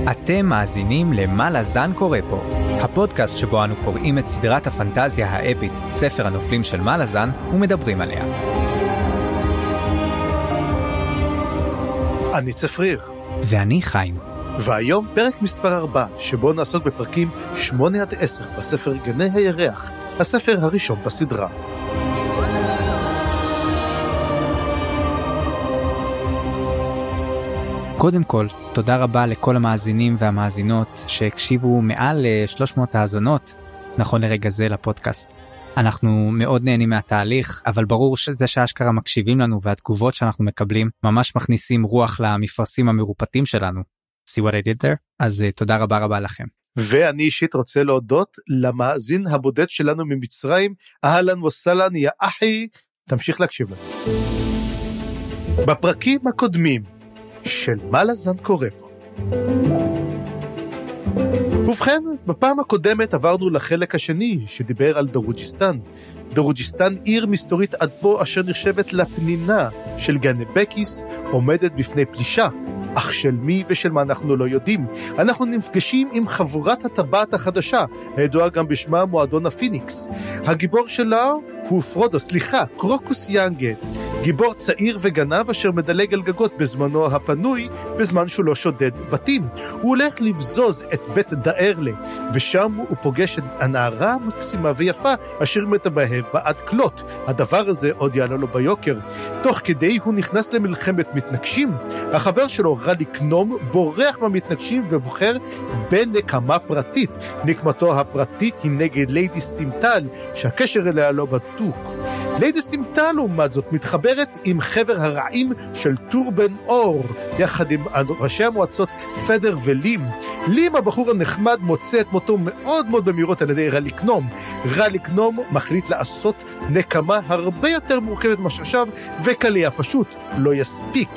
אתם מאזינים למה לזן קורא פה, הפודקאסט שבו אנו קוראים את סדרת הפנטזיה האפית, ספר הנופלים של מה לזן, ומדברים עליה. אני צפריר. ואני חיים. והיום פרק מספר 4, שבו נעסוק בפרקים 8-10 בספר גני הירח, הספר הראשון בסדרה. קודם כל, תודה רבה לכל המאזינים והמאזינות שהקשיבו מעל 300 האזנות נכון לרגע זה לפודקאסט. אנחנו מאוד נהנים מהתהליך, אבל ברור שזה שהאשכרה מקשיבים לנו והתגובות שאנחנו מקבלים ממש מכניסים רוח למפרסים המרופטים שלנו. See what I did there? אז תודה רבה לכם. ואני אישית רוצה להודות למאזין הבודד שלנו ממצרים, אהלן וסלן יא אחי, תמשיך להקשיב לנו. בפרקים הקודמים של מה לזן קורא פה. ובכן, בפעם הקודמת עברנו לחלק השני שדיבר על דרוג'יסטן. דרוג'יסטן עיר מסתורית עד פה אשר נחשבת לפנינה של גנבקיס, עומדת בפני פלישה. אך של מי ושל מה אנחנו לא יודעים. אנחנו נפגשים עם חבורת הטבעת החדשה, הידועה גם בשמה מועדון הפיניקס. הגיבור שלה הוא קרוקוס יאנגט, גיבור צעיר וגנב אשר מדלג על גגות בזמנו הפנוי, בזמן שהוא לא שודד בתים. הוא הולך לבזוז את בית דארלה, ושם הוא פוגש את הנערה המקסימה ויפה אשר מתבהב בעד קלוט. הדבר הזה עוד יעלה לו ביוקר. תוך כדי הוא נכנס למלחמת מתנגשים. החבר שלו רליקנום בורח מהמתנגשים ובוחר בנקמה פרטית. נקמתו הפרטית היא נגד ליידי סימטל, שהקשר אליה לא בדוק. ליידי סימטל לעומת זאת מתחברת עם חבר הרעים של טורבן אור, יחד עם ראשי המועצות פדר ולים. לים, הבחור הנחמד, מוצא את מותו מאוד מאוד במהירות על ידי רליקנום. רליקנום מחליט לעשות נקמה הרבה יותר מורכבת משחשב, וקליע פשוט לא יספיק.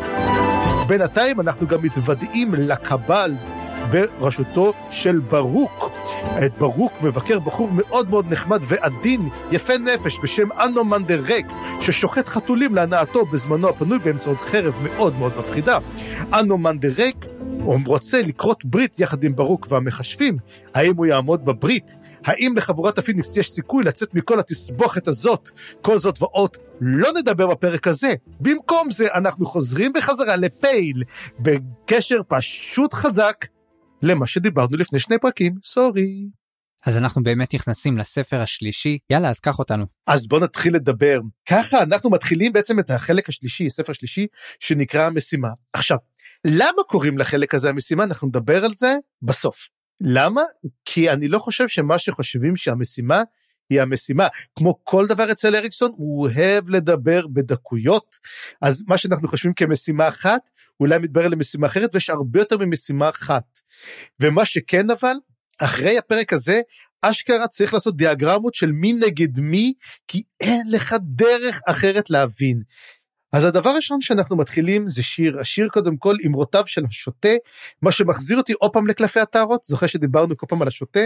בינתיים אנחנו גם מתוודעים לקבל בראשותו של ברוק. את ברוק מבקר בחור מאוד מאוד נחמד ועדין, יפה נפש, בשם אנומנדרק, ששוחט חתולים להנאתו בזמנו הפנוי באמצעות חרב מאוד מאוד מפחידה. אנומנדרק רוצה לקרות ברית יחד עם ברוק והמחשבים. האם הוא יעמוד בברית? האם לחבורת הפיניקס יש סיכוי לצאת מכל התסבוכת הזאת? כל זאת ועוד לא נדבר בפרק הזה. במקום זה אנחנו חוזרים בחזרה לפייל, בקשר פשוט חזק למה שדיברנו לפני 2 פרקים. סורי. אז אנחנו באמת נכנסים לספר השלישי. יאללה, אז קח אותנו. אז בוא נתחיל לדבר. ככה אנחנו מתחילים בעצם את החלק השלישי, ספר שלישי, שנקרא המשימה. עכשיו, למה קוראים לחלק הזה המשימה? אנחנו נדבר על זה בסוף. למה? כי אני לא חושב שמה שחושבים שהמשימה היא המשימה. כמו כל דבר אצל אריקסון, הוא אוהב לדבר בדקויות. אז מה שאנחנו חושבים כמשימה אחת, אולי מתברר למשימה אחרת, ויש הרבה יותר ממשימה אחת. ומה שכן אבל, אחרי הפרק הזה, אשכרה צריך לעשות דיאגרמות של מי נגד מי, כי אין לך דרך אחרת להבין. אז הדבר הראשון שאנחנו מתחילים זה שיר. השיר קודם כל אמרותיו של השוטה, מה שמחזיר אותי עוד פעם לקלפי הטהרות. זוכר שדיברנו כל פעם על השוטה?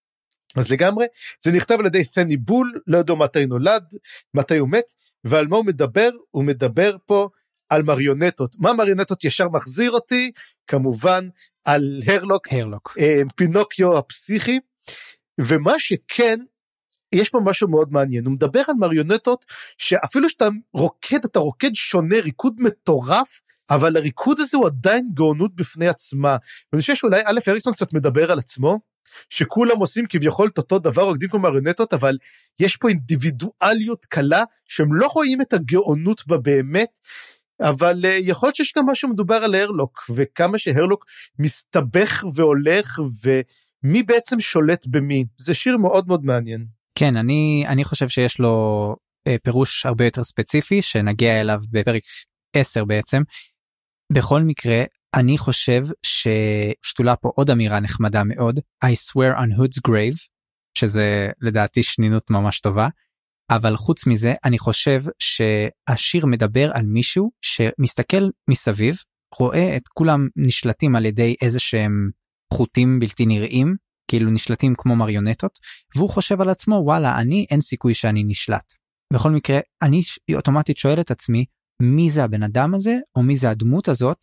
אז לגמרי, זה נכתב על ידי פני בול, לא יודע מתי נולד, מתי הוא מת, ועל מה הוא מדבר? הוא מדבר פה על מריונטות. מה מריונטות ישר מחזיר אותי? כמובן על הרלוק. פינוקיו הפסיכי. ומה שכן, יש פה משהו מאוד מעניין. הוא מדבר על מריונטות שאפילו שאתה רוקד שונה, ריקוד מטורף, אבל הריקוד הזה הוא עדיין גאונות בפני עצמה. ואני חושב שאולי אריקסון קצת מדבר על עצמו, שכולם עושים כביכול את אותו דבר, רוקדים כמו מריונטות, אבל יש פה אינדיבידואליות קלה, שהם לא רואים את הגאונות בה באמת, אבל יכול להיות שיש גם משהו מדובר על הרלוק, וכמה שהרלוק מסתבך והולך, ומי בעצם שולט במי. זה שיר מאוד מאוד מעניין. כן, אני חושב שיש לו פירוש הרבה יותר ספציפי, שנגיע אליו בפרק 10 בעצם. בכל מקרה, אני חושב ששתולה פה עוד אמירה נחמדה מאוד, I swear on Hood's grave, שזה לדעתי שנינות ממש טובה, אבל חוץ מזה, אני חושב שהשיר מדבר על מישהו שמסתכל מסביב, רואה את כולם נשלטים על ידי איזה שהם חוטים בלתי נראים, כאילו נשלטים כמו מריונטות, והוא חושב על עצמו, וואלה, אין סיכוי שאני נשלט. בכל מקרה, אני אוטומטית שואל את עצמי, מי זה הבן אדם הזה, או מי זה הדמות הזאת,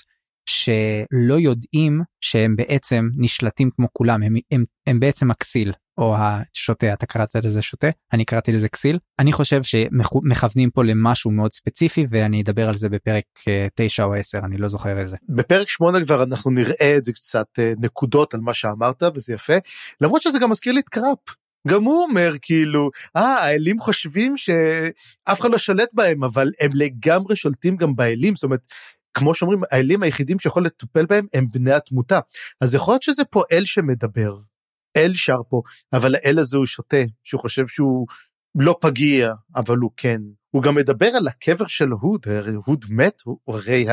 שלא יודעים שהם בעצם נשלטים כמו כולם, הם בעצם הכסיל, או השוטה, אתה קראת לזה שוטה, אני קראתי לזה כסיל. אני חושב שמכוונים פה למשהו מאוד ספציפי, ואני אדבר על זה בפרק 9 או 10, אני לא זוכר איזה. בפרק 8 כבר אנחנו נראה את זה קצת נקודות על מה שאמרת, וזה יפה, למרות שזה גם מזכיר לי את קראפ. גם הוא אומר כאילו, האלים חושבים שאף אחד לא שולט בהם, אבל הם לגמרי שולטים גם באלים, זאת אומרת, כמו שאומרים, האלים היחידים שיכול לטפל בהם הם בני התמותה. אז יכול להיות שזה פה אל שמדבר, אל שר פה, אבל האל הזה הוא שוטה, שהוא חושב שהוא לא פגיע, אבל הוא כן. הוא גם מדבר על הקבר של הוד, הוד מת, הוא הרי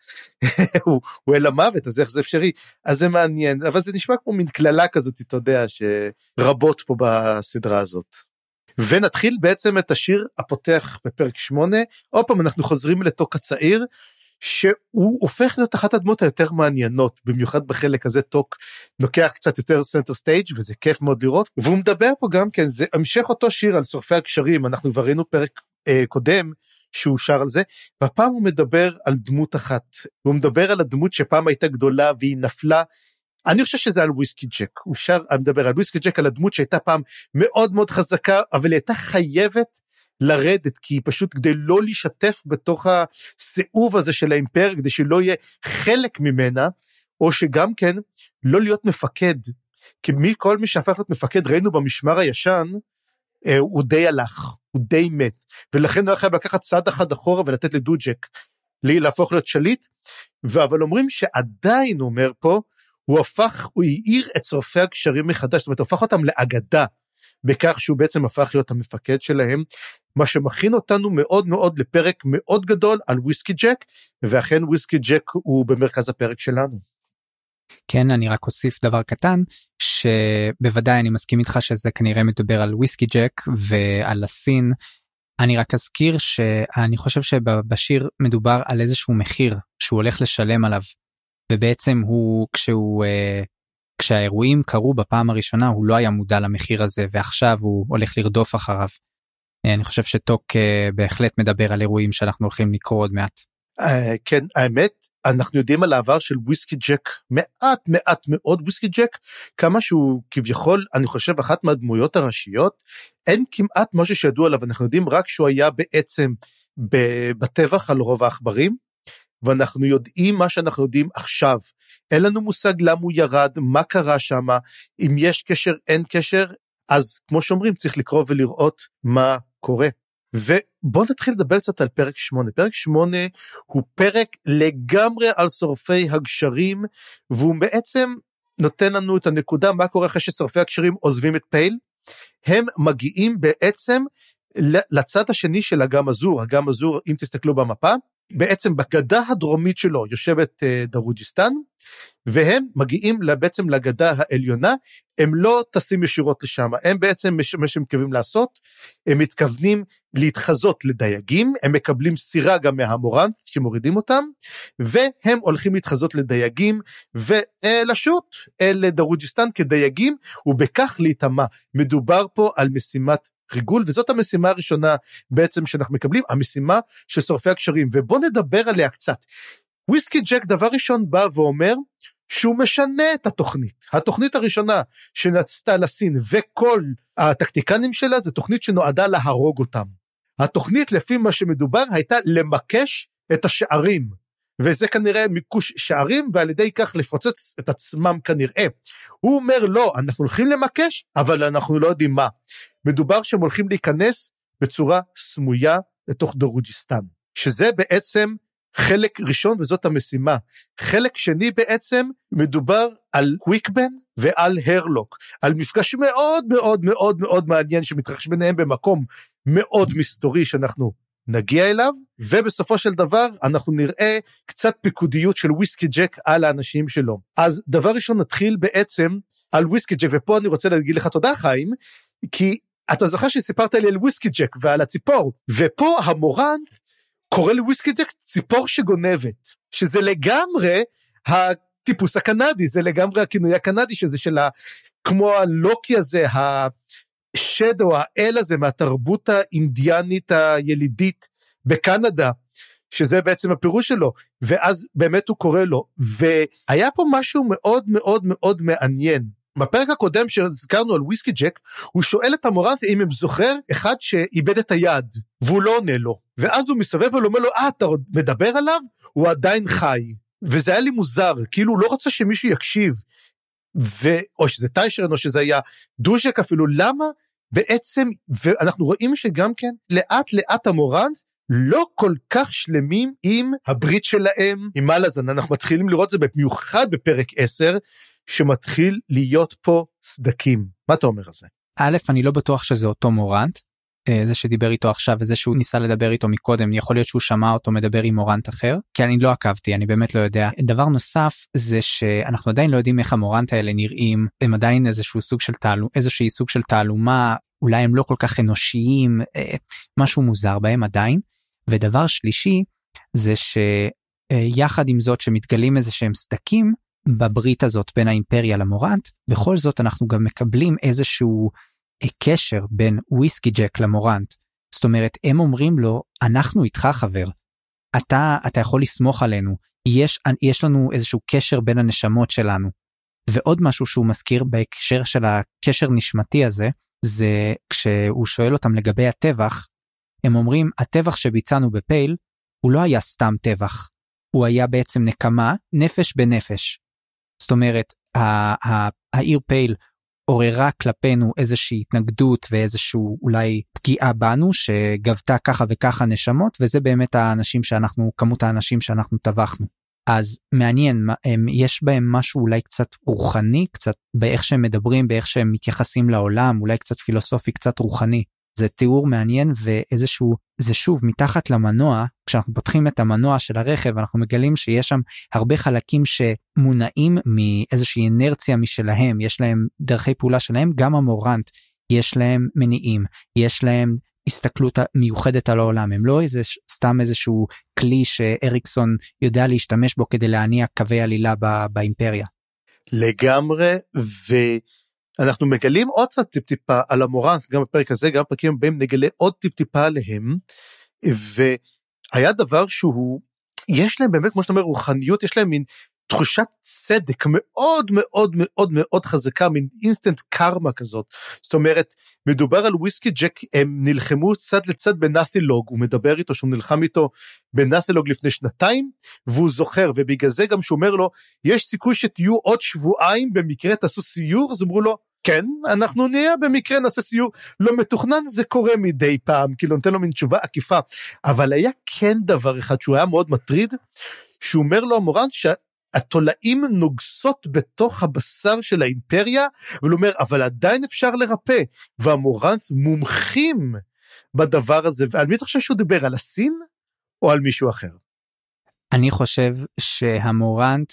הוא אל המוות, אז איך זה אפשרי? אז זה מעניין, אבל זה נשמע כמו מין כללה כזאת, אתה יודע, שרבות פה בסדרה הזאת. ונתחיל בעצם את השיר הפותח בפרק 8, עוד פעם אנחנו חוזרים לתוק הצעיר, שהוא הופך להיות אחת הדמות היותר מעניינות, במיוחד בחלק הזה תוק לוקח קצת יותר סנטר סטייג' וזה כיף מאוד לראות, והוא מדבר פה גם כן, זה המשך אותו שיר על שורפי הקשרים, אנחנו כבר ראינו פרק קודם שהוא שר על זה, והפעם הוא מדבר על דמות אחת, הוא מדבר על הדמות שפעם הייתה גדולה והיא נפלה, אני חושב שזה על וויסקי ג'ק, הוא מדבר על וויסקי ג'ק, על הדמות שהייתה פעם מאוד מאוד חזקה, אבל היא הייתה חייבת לרדת, כי פשוט כדי לא להשתף בתוך הסיאוב הזה של האימפריה, כדי שלא יהיה חלק ממנה, או שגם כן לא להיות מפקד, כי כל מי שהפך להיות מפקד, ראינו במשמר הישן, הוא די הלך, הוא די מת, ולכן הוא היה חייב לקחת צעד אחד אחורה, ולתת לדוג'ק, להפוך להיות שליט, אבל אומרים שעדיין, הוא אומר פה, הוא העיר את שורפי הקשרים מחדש, זאת אומרת, הוא הפך אותם לאגדה, בכך שהוא בעצם הפך להיות המפקד שלהם, מה שמכין אותנו מאוד מאוד לפרק מאוד גדול על וויסקי ג'ק, ואכן וויסקי ג'ק הוא במרכז הפרק שלנו. כן, אני רק אוסיף דבר קטן, שבוודאי אני מסכים איתך שזה כנראה מדבר על וויסקי ג'ק ועל הסין, אני רק אזכיר שאני חושב שבשיר מדובר על איזשהו מחיר שהוא הולך לשלם עליו, ובעצם הוא כשהאירועים קרו בפעם הראשונה, הוא לא היה מודע למחיר הזה, ועכשיו הוא הולך לרדוף אחריו. אני חושב שטוק בהחלט מדבר על אירועים שאנחנו הולכים לקרוא עוד מעט. כן, האמת, אנחנו יודעים על העבר של וויסקי ג'ק, מעט מאוד וויסקי ג'ק, כמה שהוא כביכול, אני חושב, אחת מהדמויות הראשיות, אין כמעט משהו שידוע עליו, אנחנו יודעים רק שהוא היה בעצם בטבח על רוב העכברים, ואנחנו יודעים מה שאנחנו יודעים עכשיו, אין לנו מושג למה הוא ירד, מה קרה שם, אם יש קשר, אין קשר, אז כמו שאומרים, צריך לקרוא ולראות מה קורה. ובואו נתחיל לדבר קצת על פרק 8. פרק 8 הוא פרק לגמרי על שורפי הגשרים, והוא בעצם נותן לנו את הנקודה, מה קורה אחרי ששורפי הגשרים עוזבים את פייל, הם מגיעים בעצם לצד השני של אגם אזור, אגם אזור, אם תסתכלו במפה, בעצם בגדה הדרומית שלו יושבת דרוג'יסטן, והם מגיעים בעצם לגדה העליונה, הם לא טסים ישירות לשם, הם בעצם מה שהם מתכוונים לעשות, הם מתכוונים להתחזות לדייגים, הם מקבלים סירה גם מהמורנט שמורידים אותם, והם הולכים להתחזות לדייגים, ולשוט אל דרוג'יסטן כדייגים, ובכך להתאמה, מדובר פה על משימת ריגול, וזאת המשימה הראשונה בעצם שאנחנו מקבלים, המשימה של שורפי הקשרים, ובוא נדבר עליה קצת. וויסקי ג'ק דבר ראשון בא ואומר, שהוא משנה את התוכנית. התוכנית הראשונה שנעשתה לסין, וכל הטקטיקנים שלה, זו תוכנית שנועדה להרוג אותם. התוכנית לפי מה שמדובר, הייתה למקש את השערים, וזה כנראה מיקוש שערים, ועל ידי כך לפוצץ את עצמם כנראה. הוא אומר, לא, אנחנו הולכים למקש, אבל אנחנו לא יודעים מה. מדובר שהם הולכים להיכנס בצורה סמויה לתוך דרוג'יסטן, שזה בעצם חלק ראשון וזאת המשימה. חלק שני בעצם מדובר על קוויקבן ועל הרלוק, על מפגש מאוד מאוד מאוד מאוד מעניין שמתרחש ביניהם במקום מאוד מסתורי שאנחנו נגיע אליו, ובסופו של דבר אנחנו נראה קצת פיקודיות של וויסקי ג'ק על האנשים שלו. אז דבר ראשון נתחיל בעצם על וויסקי ג'ק, ופה אני רוצה להגיד לך תודה חיים, כי אתה זוכר שסיפרת לי על וויסקי ג'ק ועל הציפור, ופה המורנט קורא לוויסקי ג'ק ציפור שגונבת, שזה לגמרי הטיפוס הקנדי, זה לגמרי הכינוי הקנדי, שזה כמו הלוקי הזה, השד או האל הזה מהתרבות האינדיאנית הילידית בקנדה, שזה בעצם הפירוש שלו, ואז באמת הוא קורא לו, והיה פה משהו מאוד מאוד מאוד מעניין, בפרק הקודם שהזכרנו על וויסקי ג'ק, הוא שואל את המורנט אם הם זוכר אחד שאיבד את היד, והוא לא עונה לו, ואז הוא מסובב ואומר לו, אתה עוד מדבר עליו? הוא עדיין חי, וזה היה לי מוזר, כאילו הוא לא רוצה שמישהו יקשיב, או שזה טיישרן או שזה היה דוז'ק אפילו, למה בעצם, ואנחנו רואים שגם כן, לאט לאט המורנט, לא כל כך שלמים עם הברית שלהם, עם מלאזן, אנחנו מתחילים לראות זה במיוחד בפרק 10, שמתחיל להיות פה סדקים. מה אתה אומר על זה? א', אני לא בטוח שזה אותו מורנט, זה שדיבר איתו עכשיו וזה שהוא ניסה לדבר איתו מקודם, יכול להיות שהוא שמע אותו מדבר עם מורנט אחר, כי אני לא עקבתי, אני באמת לא יודע. דבר נוסף זה שאנחנו עדיין לא יודעים איך המורנט האלה נראים, הם עדיין איזשהו סוג של תעלומה, אולי הם לא כל כך אנושיים, משהו מוזר בהם עדיין. ודבר שלישי זה שיחד עם זאת שמתגלים איזה שהם סדקים, בברית הזאת בין האימפריה למורנט, בכל זאת אנחנו גם מקבלים איזשהו קשר בין וויסקי ג'ק למורנט. זאת אומרת, הם אומרים לו, אנחנו איתך חבר, אתה יכול לסמוך עלינו, יש לנו איזשהו קשר בין הנשמות שלנו. ועוד משהו שהוא מזכיר בהקשר של הקשר נשמתי הזה, זה כשהוא שואל אותם לגבי הטבח, הם אומרים, הטבח שביצענו בפייל, הוא לא היה סתם טבח, הוא היה בעצם נקמה, נפש בנפש. זאת אומרת, העיר פייל עוררה כלפינו איזושהי התנגדות ואיזשהו אולי פגיעה בנו שגבתה ככה וככה נשמות, וזה באמת כמות האנשים שאנחנו טבחנו. אז מעניין, יש בהם משהו אולי קצת רוחני, קצת באיך שהם מדברים, באיך שהם מתייחסים לעולם, אולי קצת פילוסופי, קצת רוחני. זה תיאור מעניין ואיזשהו, זה שוב מתחת למנוע, כשאנחנו פותחים את המנוע של הרכב, אנחנו מגלים שיש שם הרבה חלקים שמונעים מאיזושהי אנרציה משלהם, יש להם דרכי פעולה שלהם, גם המורנט, יש להם מניעים, יש להם הסתכלות מיוחדת על העולם, הם לא סתם איזשהו כלי שאריקסון יודע להשתמש בו כדי להניע קווי עלילה באימפריה. לגמרי, אנחנו מגלים עוד קצת טיפ-טיפה על המורנט, גם בפרק הזה, גם בפרקים הבאים נגלה עוד טיפ-טיפה עליהם, והיה דבר שהוא, יש להם באמת, כמו שאתה אומר, רוחניות, יש להם מין תחושת צדק מאוד מאוד מאוד מאוד חזקה, מין אינסטנט קרמה כזאת. זאת אומרת, מדובר על וויסקי ג'ק, הם נלחמו צד לצד בנאת'ילוג, הוא מדבר איתו שהוא נלחם איתו בנאת'ילוג לפני 2 והוא זוכר, ובגלל זה גם שהוא אומר לו, יש סיכוי שתהיו עוד 2 שבועות, במקרה תעשו סיור, אז אמרו לו, כן, אנחנו נהיה במקרה נעשה סיור, לא מתוכנן, זה קורה מדי פעם, כאילו נותן לו מין תשובה עקיפה, אבל היה כן דבר אחד שהוא היה מאוד מטריד, שהוא אומר לו המורנט התולעים נוגסות בתוך הבשר של האימפריה, והוא אומר, אבל עדיין אפשר לרפא, והמורנט מומחים בדבר הזה, ועל מי אתה חושב שהוא דיבר, על הסין, או על מישהו אחר? אני חושב שהמורנט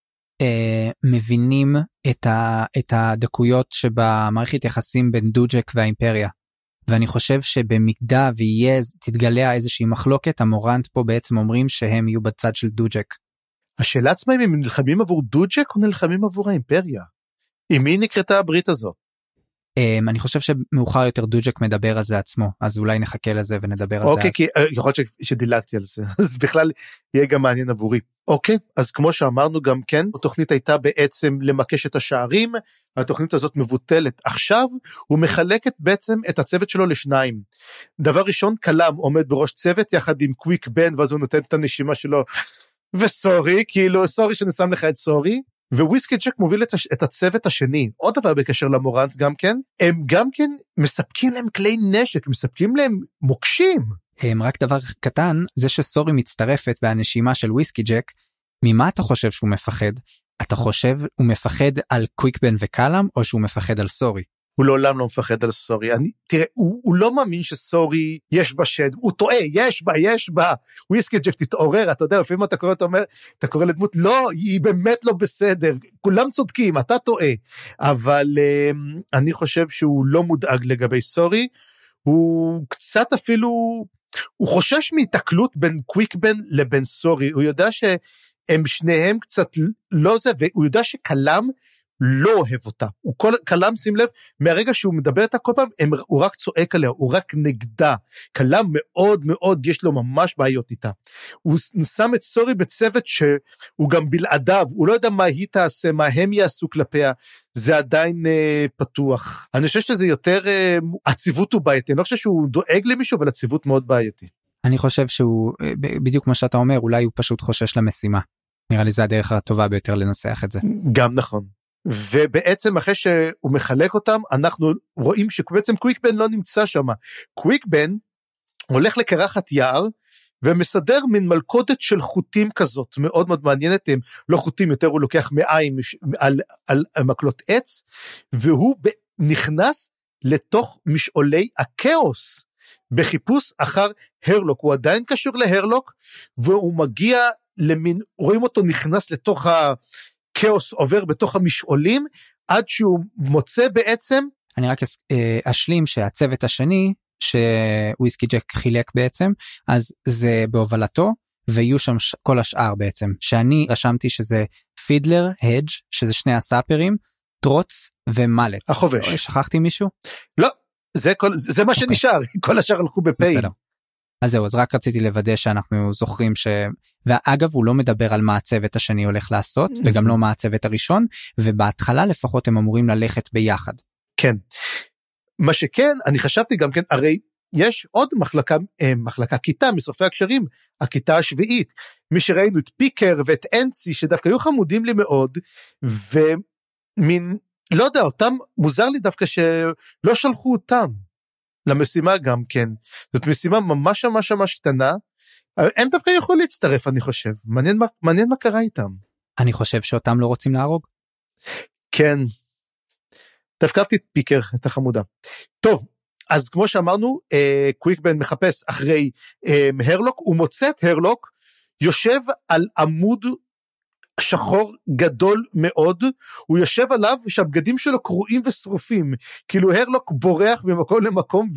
מבינים את הדקויות שבמערכת יחסים בין דוז'ק והאימפריה, ואני חושב שבמידה תתגלה איזושהי מחלוקת, המורנט פה בעצם אומרים שהם יהיו בצד של דוז'ק. השאלה עצמה אם הם נלחמים עבור דוז'ק או נלחמים עבור האימפריה? עם מי נקרתה הברית הזאת? אני חושב שמאוחר יותר דוז'ק מדבר על זה עצמו, אז אולי נחכה לזה ונדבר על זה. אוקיי, כי יכול להיות שדילגתי על זה, אז בכלל יהיה גם מעניין עבורי. אוקיי, אז כמו שאמרנו גם כן, התוכנית הייתה בעצם למקש את השערים, התוכנית הזאת מבוטלת עכשיו, הוא מחלקת בעצם את הצוות שלו לשניים. דבר ראשון, קלאם עומד בראש צוות יחד עם קוויק בן, ואז הוא נותן את הנשימה שלו, וסורי, כאילו סורי שאני שם לך את סורי, וויסקי ג'ק מוביל את הצוות השני, עוד דבר בקשר למורנט גם כן, הם גם כן מספקים להם כלי נשק, מספקים להם מוקשים. רק דבר קטן, זה שסורי מצטרפת והנשימה של וויסקי ג'ק, ממה אתה חושב שהוא מפחד? אתה חושב הוא מפחד על קוויקבן וקלאם, או שהוא מפחד על סורי? הוא לעולם לא מפחד על סורי, תראה, הוא לא מאמין שסורי יש בה שד, הוא טועה, יש בה, וויסקי ג'ק תתעורר, אתה יודע, לפעמים אתה קורא לדמות, לא, היא באמת לא בסדר, כולם צודקים, אתה טועה, אבל אני חושב שהוא לא מודאג לגבי סורי, הוא קצת אפילו, הוא חושש מהתקלות בין קוויקבן לבין סורי, הוא יודע שהם שניהם קצת לא זה, והוא יודע שקלאם, לא אוהב אותה. הוא קלם, שים לב, מהרגע שהוא מדבר איתה כל פעם, הוא רק צועק עליה, הוא רק נגדה. קלם מאוד מאוד, יש לו ממש בעיות איתה. הוא שם את סורי בצוות שהוא גם בלעדיו, הוא לא יודע מה היא תעשה, מה הם יעשו כלפיה, זה עדיין פתוח. אני חושב שזה יותר, הציוות הוא בעייתי, אני לא חושב שהוא דואג למישהו, אבל הציוות מאוד בעייתי. אני חושב שהוא, בדיוק מה שאתה אומר, אולי הוא פשוט חושש למשימה. נראה לי זה הדרך הטובה ביותר לנסח את זה. גם נכון. ובעצם אחרי שהוא מחלק אותם, אנחנו רואים שבעצם קוויקבן לא נמצא שם. קוויקבן הולך לקרחת יער, ומסדר מין מלכודת של חוטים כזאת, מאוד מאוד מעניינת, הם לא חוטים יותר, הוא לוקח מעיים על מקלות עץ, והוא נכנס לתוך משעולי הקאוס, בחיפוש אחר הרלוק, הוא עדיין קשור להרלוק, והוא מגיע למין, רואים אותו נכנס לתוך הקאוס, עובר בתוך המשעולים, עד שהוא מוצא בעצם. אני רק אשלים שהצוות השני, שוויסקי ג'ק חילק בעצם, אז זה בהובלתו, ויהיו שם כל השאר בעצם, שאני רשמתי שזה פידלר, הדג' שזה שני הסאפרים, טרוץ ומלט. החובש. שכחתי מישהו? לא, זה מה שנשאר, כל השאר הלכו בפייל. בסדר. אז זהו, אז רק רציתי לוודא שאנחנו זוכרים ואגב הוא לא מדבר על מה הצוות השני הולך לעשות, וגם לא מה הצוות הראשון, ובהתחלה לפחות הם אמורים ללכת ביחד. כן. מה שכן, אני חשבתי גם כן, הרי יש עוד מחלקה כיתה מסופי הקשרים, הכיתה השביעית, מי שראינו את פיקר ואת אנצי, שדווקא היו חמודים לי מאוד, ומין, לא יודע, אותם, מוזר לי דווקא שלא שלחו אותם, למשימה גם כן, זאת משימה ממש ממש ממש קטנה, הם דווקא יכולים להצטרף אני חושב, מעניין מה קרה איתם. אני חושב שאותם לא רוצים להרוג. כן, דווקא אהבתי את פיקר, את החמודה. טוב, אז כמו שאמרנו, קוויקבן מחפש אחרי הרלוק, הוא מוצא את הרלוק, יושב על עמוד שחור גדול מאוד, הוא יושב עליו שהבגדים שלו קרועים ושרופים, כאילו הרלוק בורח ממקום למקום,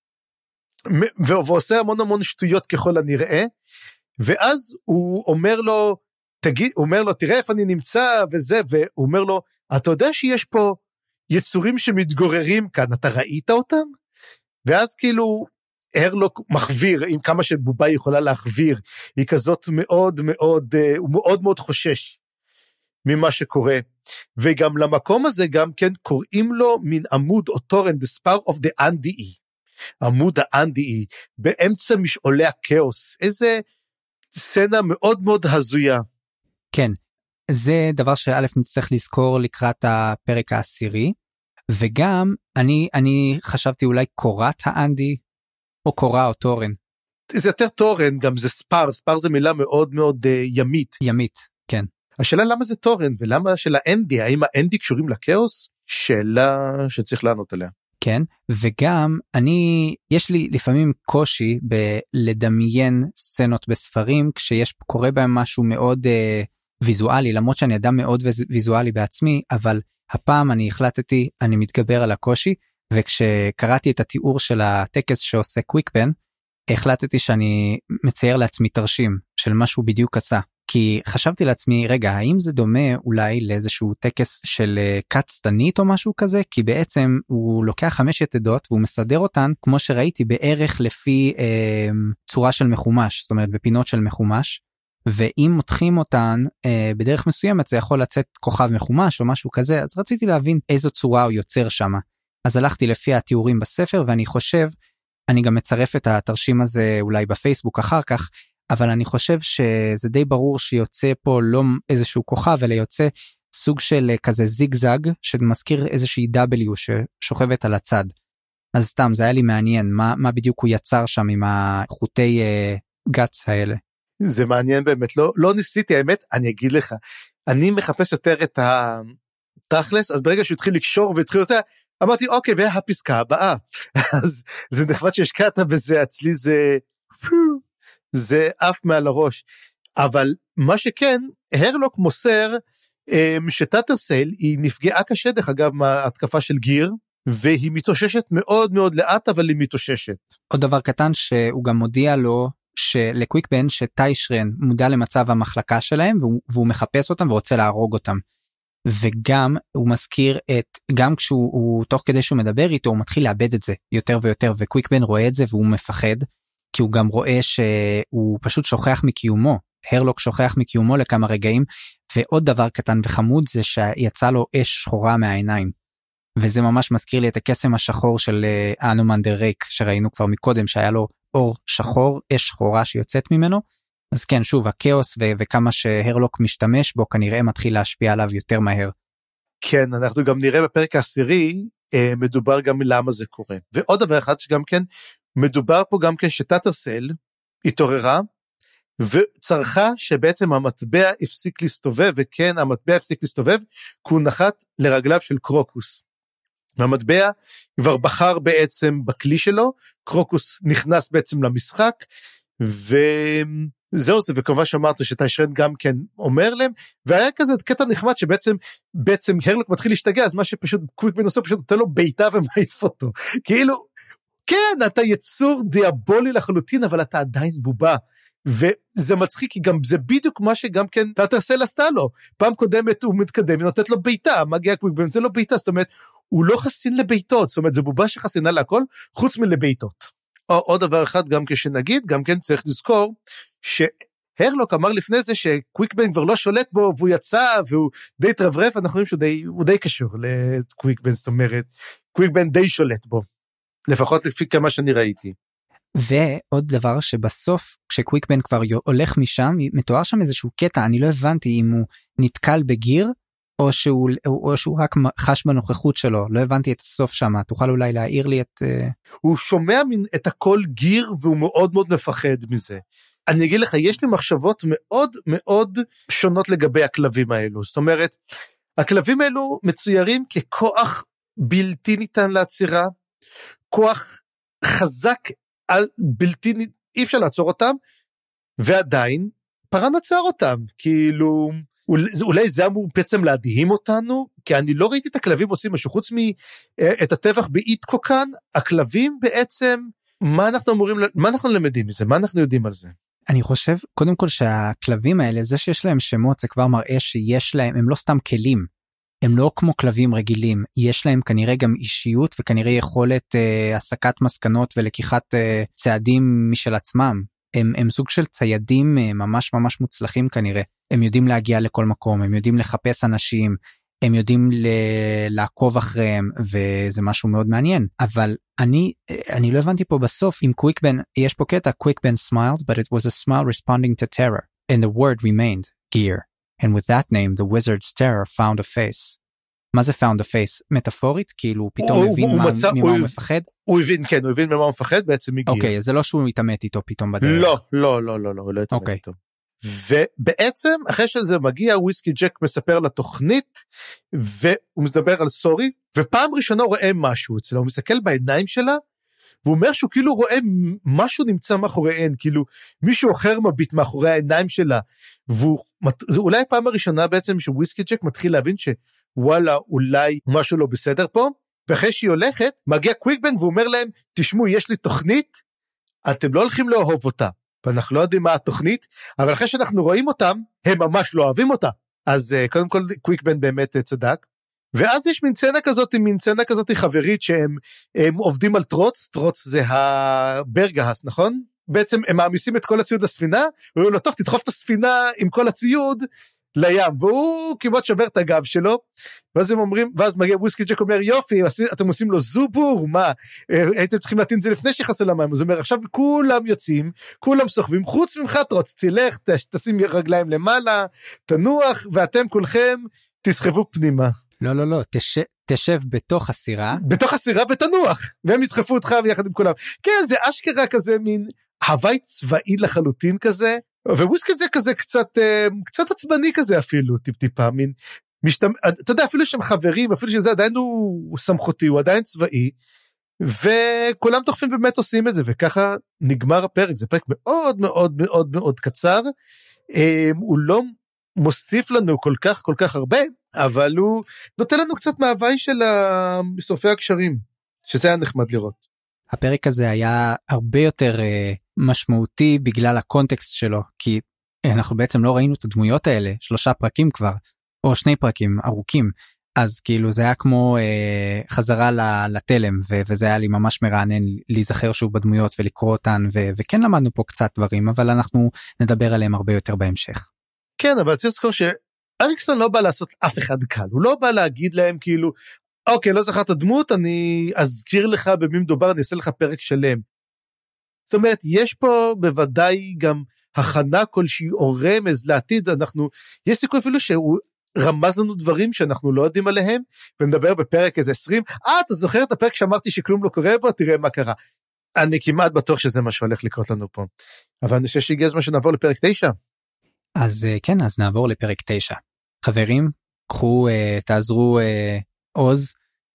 ועושה המון המון שטויות ככל הנראה, ואז הוא אומר לו, תראה איפה אני נמצא, וזה, והוא אומר לו, אתה יודע שיש פה יצורים שמתגוררים כאן, אתה ראית אותם? ואז כאילו, הרלוק מחביר, עם כמה שבובה יכולה להחביר, היא כזאת מאוד מאוד, הוא מאוד מאוד חושש ממה שקורה, וגם למקום הזה גם כן קוראים לו מן עמוד או תורן, the spar of the Andii, עמוד האנדאי, באמצע משעולי הקאוס, איזה סצנה מאוד מאוד הזויה. כן, זה דבר שא' נצטרך לזכור לקראת הפרק העשירי, וגם אני חשבתי אולי קורת האנדי, או קורה או תורן. זה יותר תורן, גם זה ספר, ספר זה מילה מאוד מאוד ימית. ימית, כן. השאלה למה זה תורן, ולמה של האנדי, האם האנדי קשורים לקאוס? שאלה שצריך לענות עליה. כן, וגם יש לי לפעמים קושי בלדמיין סצנות בספרים, קורה בהם משהו מאוד ויזואלי, למרות שאני אדם מאוד ויזואלי בעצמי, אבל הפעם אני מתגבר על הקושי, וכשקראתי את התיאור של הטקס שעושה קוויקבן, החלטתי שאני מצייר לעצמי תרשים של מה שהוא בדיוק עשה, כי חשבתי לעצמי, רגע, האם זה דומה אולי לאיזשהו טקס של קת סטנית או משהו כזה? כי בעצם הוא לוקח 5 יתדות והוא מסדר אותן, כמו שראיתי, בערך לפי צורה של מחומש, זאת אומרת בפינות של מחומש, ואם מותחים אותן בדרך מסוימת זה יכול לצאת כוכב מחומש או משהו כזה, אז רציתי להבין איזו צורה הוא יוצר שם. אז הלכתי לפי התיאורים בספר, ואני חושב, אני גם מצרף את התרשים הזה אולי בפייסבוק אחר כך, אבל אני חושב שזה די ברור שיוצא פה לא איזשהו כוכב, אלא יוצא סוג של כזה זיגזג, שמזכיר איזושהי W ששוכבת על הצד. אז סתם, זה היה לי מעניין, מה בדיוק הוא יצר שם עם החוטי גץ האלה. זה מעניין באמת, לא ניסיתי, האמת, אני אגיד לך, אני מחפש יותר את התכלס, אז ברגע שהוא התחיל לקשור והתחיל לעשות, אמרתי, אוקיי, והפסקה הבאה, אז זה נחמד שהשקעת בזה, אצלי זה אף מעל הראש, אבל מה שכן, הרלוק מוסר, שטאטרסייל היא נפגעה קשה, דרך אגב, מההתקפה של גיר, והיא מתאוששת מאוד מאוד לאט, אבל היא מתאוששת. עוד דבר קטן שהוא גם מודיע לו, לקוויקבן שטיישרן מודע למצב המחלקה שלהם, והוא מחפש אותם ורוצה להרוג אותם. וגם הוא מזכיר גם כשהוא תוך כדי שהוא מדבר איתו, הוא מתחיל לאבד את זה יותר ויותר, וקוויקבן רואה את זה והוא מפחד, כי הוא גם רואה שהוא פשוט שוכח מקיומו, הרלוק שוכח מקיומו לכמה רגעים, ועוד דבר קטן וחמוד זה שיצא לו אש שחורה מהעיניים, וזה ממש מזכיר לי את הקסם השחור של אנומנדר ריק, שראינו כבר מקודם, שהיה לו אור שחור, אש שחורה שיוצאת ממנו, אז כן, שוב, הכאוס וכמה שהרלוק משתמש בו, כנראה מתחיל להשפיע עליו יותר מהר. כן, אנחנו גם נראה בפרק העשירי, מדובר גם למה זה קורה. ועוד דבר אחד שגם כן, מדובר פה גם כן שטאטרסל התעוררה, וצרכה שבעצם המטבע הפסיק להסתובב, וכן, המטבע הפסיק להסתובב, כי הוא נחת לרגליו של קרוקוס. והמטבע כבר בחר בעצם בכלי שלו, קרוקוס נכנס בעצם למשחק, וזהו זה, וכמובן שאמרת שטיישרן גם כן אומר להם, והיה כזה קטע נחמד שבעצם הרלוק מתחיל להשתגע, אז מה שפשוט קוויקבן עושה, פשוט נותן לו ביתה ומעיף אותו, כאילו, כן, אתה יצור דיאבולי לחלוטין, אבל אתה עדיין בובה, וזה מצחיק, כי גם זה בדיוק מה שגם כן טאטרסל עשתה לו, פעם קודמת הוא מתקדם, היא נותנת לו ביתה, מגיע קוויקבן, נותן לו ביתה, זאת אומרת, הוא לא חסין לביתות, זאת אומרת, זה בובה שחסינה להכל, חוץ מלביתות. עוד דבר אחד גם כשנגיד, גם כן צריך לזכור, שהרלוק אמר לפני זה, שקוויקבן כבר לא שולט בו, והוא יצא, והוא די תרברף, אנחנו רואים שהוא די קשור לקוויקבן, זאת אומרת, קוויקבן די שולט בו, לפחות לפי כמה שאני ראיתי. ועוד דבר שבסוף, כשקוויקבן כבר הולך משם, מתואר שם איזשהו קטע, אני לא הבנתי אם הוא נתקל בגיר, או שהוא רק חש בנוכחות שלו, לא הבנתי את הסוף שם, תוכל אולי להעיר לי את... הוא שומע את הכל גיר, והוא מאוד מאוד מפחד מזה. אני אגיד לך, יש לי מחשבות מאוד מאוד שונות לגבי הכלבים האלו, זאת אומרת, הכלבים האלו מצוירים ככוח בלתי ניתן לעצירה, כוח חזק על בלתי, אי אפשר לעצור אותם, ועדיין פרה נצר אותם, כאילו... אולי זה אמור בעצם להדהים אותנו, כי אני לא ראיתי את הכלבים עושים משהו, חוץ את הטבח באיטקוקן, הכלבים בעצם, מה אנחנו למדים מזה? מה אנחנו יודעים על זה? אני חושב, קודם כל שהכלבים האלה, זה שיש להם שמות, זה כבר מראה שיש להם, הם לא סתם כלים, הם לא כמו כלבים רגילים, יש להם כנראה גם אישיות, וכנראה יכולת הסקת מסקנות, ולקיחת צעדים משל עצמם, הם סוג של ציידים ממש ממש מוצלחים כנראה, הם יודעים להגיע לכל מקום, הם יודעים לחפש אנשים, הם יודעים לעקוב אחריהם, וזה משהו מאוד מעניין, אבל אני לא הבנתי פה בסוף, עם קוויקבן, יש פה קטע, קוויקבן smiled, but it was a smile responding to terror, and the word remained, gear, and with that name, the wizard's terror found a face. מה זה found a face? מטאפורית? כאילו פתאום הבין ממה הוא מפחד? הוא הבין, כן, הוא הבין ממה הוא מפחד, בעצם מגיע. אוקיי, זה לא שהוא מתאמת איתו פתאום בדרך. לא, הוא לא התאמת איתו. ובעצם, אחרי שזה מגיע, וויסקי ג'ק מספר לתוכנית, והוא מדבר על סורי, ופעם ראשונה הוא רואה משהו אצלה, הוא מסתכל בעיניים שלה, והוא אומר שהוא כאילו רואה משהו נמצא מאחוריהן, כאילו מישהו אחר מביט מאחורי העיניים שלה, זו אולי הפעם הראשונה בעצם שוויסקי ג'ק מתחיל להבין שוואלה, אולי משהו לא בסדר פה, ואחרי שהיא הולכת, מגיע קוויקבן והוא אומר להם, תשמעו, יש לי תוכנית, אתם לא הולכים לאהוב אותה, ואנחנו לא יודעים מה התוכנית, אבל אחרי שאנחנו רואים אותם, הם ממש לא אוהבים אותה. אז קודם כל קוויקבן באמת צדק, ואז יש מין צנה כזאת חברית שהם עובדים על טרוץ זה הברגהס, נכון? בעצם הם מעמיסים את כל הציוד לספינה, ואומרים לו, טוב, תדחוף את הספינה עם כל הציוד לים, והוא כמעט שובר את הגב שלו, ואז הם אומרים, ואז מגיע וויסקי ג'ק אומר, יופי, אתם עושים לו זובור, מה? הייתם צריכים להתאים את זה לפני שיחסו למים, אז הוא אומר, עכשיו כולם יוצאים, כולם סוחבים, חוץ ממך טרוץ, תלך, תשים רגליים למעלה, תנוח, ואתם כולכם תסחבו פנימה. לא, תשב בתוך הסירה. בתוך הסירה ותנוח, והם ידחפו אותך ביחד עם כולם. כן, זה אשכרה כזה מין הווי צבאי לחלוטין כזה, וויסקי זה כזה קצת עצבני כזה אפילו, טיפה, מין, אתה יודע, אפילו שהם חברים, אפילו שזה עדיין הוא סמכותי, הוא עדיין צבאי, וכולם דוחפים באמת עושים את זה, וככה נגמר הפרק, זה פרק מאוד מאוד מאוד מאוד קצר, הוא לא מוסיף לנו כל כך הרבה, אבל הוא נותן לנו קצת מהווי של סופי הקשרים, שזה היה נחמד לראות. הפרק הזה היה הרבה יותר משמעותי בגלל הקונטקסט שלו, כי אנחנו בעצם לא ראינו את הדמויות האלה, 3 פרקים כבר, או 2 פרקים ארוכים, אז כאילו זה היה כמו חזרה לתלם, וזה היה לי ממש מרענן להיזכר שוב בדמויות ולקרוא אותן, וכן למדנו פה קצת דברים, אבל אנחנו נדבר עליהם הרבה יותר בהמשך. כן, אבל צריך לזכור שאריקסון לא בא לעשות אף אחד קל, הוא לא בא להגיד להם כאילו, אוקיי, לא זכרת דמות, אני אזכיר לך במי מדובר, אני אעשה לך פרק שלם. זאת אומרת, יש פה בוודאי גם הכנה כלשהי או רמז לעתיד, יש סיכוי אפילו שהוא רמז לנו דברים שאנחנו לא יודעים עליהם, ונדבר בפרק איזה 20, אתה זוכר את הפרק שאמרתי שכלום לא קורה בו, תראה מה קרה. אני כמעט בטוח שזה מה שהולך לקרות לנו פה. אבל אני חושב שהגיע הזמן שנעבור לפרק 9. אז כן, אז נעבור לפרק 9. חברים, קחו, תעזרו עוז,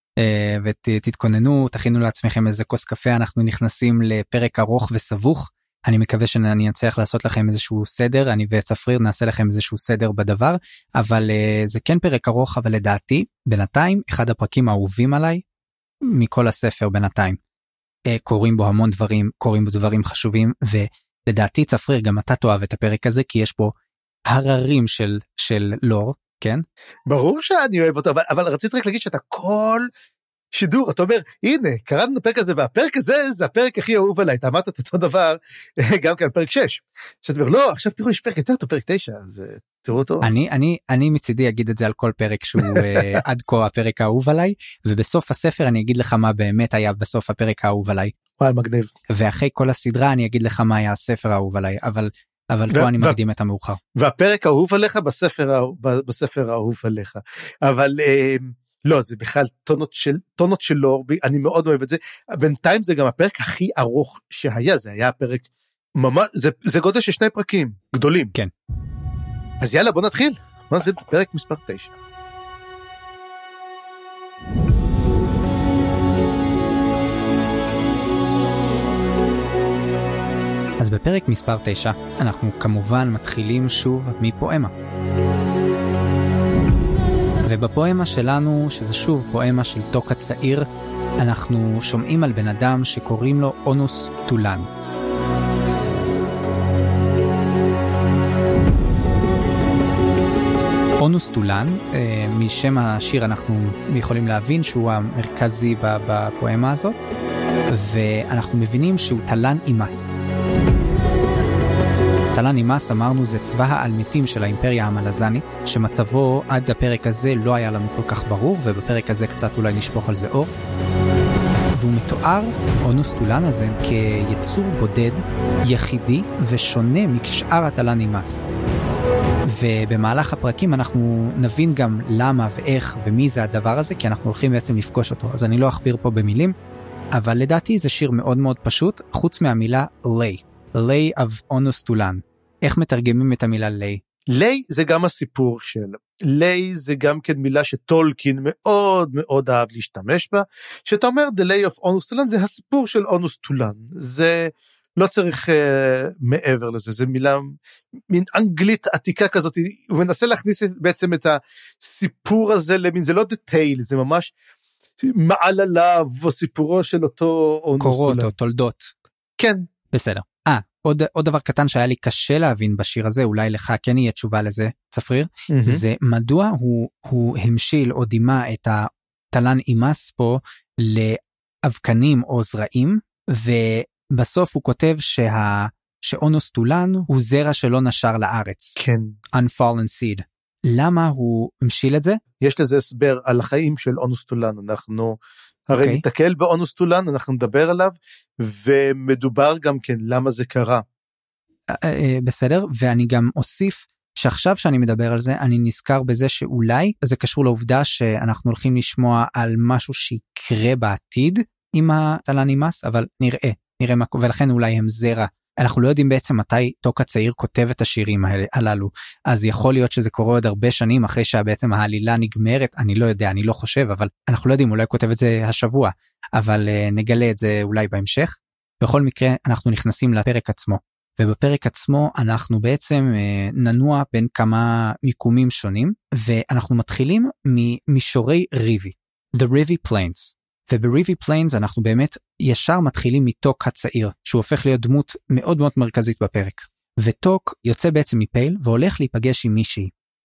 ותתכוננו, תכינו לעצמכם איזה כוס קפה, אנחנו נכנסים לפרק ארוך וסבוך, אני מקווה שאני אצליח לעשות לכם איזשהו סדר, אני וצפריר נעשה לכם איזשהו סדר בדבר, אבל זה כן פרק ארוך, אבל לדעתי, בינתיים, אחד הפרקים האהובים עליי, מכל הספר בינתיים, קוראים בו המון דברים, קוראים בו דברים חשובים, ולדעתי צפריר, גם אתה תאהב את הפרק הזה, כי יש פה הררים של לור, כן? ברור שאני אוהב אותו, אבל רציתי רק להגיד שאתה כל שידור, אתה אומר, הנה, קראנו הפרק הזה, והפרק הזה זה הפרק הכי אהוב עליי, אתה אמרת את אותו דבר, גם כאן פרק 6. שאתה אומר, לא, עכשיו תראו, יש פרק יותר טוב, פרק 9, אז תראו אותו. אני מצידי אגיד את זה על כל פרק שהוא עד כה הפרק האהוב עליי, ובסוף הספר אני אגיד לך מה באמת היה בסוף הפרק האהוב עליי. וואי, מגניב. ואחרי כל הסדרה אני אגיד לך מה היה הספר האהוב עליי, אבל פה אני מקדים את המאוחר. והפרק האהוב עליך בספר האהוב עליך. אבל לא, זה בכלל טונות של לור, אני מאוד אוהב את זה. בינתיים זה גם הפרק הכי ארוך שהיה, זה היה הפרק ממש, זה גודל של 2 פרקים גדולים. כן. אז יאללה, בוא נתחיל את פרק מספר 9. אז בפרק מספר 9 אנחנו כמובן מתחילים שוב מפואמה. ובפואמה שלנו, שזה שוב פואמה של טוק הצעיר, אנחנו שומעים על בן אדם שקוראים לו אונוס טולן. אונוס טולן, משם השיר אנחנו יכולים להבין שהוא המרכזי בפואמה הזאת, ואנחנו מבינים שהוא טלן אימאס. טלן אימאס, אמרנו, זה צבא האלמתים של האימפריה המלזנית, שמצבו עד הפרק הזה לא היה לנו כל כך ברור, ובפרק הזה קצת אולי נשפוך על זה אור. והוא מתואר, אונוס טולן הזה, כיצור בודד, יחידי ושונה משאר הטלן אימאס. ובמהלך הפרקים אנחנו נבין גם למה ואיך ומי זה הדבר הזה, כי אנחנו הולכים בעצם לפגוש אותו. אז אני לא אכביר פה במילים, אבל לדעתי זה שיר מאוד מאוד פשוט, חוץ מהמילה ליי. ליי of אונוס טולן. איך מתרגמים את המילה ליי? ליי זה גם הסיפור שלו. ליי זה גם כן מילה שטולקין מאוד מאוד אהב להשתמש בה. שאתה אומר the lay of אונוס טולן, זה הסיפור של אונוס טולן. זה לא צריך מעבר לזה, זה מילה מין אנגלית עתיקה כזאת, הוא מנסה להכניס בעצם את הסיפור הזה למין, זה לא דטייל, זה ממש מעל עליו, או סיפורו של אותו אונוס קורות או תולדות. כן. בסדר. עוד דבר קטן שהיה לי קשה להבין בשיר הזה, אולי לך כן יהיה תשובה לזה, צפריר, זה מדוע הוא המשיל או דימה את הטלן אימאס פה לאבקנים או זרעים, ובסוף הוא כותב שאונוס טולן הוא זרע שלא נשר לארץ. כן. Unfallen seed. למה הוא המשיל את זה? יש לזה הסבר על החיים של אונוס טולן, אנחנו הרי נתקל באונוס טולן, אנחנו נדבר עליו, ומדובר גם כן למה זה קרה. בסדר, ואני גם אוסיף שעכשיו שאני מדבר על זה, אני נזכר בזה שאולי זה קשור לעובדה שאנחנו הולכים לשמוע על משהו שיקרה בעתיד עם הטלן אימאס, אבל נראה מה, ולכן אולי הם זרע. אנחנו לא יודעים בעצם מתי טוק הצעיר כותב את השירים הללו, אז יכול להיות שזה קורה עוד הרבה שנים אחרי שבעצם העלילה נגמרת, אני לא יודע, אני לא חושב, אבל אנחנו לא יודעים, אולי כותב את זה השבוע, אבל נגלה את זה אולי בהמשך. בכל מקרה, אנחנו נכנסים לפרק עצמו, ובפרק עצמו אנחנו בעצם ננוע בין כמה מיקומים שונים, ואנחנו מתחילים ממישורי ריבי, The Rivi Plains. ובריבי פליינס אנחנו באמת ישר מתחילים מטוק הצעיר, שהוא הופך להיות דמות מאוד מאוד מרכזית בפרק. וטוק יוצא בעצם מפייל והולך להיפגש עם מישהי.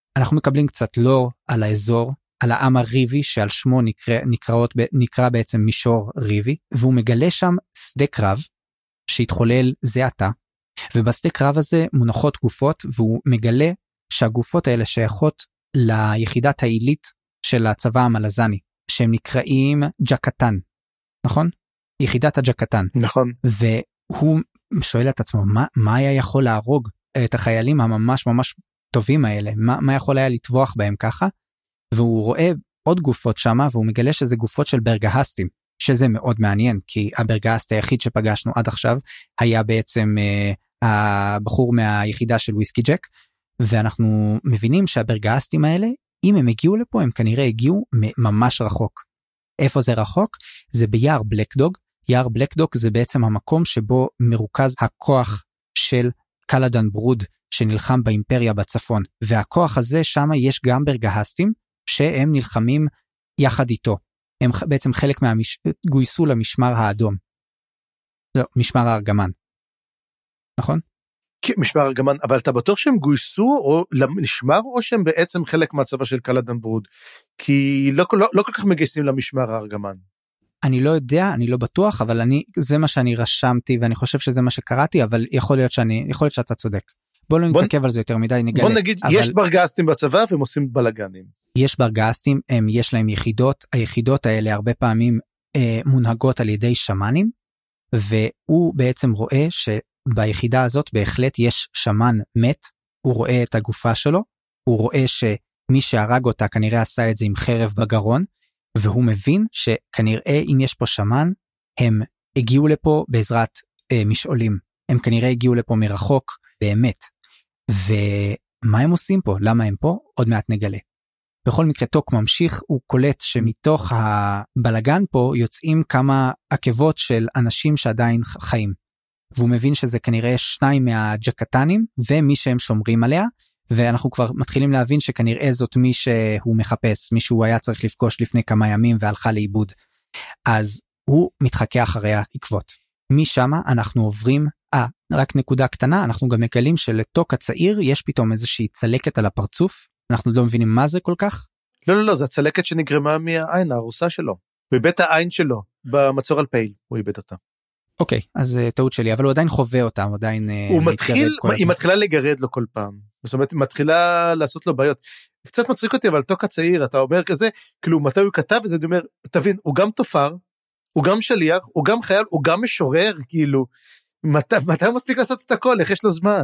אנחנו מקבלים קצת לור על האזור, על העם הריבי שעל שמו נקרא בעצם מישור ריבי, והוא מגלה שם שדה קרב שהתחולל זה עתה, ובשדה קרב הזה מונחות גופות, והוא מגלה שהגופות האלה שייכות ליחידת העילית של הצבא המלזני, שהם נקראים ג'קטן, נכון? יחידת הג'קטן. נכון. והוא שואל את עצמו, מה היה יכול להרוג את החיילים הממש ממש טובים האלה? מה יכול היה לטבוח בהם ככה? והוא רואה עוד גופות שמה, והוא מגלה שזה גופות של ברגהסטים, שזה מאוד מעניין, כי הברגהסט היחיד שפגשנו עד עכשיו, היה בעצם הבחור מהיחידה של וויסקי ג'ק, ואנחנו מבינים שהברגהסטים האלה, אם הם הגיעו לפה, הם כנראה הגיעו ממש רחוק. איפה זה רחוק? זה ביער בלקדוג. יער בלקדוג זה בעצם המקום שבו מרוכז הכוח של קלאדן ברוד, שנלחם באימפריה בצפון. והכוח הזה, שם יש גם ברגהסטים, שהם נלחמים יחד איתו. הם בעצם חלק גויסו למשמר האדום. לא, משמר הארגמן. נכון? משמר ארגמן, אבל אתה בטוח שהם גויסו או למשמר, או שהם בעצם חלק מהצבא של קלאדן ברוד? כי לא כל כך מגייסים למשמר הארגמן. אני לא יודע, אני לא בטוח, אבל זה מה שאני רשמתי, ואני חושב שזה מה שקראתי, אבל יכול להיות שאתה צודק. בוא לא נתעכב על זה יותר מדי, נגלה. בוא נגיד, יש ברגהסטים בצבא, והם עושים בלגנים. יש ברגהסטים, יש להם יחידות, היחידות האלה הרבה פעמים מונהגות על ידי שמנים, והוא בעצם רואה ביחידה הזאת בהחלט יש שמן מת, הוא רואה את הגופה שלו, הוא רואה שמי שהרג אותה כנראה עשה את זה עם חרב בגרון, והוא מבין שכנראה אם יש פה שמן, הם הגיעו לפה בעזרת משעולים, הם כנראה הגיעו לפה מרחוק באמת, ומה הם עושים פה? למה הם פה? עוד מעט נגלה. בכל מקרה טוק ממשיך, הוא קולט שמתוך הבלגן פה יוצאים כמה עקבות של אנשים שעדיין חיים, והוא מבין שזה כנראה 2 מהג'קטנים, ומי שהם שומרים עליה, ואנחנו כבר מתחילים להבין שכנראה זאת מי שהוא מחפש, מי שהוא היה צריך לפגוש לפני כמה ימים והלכה לאיבוד. אז הוא מתחכה אחרי העקבות. משם אנחנו עוברים, רק נקודה קטנה, אנחנו גם מגלים שלטוק הצעיר יש פתאום איזושהי צלקת על הפרצוף, אנחנו לא מבינים מה זה כל כך. לא, זה הצלקת שנגרמה מהעין, הרוסה שלו. הוא איבד את העין שלו, במצור על פייל, הוא איבד אותה. אוקיי, אז טעות שלי, אבל הוא עדיין חווה אותה, הוא עדיין... היא מתחילה לגרד לו כל פעם, זאת אומרת, היא מתחילה לעשות לו בעיות. קצת מצחיק אותי, אבל טוק הצעיר, אתה אומר כזה, כאילו, מתי הוא כתב את זה, אני אומר, תבין, הוא גם תופר, הוא גם שליח, הוא גם חייל, הוא גם משורר, כאילו, מתי הוא מספיק לעשות את הכל, איך יש לו זמן?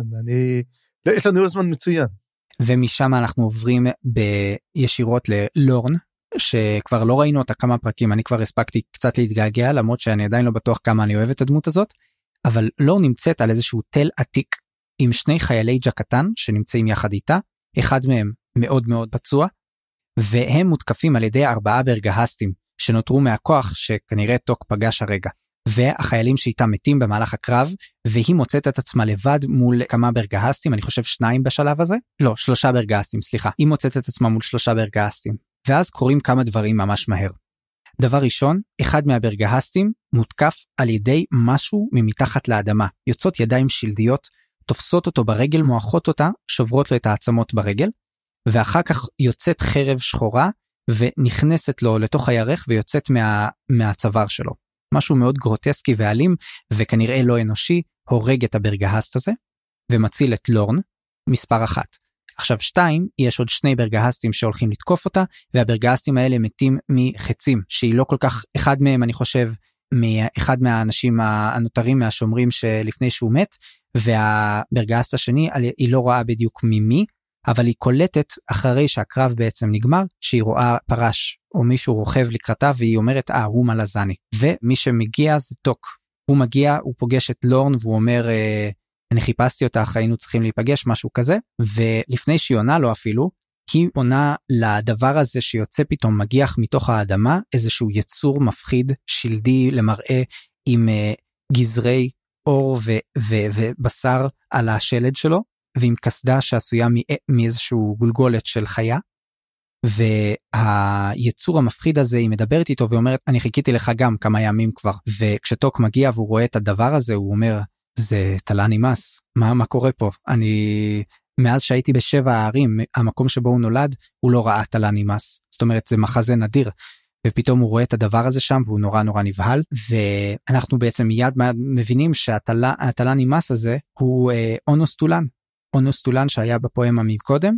יש לנו זמן מצוין. ומשם אנחנו עוברים בישירות ללורן, שכבר לא ראינו אותה כמה פרקים, אני כבר הספקתי קצת להתגעגע, למרות שאני עדיין לא בטוח כמה אני אוהב את הדמות הזאת, אבל לא נמצאת על איזשהו תל עתיק, עם 2 חיילי ג'קטן שנמצאים יחד איתה, אחד מהם מאוד מאוד פצוע, והם מותקפים על ידי 4 ברגהסטים, שנותרו מהכוח שכנראה טוק פגש הרגע, והחיילים שאיתם מתים במהלך הקרב, והיא מוצאת את עצמה לבד מול כמה ברגהסטים, אני חושב 2 בשלב הזה, לא, 3 ברגהסטים, סליחה, היא מוצאת את עצמה מול 3 ברגהסטים, ואז קורים כמה דברים ממש מהר. דבר ראשון, אחד מהברגהסטים מותקף על ידי משהו ממתחת לאדמה, יוצאות ידיים שלדיות, תופסות אותו ברגל, מואחות אותה, שוברות לו את העצמות ברגל, ואחר כך יוצאת חרב שחורה, ונכנסת לו לתוך הירך, ויוצאת מהצוואר שלו. משהו מאוד גרוטסקי ואלים, וכנראה לא אנושי, הורג את הברגהסט הזה, ומציל את לורן, מספר 1. עכשיו 2, יש עוד 2 ברגהסטים שהולכים לתקוף אותה, והברגהסטים האלה מתים מחצים, שהיא לא כל כך, אחד מהם אני חושב, מאחד מהאנשים הנותרים מהשומרים שלפני שהוא מת, והברגהסט השני, היא לא רואה בדיוק ממי, אבל היא קולטת אחרי שהקרב בעצם נגמר, שהיא רואה פרש, או מישהו רוכב לקראתה, והיא אומרת, הוא מלזני. ומי שמגיע זה טוק. הוא מגיע, הוא פוגש את לורן, והוא אומר, אני חיפשתי אותך, היינו צריכים להיפגש, משהו כזה, ולפני שהיא עונה לו אפילו, היא עונה לדבר הזה שיוצא פתאום מגיח מתוך האדמה, איזשהו יצור מפחיד, שלדי למראה, עם גזרי אור ובשר על השלד שלו, ועם כסדה שעשויה מאיזשהו גולגולת של חיה, והיצור המפחיד הזה, היא מדברת איתו ואומרת, אני חיכיתי לך גם כמה ימים כבר, וכשטוק מגיע והוא רואה את הדבר הזה, הוא אומר, זה תלה נמאס, מה קורה פה? מאז שהייתי בשבע הערים, המקום שבו הוא נולד, הוא לא ראה תלן נימס. זאת אומרת, זה מחזה נדיר. ופתאום הוא רואה את הדבר הזה שם, והוא נורא נורא נבהל, ואנחנו בעצם מיד מבינים שהתלן נימס הזה, הוא אונוסטולן. אונוסטולן שהיה בפואמה מקודם,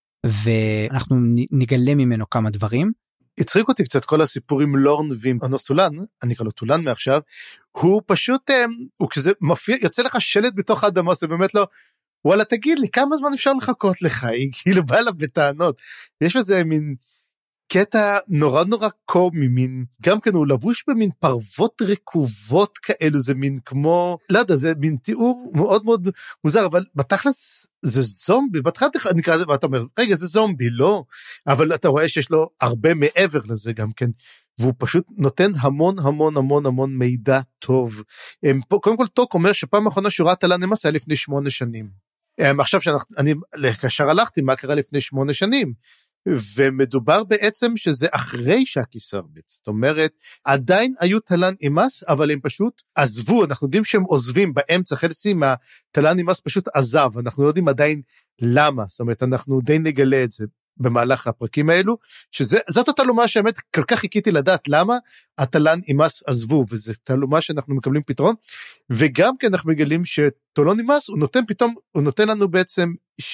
ואנחנו נגלה ממנו כמה דברים. הצחיק אותי קצת כל הסיפור עם לורן ועם אונוסטולן, אני אקרא לו טולן מעכשיו, הוא פשוט, הוא כזה מופיע, יוצא לך שלט בתוך האדמה, זה באמת לא, וואלה תגיד לי, כמה זמן אפשר לחכות לך, היא כאילו באה לה בטענות, יש בזה מין קטע נורא נורא קומי, מין, גם כן הוא לבוש במין פרוות רקובות כאלו, זה מין כמו, לא יודע, זה מין תיאור מאוד מאוד מוזר, אבל בתכלס זה זומבי, בתחילת נקרא זה, ואתה אומר, רגע זה זומבי, לא, אבל אתה רואה שיש לו הרבה מעבר לזה גם כן, והוא פשוט נותן המון המון המון המון מידע טוב. קודם כל טוק אומר שפעם האחרונה שהוא ראה תלן נימס היה לפני 8 שנים. עכשיו שאני כאשר הלכתי, מה קרה לפני 8 שנים? ומדובר בעצם שזה אחרי שהקיסר מת, זאת אומרת, עדיין היו תלן נימס, אבל הם פשוט עזבו, אנחנו יודעים שהם עוזבים באמצע, חצי מהתלן נימס פשוט עזב, אנחנו לא יודעים עדיין למה, זאת אומרת, אנחנו די נגלה את זה במהלך הפרקים האלו, שזאת התלומה שהאמת כל כך חיכיתי לדעת למה התלן נימס עזבו, וזה תלומה שאנחנו מקבלים פתרון, וגם כן אנחנו מגלים שתלן נימס, הוא נותן לנו בעצם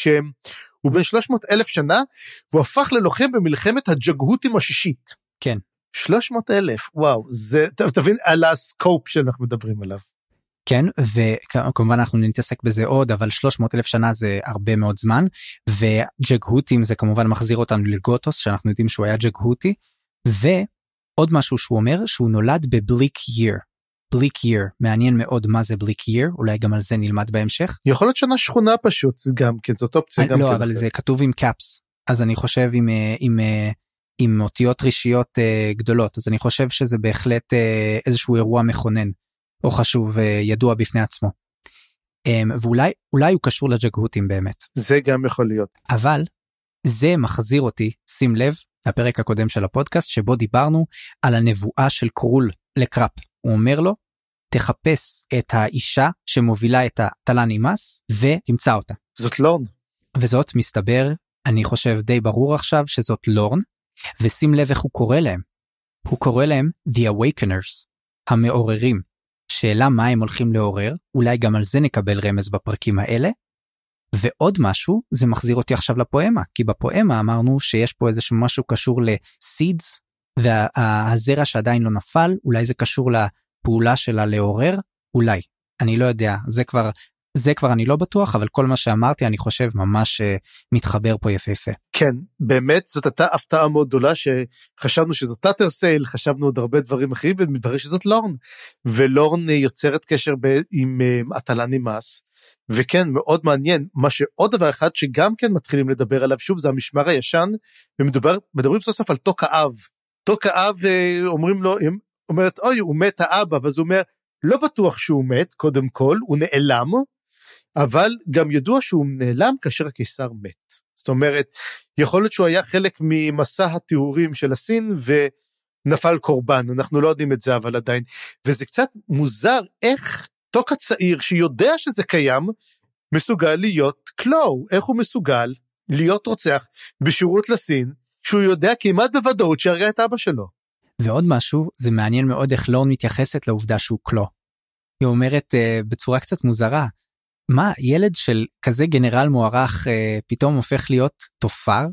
הוא בן 300,000 שנה, והוא הפך ללוחם במלחמת הג'גהותים השישית. כן. 300,000, וואו, זה, תבין על הסקופ שאנחנו מדברים עליו. כן, וכמובן אנחנו נתעסק בזה עוד, אבל 300,000 שנה זה הרבה מאוד זמן, וג'גהותים זה כמובן מחזיר אותנו לגוטוס, שאנחנו יודעים שהוא היה ג'גהותי, ועוד משהו שהוא אומר, שהוא נולד בבליק ייר. בליק ייר, מעניין מאוד מה זה בליק ייר, אולי גם על זה נלמד בהמשך. יכול להיות שנה שכונה פשוט, גם כן, זאת אופציה גם כן. לא, אבל זה כתוב עם קאפס, אז אני חושב עם אותיות ראשיות גדולות, אז אני חושב שזה בהחלט איזשהו אירוע מכונן, או חשוב, ידוע בפני עצמו. ואולי הוא קשור לג'גהותים באמת. זה גם יכול להיות. אבל זה מחזיר אותי, שים לב, לפרק הקודם של הפודקאסט, שבו דיברנו על הנבואה של קרול לקראפ. הוא אומר לו, תחפש את האישה שמובילה את התלן נימס, ותמצא אותה. זאת לורן. וזאת מסתבר, אני חושב די ברור עכשיו, שזאת לורן, ושים לב איך הוא קורא להם. הוא קורא להם The Awakeners, המעוררים. שאלה מה הם הולכים לעורר, אולי גם על זה נקבל רמז בפרקים האלה, ועוד משהו, זה מחזיר אותי עכשיו לפואמה, כי בפואמה אמרנו שיש פה איזשהו משהו קשור לסידס, והזרע שעדיין לא נפל, אולי זה קשור לפעולה שלה לעורר, אולי, אני לא יודע, זה כבר אני לא בטוח, אבל כל מה שאמרתי אני חושב ממש מתחבר פה יפה. כן, באמת זאת הייתה הפתעה מאוד גדולה, שחשבנו שזאת טאטרסייל, חשבנו עוד הרבה דברים אחרים, ומתברר שזאת לורן, ולורן יוצרת קשר עם התלן נימס, וכן, מאוד מעניין, מה שעוד דבר אחד שגם כן מתחילים לדבר עליו, שוב, זה המשמר הישן, ומדברים סוף סוף על תוק האב. תוק האב אומרים לו, אומרת, אוי, הוא מת האבא, ואז הוא אומר, לא בטוח שהוא מת, קודם כל, הוא נעלם, אבל גם ידוע שהוא נעלם כאשר הקיסר מת. זאת אומרת, יכול להיות שהוא היה חלק ממסע התיאורים של הסין, ונפל קורבן, אנחנו לא יודעים את זה, אבל עדיין, וזה קצת מוזר, איך תוק הצעיר שיודע שזה קיים, מסוגל להיות קלו, איך הוא מסוגל להיות רוצח בשירות לסין, שהוא יודע כמעט בוודאות שהרגע את אבא שלו. ועוד משהו, זה מעניין מאוד איך לורן מתייחסת לעובדה שהוא קלו. היא אומרת בצורה קצת מוזרה, מה, ילד של כזה גנרל מוערך פתאום הופך להיות תופר?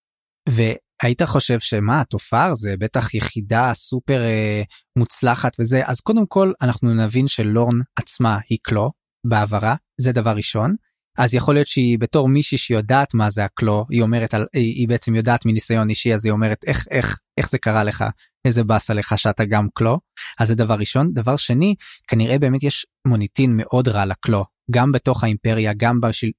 והיית חושב שמה, תופר זה בטח יחידה סופר מוצלחת וזה, אז קודם כל אנחנו נבין שלורן עצמה היא קלו בעברה, זה דבר ראשון, אז יכול להיות שהיא בתור מישהי שיודעת מה זה הקלו, היא בעצם יודעת מניסיון אישי, אז היא אומרת איך זה קרה לך, איזה בסה לך שאתה גם קלו, אז זה דבר ראשון. דבר שני, כנראה באמת יש מוניטין מאוד רע לקלו, גם בתוך האימפריה, גם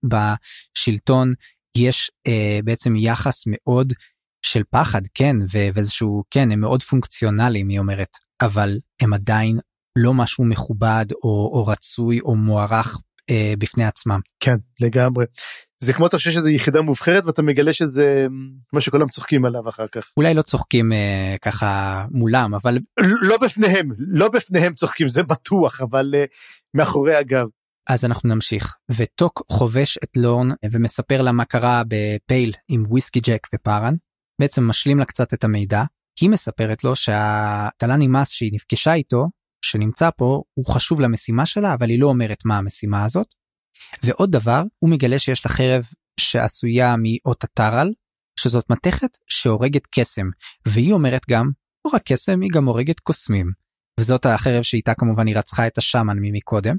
בשלטון, יש בעצם יחס מאוד של פחד, כן, ואיזשהו, כן, הם מאוד פונקציונליים, היא אומרת, אבל הם עדיין לא משהו מכובד, או רצוי, או מוערך בפני עצמם. כן, לגמרי. זה כמו אתה חושב שזה יחידה מובחרת, ואתה מגלה שזה מה שכולם צוחקים עליו אחר כך. אולי לא צוחקים ככה מולם, אבל... לא בפניהם צוחקים, זה בטוח, אבל מאחורי הגב. אז אנחנו נמשיך, וטוק חובש את לורן ומספר לה מה קרה בפייל עם וויסקי ג'ק ופארן, בעצם משלים לה קצת את המידע, היא מספרת לו שהתלה נימאס שהיא נפגשה איתו, שנמצא פה, הוא חשוב למשימה שלה, אבל היא לא אומרת מה המשימה הזאת, ועוד דבר, הוא מגלה שיש לה חרב שעשויה מאות הטרל, שזאת מתכת שהורגת קסם, והיא אומרת גם, לא רק קסם, היא גם הורגת קוסמים, וזאת החרב שאיתה כמובן היא רצחה את השמן ממקודם,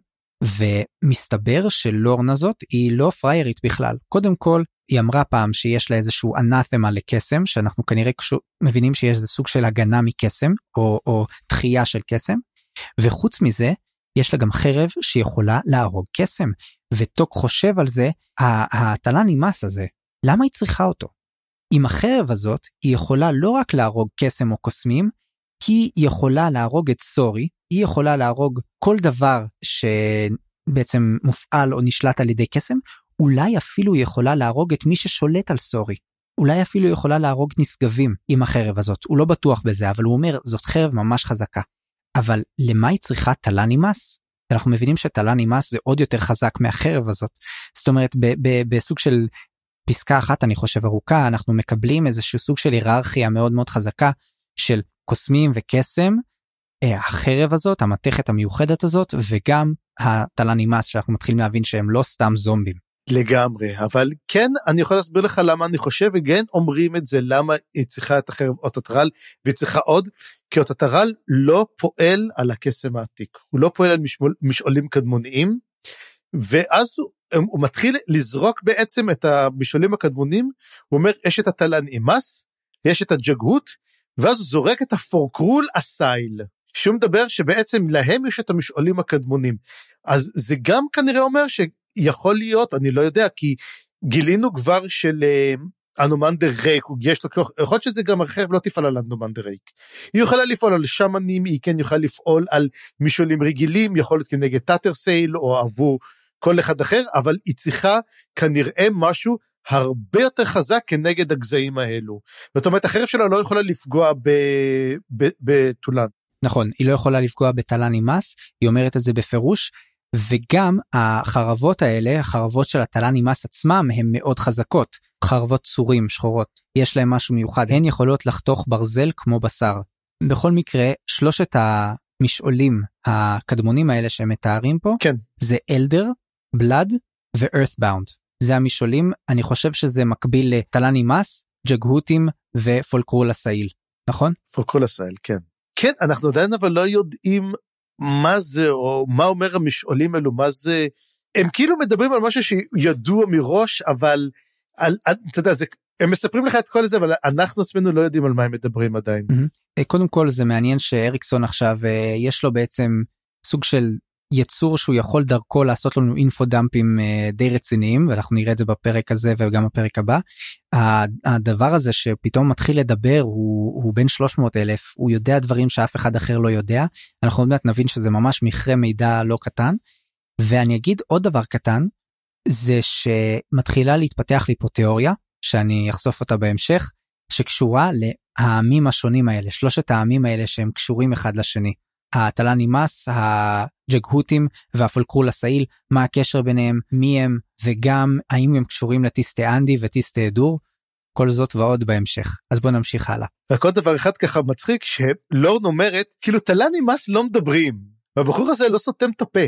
ומסתבר שלורן הזאת היא לא פריירית בכלל. קודם כל, היא אמרה פעם שיש לה איזשהו אנתמה לקסם, שאנחנו כנראה מבינים שיש איזה סוג של הגנה מקסם, או דחייה של קסם, וחוץ מזה, יש לה גם חרב שיכולה להרוג קסם, וטוק חושב על זה, התלה נימאס הזה, למה היא צריכה אותו? עם החרב הזאת, היא יכולה לא רק להרוג קסם או קוסמים, היא יכולה להרוג את סורי, היא יכולה להרוג כל דבר שבעצם מופעל או נשלט על ידי קסם, אולי אפילו יכולה להרוג את מי ששולט על סורי, אולי אפילו יכולה להרוג נשגבים עם החרב הזאת, הוא לא בטוח בזה, אבל הוא אומר, זאת חרב ממש חזקה. אבל למה היא צריכה תלה נימאס? אנחנו מבינים שתלה נימאס זה עוד יותר חזק מהחרב הזאת, זאת אומרת בסוג של פסקה אחת אני חושב ארוכה, אנחנו מקבלים איזשהו סוג של היררכיה מאוד מאוד חזקה של קוסמים וקסם, החרב הזאת, המתכת המיוחדת הזאת, וגם התלה נימאס שאנחנו מתחילים להבין שהם לא סתם זומבים. לגמרי, אבל כן, אני יכול להסביר לך למה אני חושב, וכן אומרים את זה, למה היא צריכה את החרב אוטוטרל, והיא צריכה עוד, כי אוטוטרל לא פועל על הקסם העתיק, הוא לא פועל על משעולים קדמוניים, ואז הוא מתחיל לזרוק בעצם את המשעולים הקדמוניים, הוא אומר, יש את התלה נימאס, יש את הג'גהות, ואז הוא זורק את הפורקרול הסייל, שהוא מדבר שבעצם להם יש את המשעולים הקדמונים, אז זה גם כנראה אומר שיכול להיות, אני לא יודע, כי גילינו כבר של אנומנדר רייק, יש לו כוח, יכול להיות שזה גם החרב לא תפעל על אנומנדר רייק, היא יכולה לפעול על שמנים, היא כן יכולה לפעול על משעולים רגילים, יכול להיות כנגד טאטרסייל, או עבור כל אחד אחר, אבל היא צריכה כנראה משהו, הרבה יותר חזק כנגד הגזעים האלו. זאת אומרת, החרב שלה לא יכולה לפגוע בתולן. נכון, היא לא יכולה לפגוע בתלה נימאס, היא אומרת את זה בפירוש, וגם החרבות האלה, החרבות של התלה נימאס עצמם, הן מאוד חזקות, חרבות צורים, שחורות, יש להם משהו מיוחד, הן יכולות לחתוך ברזל כמו בשר. בכל מקרה, שלושת המשעולים הקדמונים האלה שהם מתארים פה, כן. זה אלדר, בלד ו-earthbound. זה המשעולים, אני חושב שזה מקביל לתלה נימאס, ג'גהותים ופולקרול הסייל, נכון? פולקרול הסייל, כן. כן, אנחנו עדיין אבל לא יודעים מה זה, או מה אומר המשעולים האלו, מה זה, הם כאילו מדברים על משהו שידוע מראש, אבל, אתה יודע, הם מספרים לך את כל זה, אבל אנחנו עצמנו לא יודעים על מה הם מדברים עדיין. קודם כל זה מעניין שאריקסון עכשיו, יש לו בעצם סוג של יצור שהוא יכול דרכו לעשות לנו אינפודמפים די רציניים, ואנחנו נראה את זה בפרק הזה וגם בפרק הבא. הדבר הזה שפתאום מתחיל לדבר, הוא בין 300,000, הוא יודע דברים שאף אחד אחר לא יודע, אנחנו עוד מעט נבין שזה ממש מכרה מידע לא קטן, ואני אגיד עוד דבר קטן, זה שמתחילה להתפתח לי פה תיאוריה, שאני אחשוף אותה בהמשך, שקשורה לעמים השונים האלה, שלושת העמים האלה שהם קשורים אחד לשני. התלה נימאס, הג'גהותים והפולקרול הסייל, מה הקשר ביניהם, מי הם, וגם האם הם קשורים לטיסטה אנדי וטיסטה אדור, כל זאת ועוד בהמשך. אז בוא נמשיך הלאה. רק עוד דבר אחד ככה מצחיק, שלורן אומרת, כאילו תלה נימאס לא מדברים, והבחור הזה לא סותם את הפה,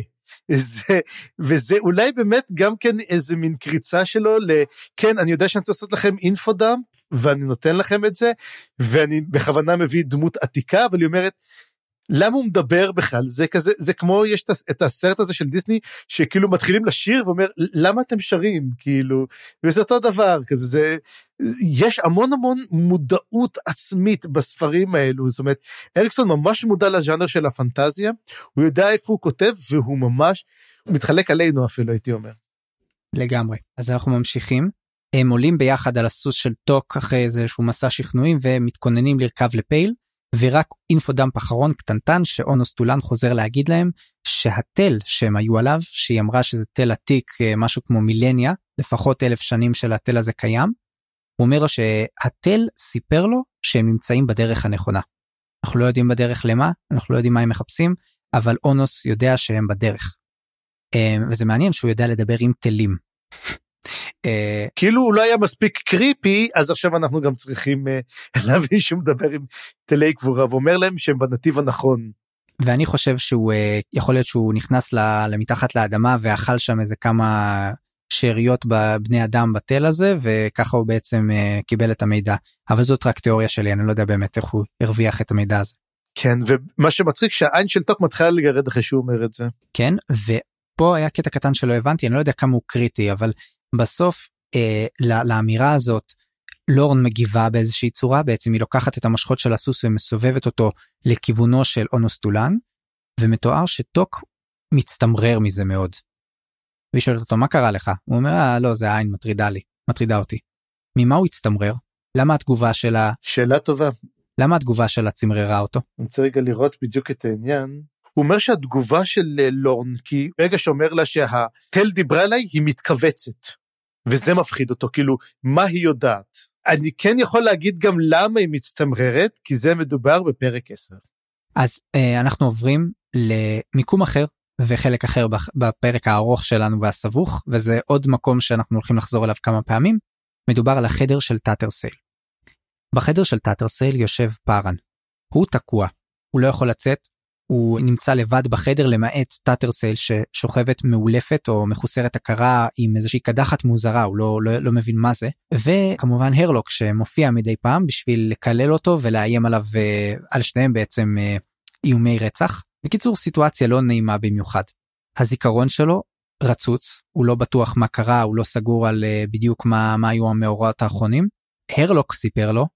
וזה אולי באמת גם כן איזה מין קריצה שלו, כן, אני יודע שאני צריך לעשות לכם אינפודאמפ, ואני נותן לכם את זה, ואני בכוונה מביא דמות עתיקה, אבל היא אומרת, למה הוא מדבר בכלל? זה כזה, זה כמו יש את הסרט הזה של דיסני, שכאילו מתחילים לשיר, ואומר, למה אתם שרים? כאילו, וזה אותו דבר, כזה, יש המון המון מודעות עצמית בספרים האלו, זאת אומרת, אריקסון ממש מודע לז'אנר של הפנטזיה, הוא יודע איפה הוא כותב, והוא ממש מתחלק עלינו אפילו, הייתי אומר. לגמרי. אז אנחנו ממשיכים, הם עולים ביחד על הסוס של טוק, אחרי איזשהו מסע שכנועים, ומתכוננים לרכב לפייל, ורק אינפודמפ אחרון קטנטן שאונוס טולן חוזר להגיד להם שהתל שהם היו עליו, שהיא אמרה שזה תל עתיק משהו כמו מילניה, לפחות 1000 שנים של התל הזה קיים, הוא אומר לו שהתל סיפר לו שהם נמצאים בדרך הנכונה. אנחנו לא יודעים בדרך למה, אנחנו לא יודעים מה הם מחפשים, אבל אונוס יודע שהם בדרך. וזה מעניין שהוא יודע לדבר עם תלים. כאילו הוא לא היה מספיק קריפי, אז עכשיו אנחנו גם צריכים להבין שהוא מדבר עם תלי קבורה, ואומר להם שהם בנתיב הנכון. ואני חושב שהוא, יכול להיות שהוא נכנס למתחת לאדמה, ואכל שם איזה כמה שאריות בבני אדם בתל הזה, וככה הוא בעצם קיבל את המידע. אבל זאת רק תיאוריה שלי, אני לא יודע באמת איך הוא הרוויח את המידע הזה. כן, ומה שמצחיק שהעין של טוק מתחילה לגרד אחרי שהוא אומר את זה. כן, ופה היה קטע קטן שלא הבנתי, אני לא יודע כמה הוא קריטי, אבל בסוף לאמירה הזאת, לורן מגיבה באיזושהי צורה, בעצם היא לוקחת את המשכות של הסוס ומסובבת אותו לכיוונו של אונוסטולן, ומתואר שטוק מצטמרר מזה מאוד. והיא שואלת אותו, מה קרה לך? הוא אומר, לא, זה העין מטרידה אותי. ממה הוא הצטמרר? למה התגובה שלה... שאלה טובה. למה התגובה שלה צמררה אותו? אני רוצה רגע לראות בדיוק את העניין. הוא אומר שהתגובה של לורן, כי רגע שאומר לה שהתל דיברה עליי, היא מתכווצת. וזה מפחיד אותו, כאילו, מה היא יודעת? אני כן יכול להגיד גם למה היא מצטמררת, כי זה מדובר בפרק 10. אז אנחנו עוברים למיקום אחר, וחלק אחר בפרק הארוך שלנו והסבוך, וזה עוד מקום שאנחנו הולכים לחזור אליו כמה פעמים, מדובר על החדר של טאטרסייל. בחדר של טאטרסייל יושב פארן. הוא תקוע, הוא לא יכול לצאת, הוא נמצא לבד בחדר למעט טאטרסייל ששוכבת מעולפת או מחוסרת הכרה עם איזושהי קדחת מוזרה, הוא לא מבין מה זה, וכמובן הרלוק שמופיע מדי פעם בשביל לקלל אותו ולאיים עליו, על שניהם בעצם איומי רצח. בקיצור, סיטואציה לא נעימה במיוחד. הזיכרון שלו רצוץ, הוא לא בטוח מה קרה, הוא לא סגור על בדיוק מה היו המאורעות האחרונים. הרלוק סיפר לו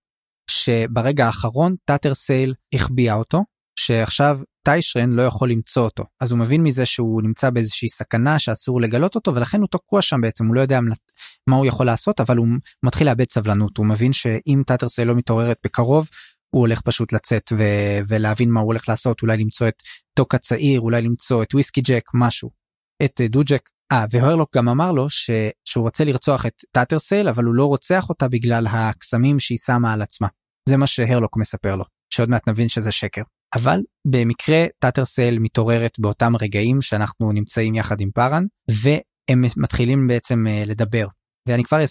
שברגע האחרון טאטרסייל החביאה אותו, שעכשיו טיישרן לא יכול למצוא אותו. אז הוא מבין מזה שהוא נמצא באיזושהי סכנה שאסור לגלות אותו, ולכן הוא תקוע שם בעצם, הוא לא יודע מה הוא יכול לעשות, אבל הוא מתחיל לאבד סבלנות. הוא מבין שאם טאטרסייל לא מתעוררת בקרוב, הוא הולך פשוט לצאת ולהבין מה הוא הולך לעשות, אולי למצוא את טוק הצעיר, אולי למצוא את וויסקי ג'ק, משהו, את דוג'ק. והרלוק גם אמר לו שהוא רוצה לרצוח את טאטרסייל, אבל הוא לא רוצח אותה בגלל הקסמים שהיא שמה על עצמה. זה מה שהרלוק מספר לו, שעוד מעט נבין שזה שקר. אבל במקרה טאטרסייל מתעוררת באותם רגעים שאנחנו נמצאים יחד עם פארן, והם מתחילים בעצם לדבר. ואני כבר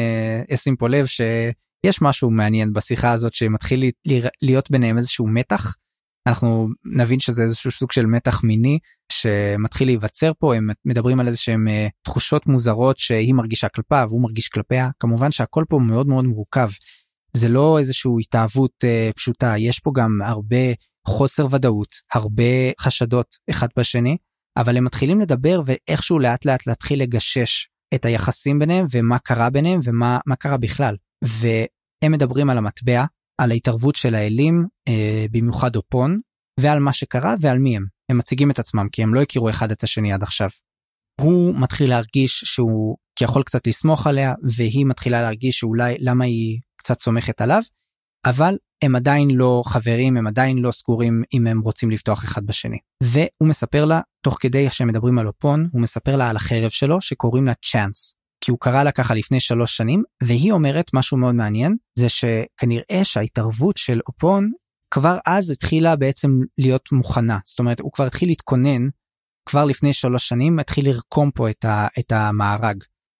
אשים פה לב שיש משהו מעניין בשיחה הזאת שמתחיל להיות ביניהם איזשהו מתח. אנחנו נבין שזה איזשהו סוג של מתח מיני שמתחיל להיווצר פה, הם מדברים על איזשהם תחושות מוזרות שהיא מרגישה כלפיו, והוא מרגיש כלפיה. כמובן שהכל פה מאוד מאוד מורכב. זה לא איזשהו התאהבות פשוטה, יש פה גם הרבה חוסר ודאות, הרבה חשדות אחד בשני, אבל הם מתחילים לדבר ואיכשהו לאט לאט להתחיל לגשש את היחסים ביניהם ומה קרה ביניהם ומה קרה בכלל. והם מדברים על המטבע, על ההתערבות של האלים, במיוחד אופון, ועל מה שקרה ועל מי הם. הם מציגים את עצמם כי הם לא הכירו אחד את השני עד עכשיו. הוא מתחיל להרגיש שהוא יכול קצת לסמוך עליה, והיא מתחילה להרגיש שאולי למה היא קצת סומכת עליו, אבל הם עדיין לא חברים, הם עדיין לא סגורים אם הם רוצים לפתוח אחד בשני. והוא מספר לה, תוך כדי שהם מדברים על אופון, הוא מספר לה על החרב שלו שקוראים לה צ'אנס, כי הוא קרא לה ככה לפני 3 שנים, והיא אומרת משהו מאוד מעניין, זה שכנראה שההתערבות של אופון כבר אז התחילה בעצם להיות מוכנה, זאת אומרת הוא כבר התחיל להתכונן, כבר לפני 3 שנים התחיל לרקום פה את המארג,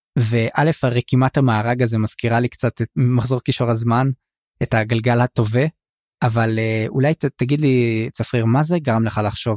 וא' הרקימת המארג הזה מזכירה לי קצת את מחזור קישור הזמן, את הגלגל הטובה, אבל אולי תגיד לי צפריר, מה זה גרם לך לחשוב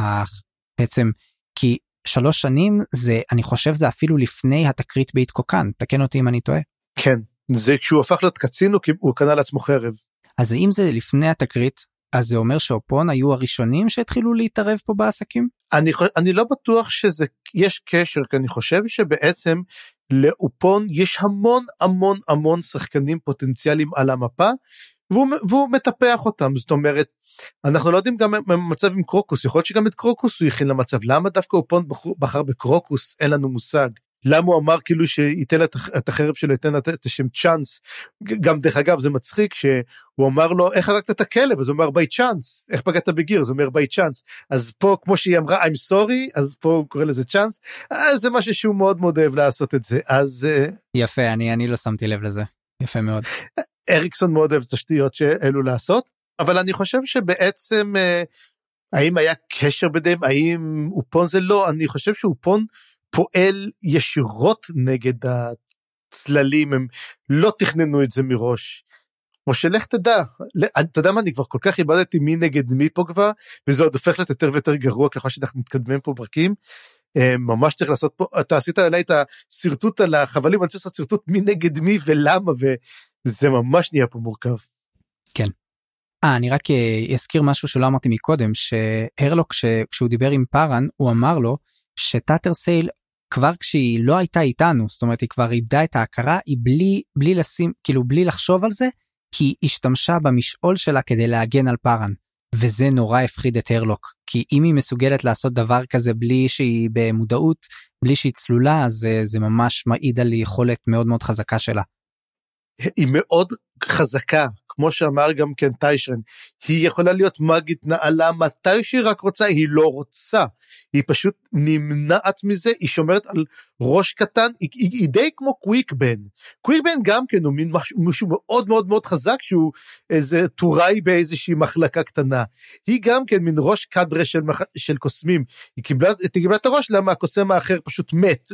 בעצם, כי 3 שנים זה, אני חושב זה אפילו לפני התקרית בהתקוקן, תקן אותי אם אני טועה. כן, זה כשהוא הפך להיות קצין, הוא קנה לעצמו חרב. אז אם זה לפני התקרית, אז זה אומר שאופון היו הראשונים שהתחילו להתערב פה בעסקים? אני לא בטוח יש קשר, כי אני חושב שבעצם לאופון יש המון המון המון שחקנים פוטנציאליים על המפה, והוא מטפח אותם. זאת אומרת, אנחנו לא יודעים גם במצב עם קרוקוס, יכול להיות שגם את קרוקוס הוא יכין למצב, למה דווקא אופון בחר בקרוקוס, אין לנו מושג. למה הוא אמר כאילו שייתן את החרב שלו, ייתן את השם צ'אנס, גם דרך אגב זה מצחיק שהוא אמר לו איך הרגת את הכלב, אז הוא אומר by chance, איך פגעת בגיר, אז הוא אומר by chance, אז פה כמו שהיא אמרה I'm sorry, אז פה הוא קורא לזה צ'אנס, זה משהו שהוא מאוד מאוד אוהב לעשות את זה, אז יפה, אני לא שמתי לב לזה, יפה מאוד. אריקסון מאוד אוהב תשתיות שאלו לעשות, אבל אני חושב שבעצם האם היה קשר ביניהם? האם אופון זה לא? אני חושב שאופון פועל ישירות נגד הצללים, הם לא תכננו את זה מראש. משה, לך תדע, אתה יודע מה, אני כבר כל כך איבדתי מי נגד מי פה כבר, וזה עוד הופך להיות יותר ויותר גרוע ככל שאנחנו מתקדמים פה ברקים, ממש צריך לעשות פה, אתה עשית עליי את הסרטוט על החבלים, אני צריך לעשות סרטוט מי נגד מי ולמה, וזה ממש נהיה פה מורכב. כן. אני רק אזכיר משהו שלא אמרתי מקודם, שהרלוק כשהוא דיבר עם פארן, הוא אמר לו שטאטרסייל כבר כשהיא לא הייתה איתנו, זאת אומרת היא כבר איבדה את ההכרה, היא בלי לשים, כאילו בלי לחשוב על זה, היא השתמשה במשעול שלה כדי להגן על פארן, וזה נורא הפחיד את הרלוק, כי אם היא מסוגלת לעשות דבר כזה בלי שהיא במודעות, בלי שהיא צלולה, אז זה ממש מעיד על יכולת מאוד מאוד חזקה שלה. היא מאוד חזקה, כמו שאמר גם כן טיישרן, היא יכולה להיות מגית נעלה מתי שהיא רק רוצה, היא לא רוצה, היא פשוט נמנעת מזה, היא שומרת על ראש קטן, היא די כמו קוויקבן, קוויקבן גם כן הוא מישהו מאוד מאוד מאוד חזק, שהוא איזה טוראי באיזושהי מחלקה קטנה, היא גם כן מן ראש קדרה של קוסמים, היא קיבלה את הראש, למה הקוסם האחר פשוט מת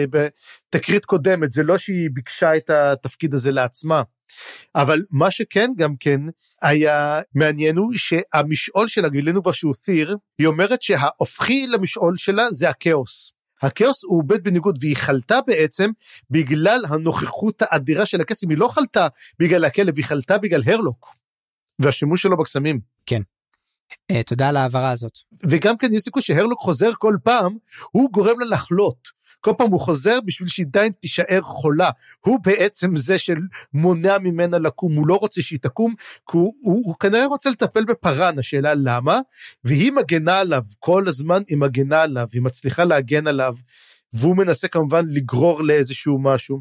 בתקרית קודמת, זה לא שהיא ביקשה את התפקיד הזה לעצמה, אבל מה שכן גם כן היה מעניין הוא שהמשעול שלה, גילינו בה שהוא ת'יר, היא אומרת שההופכי למשעול שלה זה הכאוס. הכאוס הוא עובד בניגוד, והיא חלתה בעצם בגלל הנוכחות האדירה של הקסם, היא לא חלתה בגלל הכלב, היא חלתה בגלל הרלוק, והשימוש שלו בקסמים. כן, תודה על העברה הזאת. וגם כן יש סיכוי שהרלוק חוזר כל פעם, הוא גורם לה לחלות. כל פעם הוא חוזר בשביל שהיא עדיין תישאר חולה, הוא בעצם זה שמונע ממנה לקום, הוא לא רוצה שהיא תקום, כי הוא כנראה רוצה לטפל בפרן, השאלה למה, והיא מגנה עליו, כל הזמן היא מגנה עליו, היא מצליחה להגן עליו, והוא מנסה כמובן לגרור לאיזשהו משהו.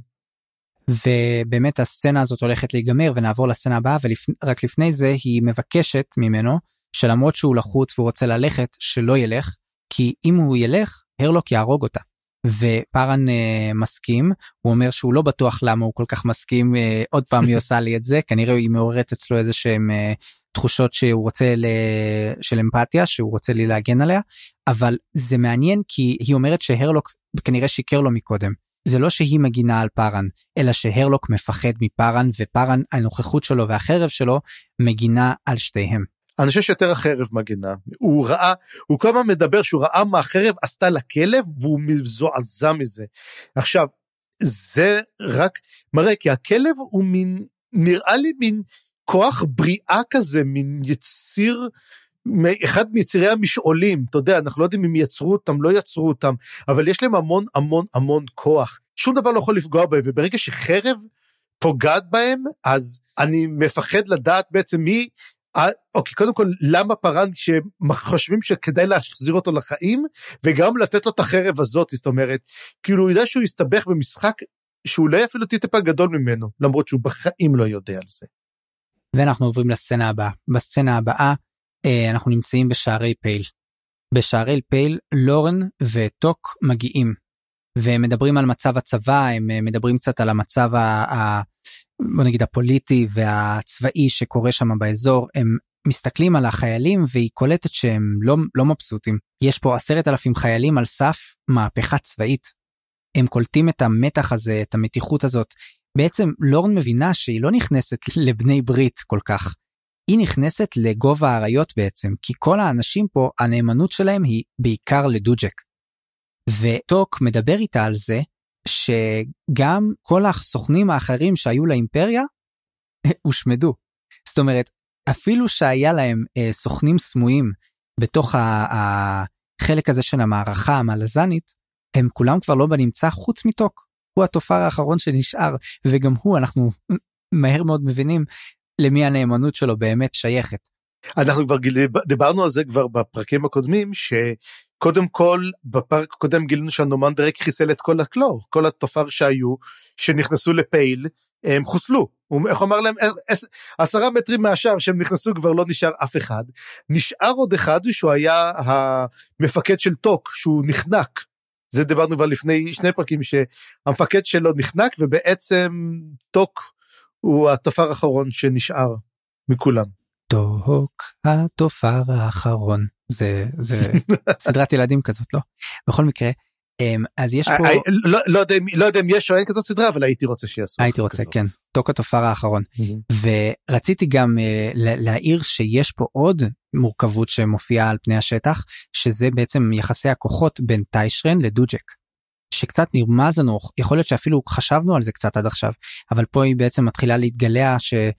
ובאמת הסצנה הזאת הולכת להיגמר, ונעבור לסצנה הבאה, ורק לפני זה היא מבקשת ממנו, שלמרות שהוא לחוץ והוא רוצה ללכת, שלא ילך, כי אם הוא ילך, הרלוק יהרוג אותה. ופארן מסכים, הוא אומר שהוא לא בטוח למה הוא כל כך מסכים, עוד פעם היא עושה לי את זה, כנראה היא מעוררת אצלו איזה שהם תחושות שהוא רוצה של אמפתיה, שהוא רוצה לי להגן עליה, אבל זה מעניין כי היא אומרת שהרלוק כנראה שיקר לו מקודם, זה לא שהיא מגינה על פארן, אלא שהרלוק מפחד מפארן, ופארן הנוכחות שלו והחרב שלו מגינה על שתיהם. אני חושב שיותר החרב מגנה, הוא כל הזמן מדבר שהוא ראה מה החרב עשתה לכלב, והוא מזועזע מזה. עכשיו, זה רק מראה, כי הכלב הוא נראה לי מין כוח בריאה כזה, מין יציר, אחד מיצירי המשעולים, אתה יודע, אנחנו לא יודעים אם יצרו אותם, לא יצרו אותם, אבל יש להם המון המון המון כוח, שום דבר לא יכול לפגוע בהם, וברגע שחרב פוגעת בהם, אז אני מפחד לדעת בעצם מי, אוקיי, קודם כל, למה פארן שחושבים שכדאי להחזיר אותו לחיים, וגם לתת לו את החרב הזאת, זאת אומרת, כאילו הוא יודע שהוא יסתבך במשחק, שהוא לא אפילו טיפה גדול ממנו, למרות שהוא בחיים לא יודע על זה. ואנחנו עוברים לסצנה הבאה. בסצנה הבאה, אנחנו נמצאים בשערי פייל. בשערי פייל, לורן וטוק מגיעים, והם מדברים על מצב הצבא, הם מדברים קצת על המצב בוא נגיד הפוליטי והצבאי שקורה שם באזור, הם מסתכלים על החיילים והיא קולטת שהם לא מבסוטים. יש פה 10,000 חיילים על סף מהפכה צבאית. הם קולטים את המתח הזה, את המתיחות הזאת. בעצם לורן מבינה שהיא לא נכנסת לבני ברית כל כך. היא נכנסת לגובה האריות בעצם, כי כל האנשים פה, הנאמנות שלהם היא בעיקר לדוג'ק. וטוק מדבר איתה על זה, שגם כל הסוכנים האחרים שהיו לאימפריה, הושמדו. זאת אומרת, אפילו שהיה להם סוכנים סמויים, בתוך החלק הזה של המערכה המלזנית, הם כולם כבר לא בנמצא חוץ מטוק. הוא התופר האחרון שנשאר, וגם הוא, אנחנו מהר מאוד מבינים, למי הנאמנות שלו באמת שייכת. אנחנו כבר דיברנו על זה כבר בפרקים הקודמים, שקודם כל, בפרק הקודם גילינו שהנומנדרק חיסל את כל הקלור, כל התופר שהיו, שנכנסו לפייל, הם חוסלו. איך אמר להם, 10 מטרים מהשאר שהם נכנסו כבר לא נשאר אף אחד. נשאר עוד אחד שהוא היה המפקד של טוק, שהוא נחנק. זה דיברנו כבר לפני 2 פרקים, שהמפקד שלו נחנק, ובעצם טוק הוא התופר האחרון שנשאר מכולם. טוק, התופר האחרון. זה סדרת ילדים כזאת, לא? בכל מקרה, אז יש פה... לא יודע אם יש או אין כזאת סדרה, אבל הייתי רוצה שיעשו. הייתי רוצה, כן. תוק התופר האחרון. ורציתי גם להעיר שיש פה עוד מורכבות שמופיעה על פני השטח, שזה בעצם יחסי הכוחות בין טיישרן לדוג'ק. שקצת נרמז לנו, יכול להיות שאפילו חשבנו על זה קצת עד עכשיו, אבל פה היא בעצם מתחילה להתגלע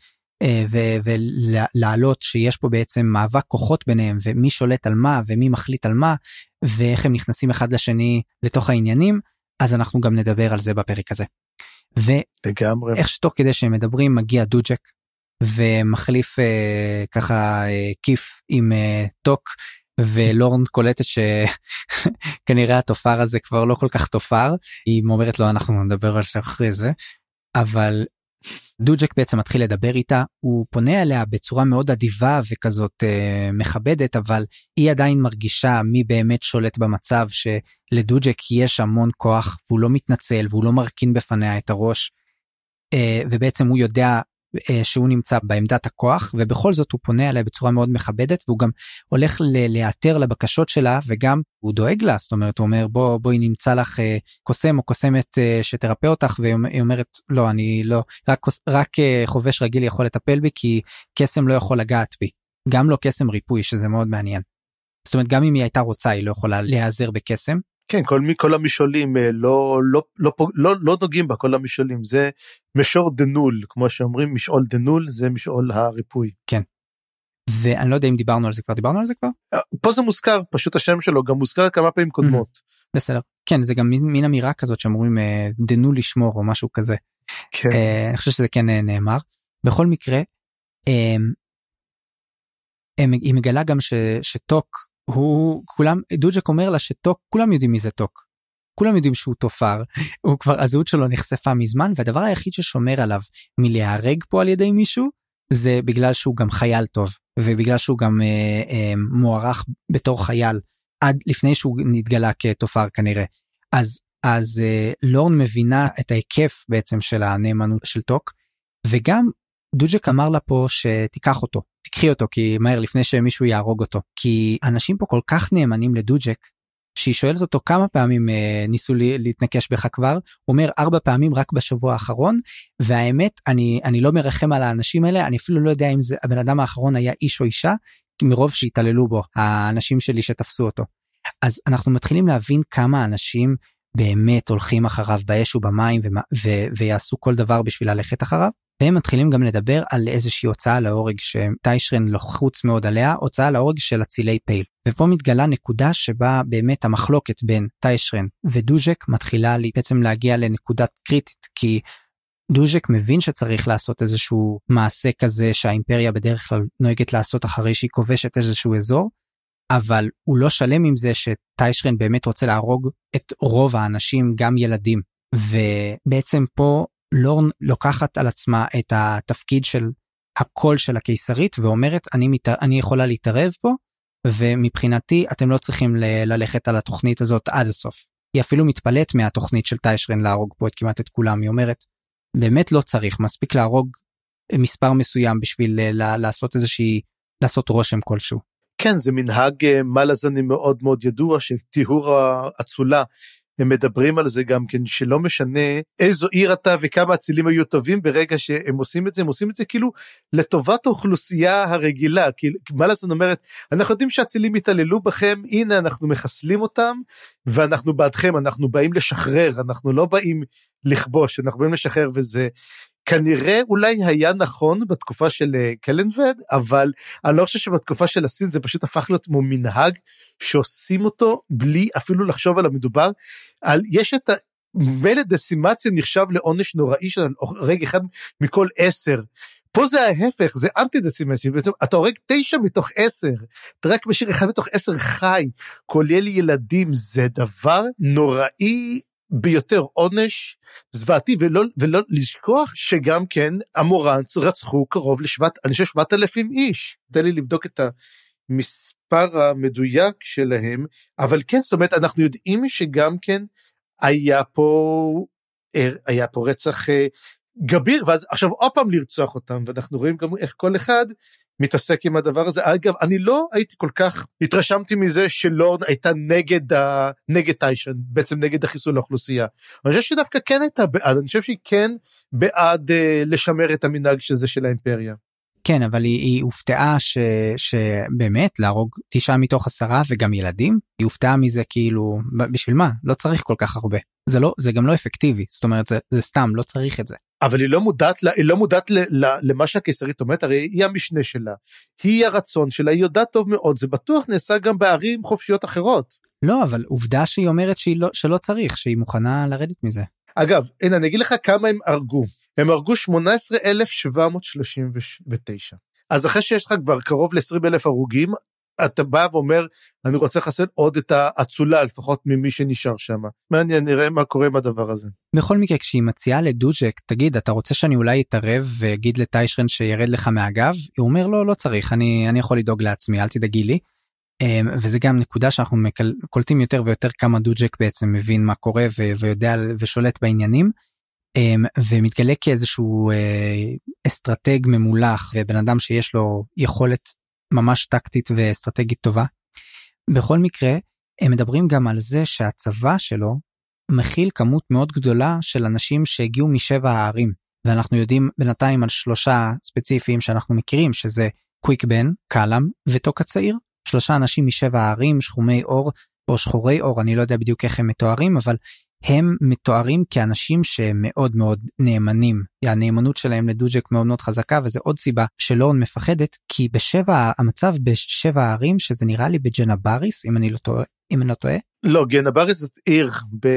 ולעלות שיש פה בעצם מאבק כוחות ביניהם, ומי שולט על מה ומי מחליט על מה, ואיך הם נכנסים אחד לשני לתוך העניינים, אז אנחנו גם נדבר על זה בפרק הזה. ואיך שתוך כדי שהם מדברים מגיע דוג'ק, ומחליף ככה כיף עם טוק, ולורן קולטת שכנראה התופר הזה כבר לא כל כך תופר, היא אומרת לו אנחנו נדבר על זה אחרי זה, אבל דוג'ק בעצם מתחיל לדבר איתה, הוא פונה אליה בצורה מאוד אדיבה וכזאת מכבדת, אבל היא עדיין מרגישה מי באמת שולט במצב, שלדוג'ק יש המון כוח, והוא לא מתנצל, והוא לא מרכין בפניה את הראש, ובעצם הוא יודע שהוא נמצא בעמדת הכוח, ובכל זאת הוא פונה אליה בצורה מאוד מכבדת, והוא גם הולך להיעתר לבקשות שלה, וגם הוא דואג לה, זאת אומרת, הוא אומר, בואי נמצא לך קוסם או קוסמת שתרפא אותך, והיא אומרת, לא, אני לא, רק חובש רגיל יכול לטפל בי, כי קסם לא יכול לגעת בי, גם לא קסם ריפוי, שזה מאוד מעניין. זאת אומרת, גם אם היא הייתה רוצה, היא לא יכולה להיעזר בקסם. כן, כל המשולים לא נוגעים בה, כל המשולים, זה משור דנול, כמו שאומרים, משעול דנול, זה משעול הריפוי. כן, ואני לא יודע אם דיברנו על זה כבר, דיברנו על זה כבר? פה זה מוזכר, פשוט השם שלו גם מוזכר כמה פעמים קודמות. בסדר, כן, זה גם מין אמירה כזאת שאומרים דנול לשמור או משהו כזה. כן. אני חושב שזה כן נאמר. בכל מקרה, היא מגלה גם שטוק, דוג'ק אומר לה שטוק, כולם יודעים מי זה טוק, כולם יודעים שהוא תופר, הוא כבר, הזהות שלו נחשפה מזמן, והדבר היחיד ששומר עליו מלהיהרג פה על ידי מישהו, זה בגלל שהוא גם חייל טוב, ובגלל שהוא גם מוערך בתור חייל, עד לפני שהוא נתגלה כתופר כנראה. אז לורן מבינה את ההיקף בעצם של הנאמנות של טוק, וגם דוג'ק אמר לה פה שתיקח אותו, תקחי אותו, כי מהר לפני שמישהו יהרוג אותו, כי אנשים פה כל כך נאמנים לדוג'ק, שהיא שואלת אותו כמה פעמים ניסו להתנקש בך כבר, הוא אומר 4 פעמים רק בשבוע האחרון, והאמת אני לא מרחם על האנשים האלה, אני אפילו לא יודע אם זה הבן אדם האחרון היה איש או אישה, מרוב שהתעללו בו, האנשים שלי שתפסו אותו. אז אנחנו מתחילים להבין כמה אנשים באמת הולכים אחריו באש ובמים, ויעשו כל דבר בשביל ללכת אחריו, והם מתחילים גם לדבר על איזושהי הוצאה להורג שטיישרן לוחוץ מאוד עליה, הוצאה להורג של הצילי פייל. ופה מתגלה נקודה שבה באמת המחלוקת בין טיישרן ודוג'ק מתחילה בעצם להגיע לנקודת קריטית, כי דוג'ק מבין שצריך לעשות איזשהו מעשה כזה שהאימפריה בדרך כלל נוהגת לעשות אחרי שהיא כובשת איזשהו אזור, אבל הוא לא שלם עם זה שטיישרן באמת רוצה להרוג את רוב האנשים, גם ילדים. ובעצם פה לורן לוקחת על עצמה את התפקיד של הקול של הקיסרית, ואומרת, אני יכולה להתערב פה, ומבחינתי אתם לא צריכים ללכת על התוכנית הזאת עד הסוף. היא אפילו מתפלאת מהתוכנית של טיישרן להרוג פה את כמעט את כולם, היא אומרת, באמת לא צריך, מספיק להרוג מספר מסוים בשביל לעשות רושם כלשהו. כן, זה מנהג מלאזני מאוד מאוד ידוע, שטיהור האצולה, הם מדברים על זה גם כן, שלא משנה איזו עיר אתה וכמה הצילים היו טובים, ברגע שהם עושים את זה, הם עושים את זה כאילו לטובת האוכלוסייה הרגילה, כי מלאזן אומרת, אנחנו יודעים שהצילים יתעללו בכם, הנה אנחנו מחסלים אותם, ואנחנו בעדכם, אנחנו באים לשחרר, אנחנו לא באים לכבוש, אנחנו באים לשחרר, וזה כנראה אולי היה נכון בתקופה של קלנבד, אבל אני לא חושב שבתקופה של הסין זה פשוט הפך להיות כמו מנהג שעושים אותו בלי אפילו לחשוב על המדובר. יש את מלא דסימציה נחשב לעונש נוראי של הורג אחד מכל 10. פה זה ההפך, זה אנטי דסימציה, אתה הורג 9 מתוך 10, אתה רק משאיר 1 מתוך 10 חי, כולל ילדים, זה דבר נוראי ביותר, עונש זוועתי, ולא לשכוח שגם כן המורנץ רצחו קרוב אני חושב 7,000 איש, תן לי לבדוק את המספר המדויק שלהם, אבל כן, זאת אומרת, אנחנו יודעים שגם כן היה פה רצח גביר, ואז עכשיו עוד פעם לרצוח אותם, ואנחנו רואים גם איך כל אחד מתעסק עם הדבר הזה. אגב, אני לא הייתי כל כך התרשמתי מזה שלורן הייתה נגד טיישן, בעצם נגד החיסול לאוכלוסייה. אני חושב שדווקא כן הייתה בעד, אני חושב שהיא כן בעד לשמר את המנהג שזה של האימפריה. כן, אבל היא הופתעה שבאמת להרוג 9 מתוך 10 וגם ילדים, היא הופתעה מזה כאילו, בשביל מה? לא צריך כל כך הרבה. זה גם לא אפקטיבי, זאת אומרת, זה סתם, לא צריך את זה. אבל היא לא מודעת למה שהקיסרית אומרת, הרי היא המשנה שלה, היא הרצון שלה, היא יודעת טוב מאוד, זה בטוח נעשה גם בערים חופשיות אחרות. לא, אבל עובדה שהיא אומרת שלא צריך, שהיא מוכנה לרדת מזה. אגב, הנה, אני אגיד לך כמה הם הרגו. הם הרגו 18,739. אז אחרי שיש לך כבר קרוב ל-20,000 הרוגים, אתה בא ואומר, אני רוצה לחסל עוד את האצולה, לפחות ממי שנשאר שם. מעניין, נראה מה קורה עם הדבר הזה. בכל מקרה, כשהיא מציעה לדוז'ק, תגיד, אתה רוצה שאני אולי אתערב ואגיד לטיישרן שירד לך מהגב? הוא אומר, לא צריך, אני יכול לדאוג לעצמי, אל תדאגי לי. וזה גם נקודה שאנחנו קולטים יותר ויותר כמה דוז'ק בעצם מבין מה קורה ויודע ושולט בעניינים. ומתגלה כאיזשהו אסטרטג ממולח ובן אדם שיש לו יכולת ממש טקטית ואסטרטגית טובה. בכל מקרה, הם מדברים גם על זה שהצבא שלו מכיל כמות מאוד גדולה של אנשים שהגיעו משבע הערים, ואנחנו יודעים בינתיים על 3 ספציפיים שאנחנו מכירים, שזה קוויק בן, קלאם וטוק הצעיר, 3 אנשים משבע הערים, שחומי אור או שחורי אור, אני לא יודע בדיוק איך הם מתוארים, אבל הם מתוארים כאנשים שמאוד מאוד נאמנים, הנאמנות שלהם לדוז'ק מאוד מאוד חזקה, וזה עוד סיבה שלורן מפחדת, כי המצב ב7 הערים, שזה נראה לי בג'נבריס, אם אני לא טועה. לא, ג'נבריס זאת עיר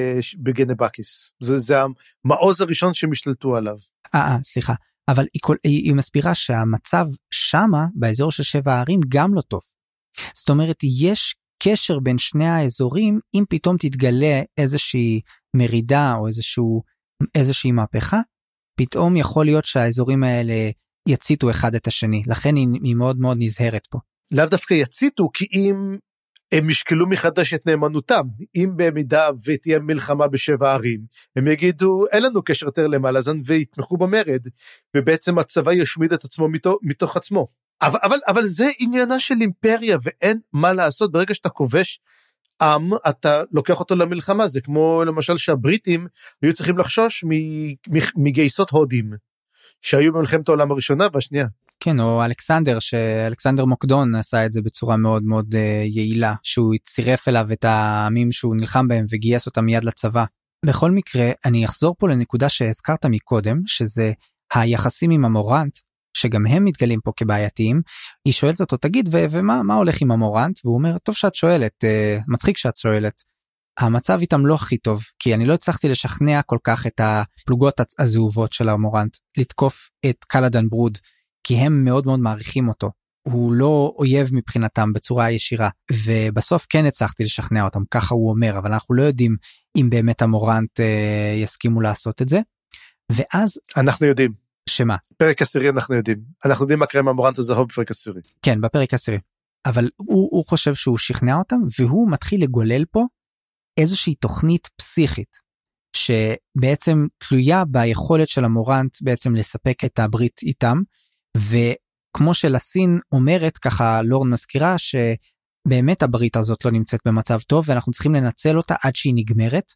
בג'נבקיס, זה המעוז הראשון שהם השתלטו עליו. סליחה, אבל היא מסבירה שהמצב שמה, באזור של 7 הערים, גם לא טוב. זאת אומרת, יש קשר בין שני האזורים, אם פתאום תתגלה איזושהי מרידה או איזושהי מהפכה, פתאום יכול להיות שהאזורים האלה יציתו אחד את השני, לכן היא מאוד מאוד נזהרת פה. לאו דווקא יציתו, כי אם הם ישקלו מחדש את נאמנותם, אם במידה ותהיה מלחמה ב7 ערים, הם יגידו, אין לנו קשר יותר למעלה, ויתמכו במרד, ובעצם הצבא ישמיד את עצמו מתוך עצמו. אבל זה עניינה של אימפריה, ואין מה לעשות, ברגע שאתה כובש עם, אתה לוקח אותו למלחמה, זה כמו למשל שהבריטים היו צריכים לחשוש מגייסות הודים, שהיו במלחמת העולם הראשונה והשנייה. כן, או אלכסנדר מוקדון עשה את זה בצורה מאוד מאוד יעילה, שהוא צירף אליו את העמים שהוא נלחם בהם וגייס אותם מיד לצבא. בכל מקרה, אני אחזור פה לנקודה שהזכרת מקודם, שזה היחסים עם המורנט, שגם הם מתגלים פה כבעייתיים. היא שואלת אותו, תגיד, ומה הולך עם המורנט? והוא אומר, טוב שאת שואלת, מצחיק שאת שואלת. המצב איתם לא הכי טוב, כי אני לא הצלחתי לשכנע כל כך את הפלוגות הזהובות של המורנט, לתקוף את קלאדן ברוד, כי הם מאוד מאוד מעריכים אותו. הוא לא אויב מבחינתם בצורה ישירה, ובסוף כן הצלחתי לשכנע אותם, ככה הוא אומר, אבל אנחנו לא יודעים אם באמת המורנט יסכימו לעשות את זה. ואז... אנחנו יודעים. שמה? פרק 10 אנחנו יודעים מה קרה עם המורנט הזהוב בפרק 10. כן, בפרק 10. אבל הוא חושב שהוא שכנע אותם, והוא מתחיל לגולל פה איזושהי תוכנית פסיכית, שבעצם תלויה ביכולת של המורנט בעצם לספק את הברית איתם, וכמו שלסין אומרת, ככה לורן מזכירה, שבאמת הברית הזאת לא נמצאת במצב טוב, ואנחנו צריכים לנצל אותה עד שהיא נגמרת,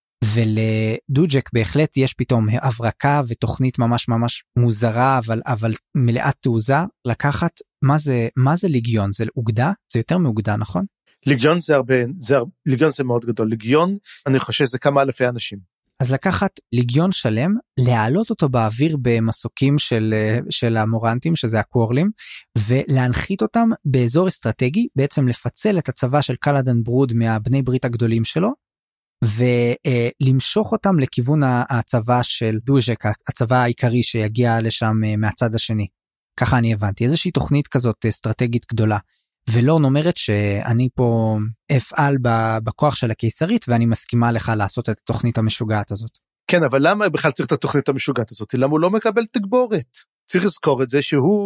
ולדוז'ק בהחלט יש פתאום הברקה ותוכנית ממש ממש מוזרה, אבל מלאת תעוזה, לקחת, מה זה ליגיון? זה אוגדה? זה יותר מאוגדה, נכון? ליגיון ליגיון זה מאוד גדול. ליגיון, אני חושב שזה כמה אלפי אנשים. אז לקחת ליגיון שלם, להעלות אותו באוויר במסוקים של המורנטים, שזה הקוורלים, ולהנחית אותם באזור אסטרטגי, בעצם לפצל את הצבא של קלאדן ברוד מהבני ברית הגדולים שלו, ולמשוך אותם לכיוון הצבא של דוז'ק, הצבא העיקרי שיגיע לשם מהצד השני. ככה אני הבנתי, איזושהי תוכנית כזאת אסטרטגית גדולה. ולורן אומרת שאני פה אפעל בכוח של הקיסרית, ואני מסכימה לך לעשות את התוכנית המשוגעת הזאת. כן, אבל למה בכלל צריך את התוכנית המשוגעת הזאת? למה הוא לא מקבל תגבורת? צריך לזכור את זה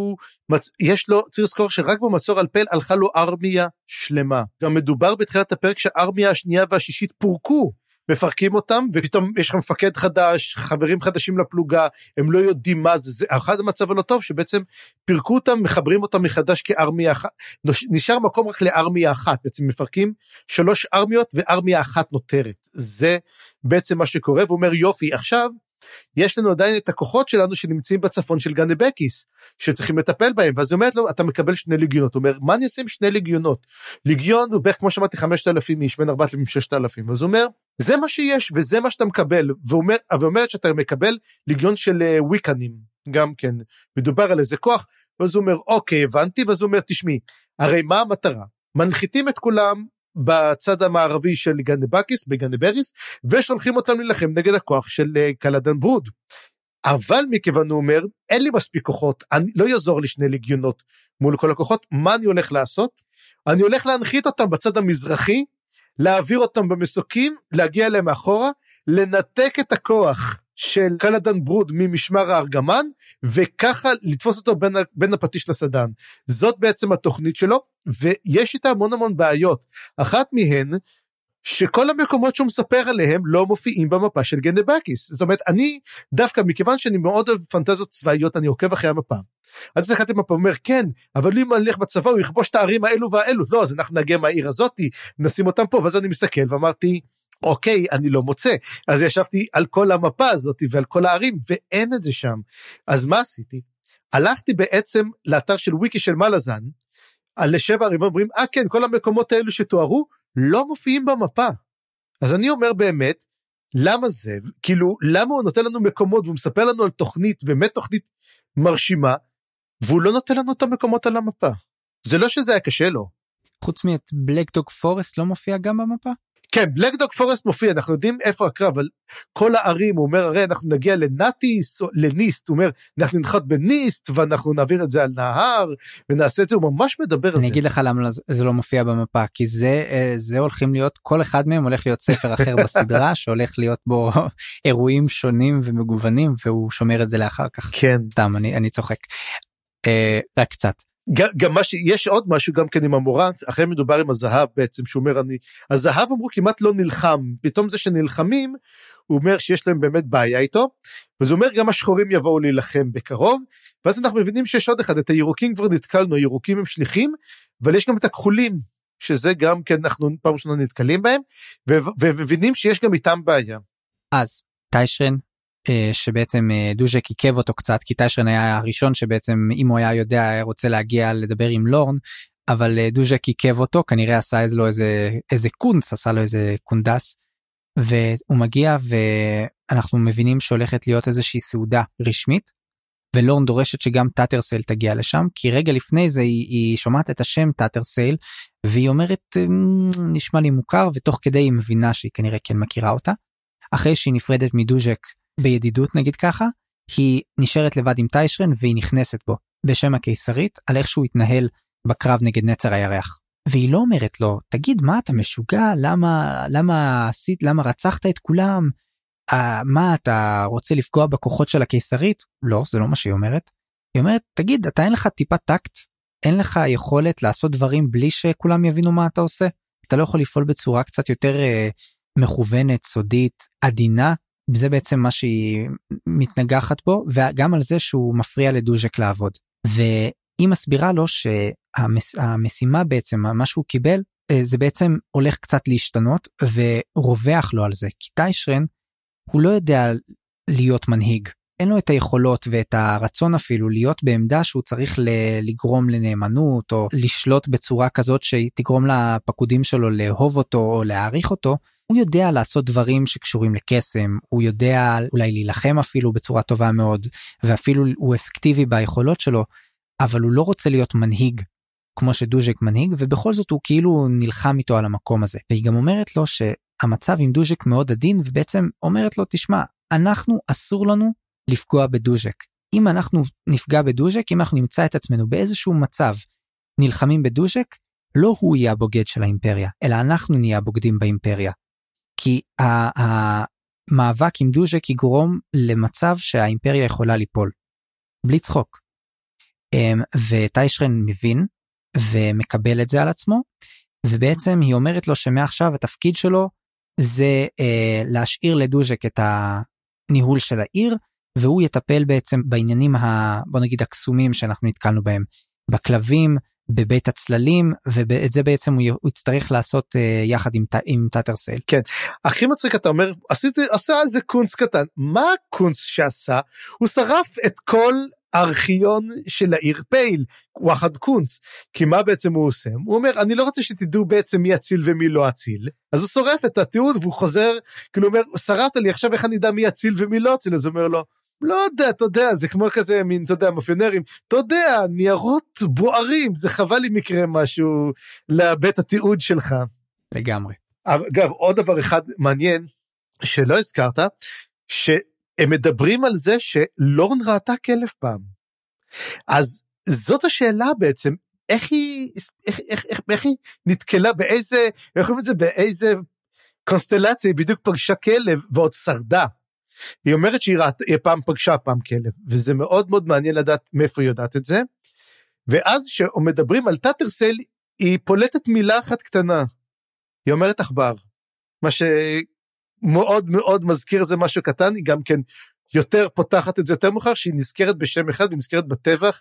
צריך לזכור שרק במצור על פל הלכה לו ארמיה שלמה. גם מדובר בתחילת הפרק שהארמיה השנייה והשישית פורקו, מפרקים אותם, ופתאום יש לך מפקד חדש, חברים חדשים לפלוגה, הם לא יודעים מה זה, זה אחד המצב הלא טוב, שבעצם פירקו אותם, מחברים אותם מחדש כארמיה אחת, נשאר מקום רק לארמיה אחת, בעצם מפרקים 3 ארמיות, וארמיה אחת נותרת, זה בעצם מה שקורה, והוא אומר יופי, עכשיו, יש לנו עדיין את הכוחות שלנו שנמצאים בצפון של גנבקיס, שצריכים לטפל בהם, ואז היא אומרת לו, אתה מקבל 2 ליגיונות, הוא אומר, מה אני אעשה עם 2 ליגיונות? ליגיון הוא בערך, כמו שמעתי, 5,000 איש, בין 4,000-6,000, אז הוא אומר, זה מה שיש, וזה מה שאתה מקבל, ואומרת שאתה מקבל ליגיון של וויקנים, גם כן, מדובר על איזה כוח, ואז הוא אומר, אוקיי, הבנתי, ואז הוא אומר, תשמעי, הרי מה המטרה? מנחיתים את כולם, בצד המערבי של גנבקיס, בגנבריס, ושולחים אותם להילחם נגד הכוח של קלדן ברוד. אבל מכיוון הוא אומר, אין לי מספיק כוחות, לא יעזור לי 2 ליגיונות מול כל הכוחות, מה אני הולך לעשות? אני הולך להנחית אותם בצד המזרחי, להעביר אותם במסוקים, להגיע אליהם מאחורה, לנתק את הכוח של קלדן ברוד ממשמר הארגמן, וככה לתפוס אותו בין הפטיש לסדן. זאת בעצם התוכנית שלו, ויש איתה המון בעיות. אחת מהן, שכל המקומות שהוא מספר עליהם לא מופיעים במפה של גנבקיס. זאת אומרת, אני דווקא מכיוון שאני מאוד אוהב פנטזיות צבאיות, אני עוקב אחרי המפה. אז הסתכלתי במפה ואומר, כן, אבל אם אני הולך בצבא, הוא יכבוש את הערים האלו והאלו. לא, אז אנחנו נגיע מהעיר הזאת, נשים אותם פה, ואז אני מסתכל ואמרתי, אוקיי, אני לא מוצא. אז ישבתי על כל המפה הזאת ועל כל הערים, ואין את זה שם. אז מה עשיתי? הלכתי בעצם לאתר של וויקי של מלאזן, על 7 ערים, ואומרים, כן, כל המקומות האלו שתוארו, לא מופיעים במפה. אז אני אומר באמת, למה זה? כאילו, למה הוא נותן לנו מקומות, והוא מספר לנו על תוכנית, באמת תוכנית מרשימה, והוא לא נותן לנו את המקומות על המפה. זה לא שזה היה קשה לו. חוץ מאת בלק דוג פורסט לא מופיע גם במפה? כן, בלק דוג פורסט מופיע, אנחנו יודעים איפה הקרב, אבל כל הערים, הוא אומר, הרי אנחנו נגיע לנאטיס, לניסט, הוא אומר, אנחנו ננחת בניסט, ואנחנו נעביר את זה על נהר, ונעשה את זה, הוא ממש מדבר על זה. אני אגיד לך למה זה לא מופיע במפה, כי זה הולכים להיות, כל אחד מהם הולך להיות ספר אחר בסדרה, שהולך להיות בו אירועים שונים ומגוונים, והוא שומר את זה לאחר כך. כן. סתם, אני צוחק. רק קצת. גם יש עוד משהו גם כן עם המורה, אחרי מדובר עם הזהב בעצם, שהוא אומר, הזהב אמרו כמעט לא נלחם, פתאום זה שנלחמים, הוא אומר שיש להם באמת בעיה איתו, וזה אומר גם השחורים יבואו להילחם בקרוב, ואז אנחנו מבינים שיש עוד אחד, את הירוקים כבר נתקלנו, הירוקים הם שליחים, אבל יש גם את הכחולים, שזה גם כן אנחנו פעם ראשונה נתקלים בהם, ומבינים שיש גם איתם בעיה. אז טיישרן, שבעצם דוז'ק עיכב אותו קצת, כי טיישרן היה הראשון שבעצם אם הוא היה יודע היה רוצה להגיע לדבר עם לורן, אבל דוז'ק עיכב אותו, כנראה עשה לו איזה קונץ, עשה לו איזה קונדס, והוא מגיע ואנחנו מבינים שהולכת להיות איזושהי סעודה רשמית, ולורן דורשת שגם טאטרסייל תגיע לשם, כי רגע לפני זה היא שומעת את השם טאטרסייל, והיא אומרת נשמע לי מוכר, ותוך כדי היא מבינה שהיא כנראה כן מכירה אותה, אחרי שהיא נפרדת מדוז'ק בידידות נגיד ככה, היא נשארת לבד עם טיישרן והיא נכנסת בו בשם הקיסרית על איך שהוא התנהל בקרב נגד נצר הירח. והיא לא אומרת לו, תגיד מה אתה משוגע, למה רצחת את כולם, מה אתה רוצה לפגוע בכוחות של הקיסרית? לא, זה לא מה שהיא אומרת. היא אומרת, תגיד, אתה אין לך טיפה טקט, אין לך יכולת לעשות דברים בלי שכולם יבינו מה אתה עושה, אתה לא יכול לפעול בצורה קצת יותר מכוונת, סודית, עדינה, זה בעצם מה שהיא מתנגחת בו, וגם על זה שהוא מפריע לדוז'ק לעבוד. והיא מסבירה לו שהמשימה בעצם, מה שהוא קיבל, זה בעצם הולך קצת להשתנות, ורווח לו על זה. כי טיישרן, הוא לא יודע להיות מנהיג. אין לו את היכולות ואת הרצון אפילו להיות בעמדה שהוא צריך לגרום לנאמנות, או לשלוט בצורה כזאת שתגרום לפקודים שלו לאהוב אותו או להעריך אותו. הוא יודע לעשות דברים שקשורים לקסם, הוא יודע אולי להילחם אפילו בצורה טובה מאוד, ואפילו הוא אפקטיבי ביכולות שלו, אבל הוא לא רוצה להיות מנהיג, כמו שדוז'ק מנהיג, ובכל זאת הוא כאילו נלחם איתו על המקום הזה. והיא גם אומרת לו שהמצב עם דוז'ק מאוד עדין, ובעצם אומרת לו, תשמע, אנחנו אסור לנו לפגוע בדוז'ק. אם אנחנו נפגע בדוז'ק, אם אנחנו נמצא את עצמנו באיזשהו מצב, נלחמים בדוז'ק, לא הוא יהיה הבוגד של האימפריה, אלא אנחנו נהיה הבוגדים באימפריה. כי המאבק עם דוז'ק יגרום למצב שהאימפריה יכולה ליפול. בלי צחוק. וטיישרן מבין ומקבל את זה על עצמו, ובעצם היא אומרת לו שמעכשיו התפקיד שלו זה להשאיר לדוז'ק את הניהול של העיר, והוא יטפל בעצם בעניינים בוא נגיד הקסומים שאנחנו נתקלנו בהם, בכלבים, בבית הצללים, ואת זה בעצם הוא יצטרך לעשות יחד עם טאטרסל. כן, הכי מצחיק אתה אומר, עשה איזה קונץ קטן, מה הקונץ שעשה? הוא שרף את כל הארכיון של העיר פייל, וואחד קונץ, כי מה בעצם הוא עושה? הוא אומר, אני לא רוצה שתדעו בעצם מי אציל ומי לא אציל, אז הוא שורף את התיעוד, והוא חוזר, כאילו אומר, שרפת לי, עכשיו איך אני יודע מי אציל ומי לא אציל? אז הוא אומר לו, לא יודע, אתה יודע, זה כמו כזה מין, אתה יודע, מאפיונרים, אתה יודע, ניירות בוערים, זה חבל לי מקרה משהו לבית התיעוד שלך. לגמרי. אגב, עוד דבר אחד מעניין, שלא הזכרת, שהם מדברים על זה שלורן ראתה כלב פעם. אז זאת השאלה בעצם, איך היא נתקלה באיזה, איך אומרים את זה, באיזה קונסטלציה, היא בדיוק פגשה כלב ועוד שרדה. היא אומרת שהיא פעם פגשה פעם כלב, וזה מאוד מאוד מעניין לדעת מאיפה היא יודעת את זה, ואז שמדברים על טאטרסל, היא פולטת מילה אחת קטנה, היא אומרת עכבר, מה שמאוד מאוד מזכיר זה משהו קטן, היא גם כן יותר פותחת את זה יותר מאוחר, שהיא נזכרת בשם אחד, היא נזכרת בטבח,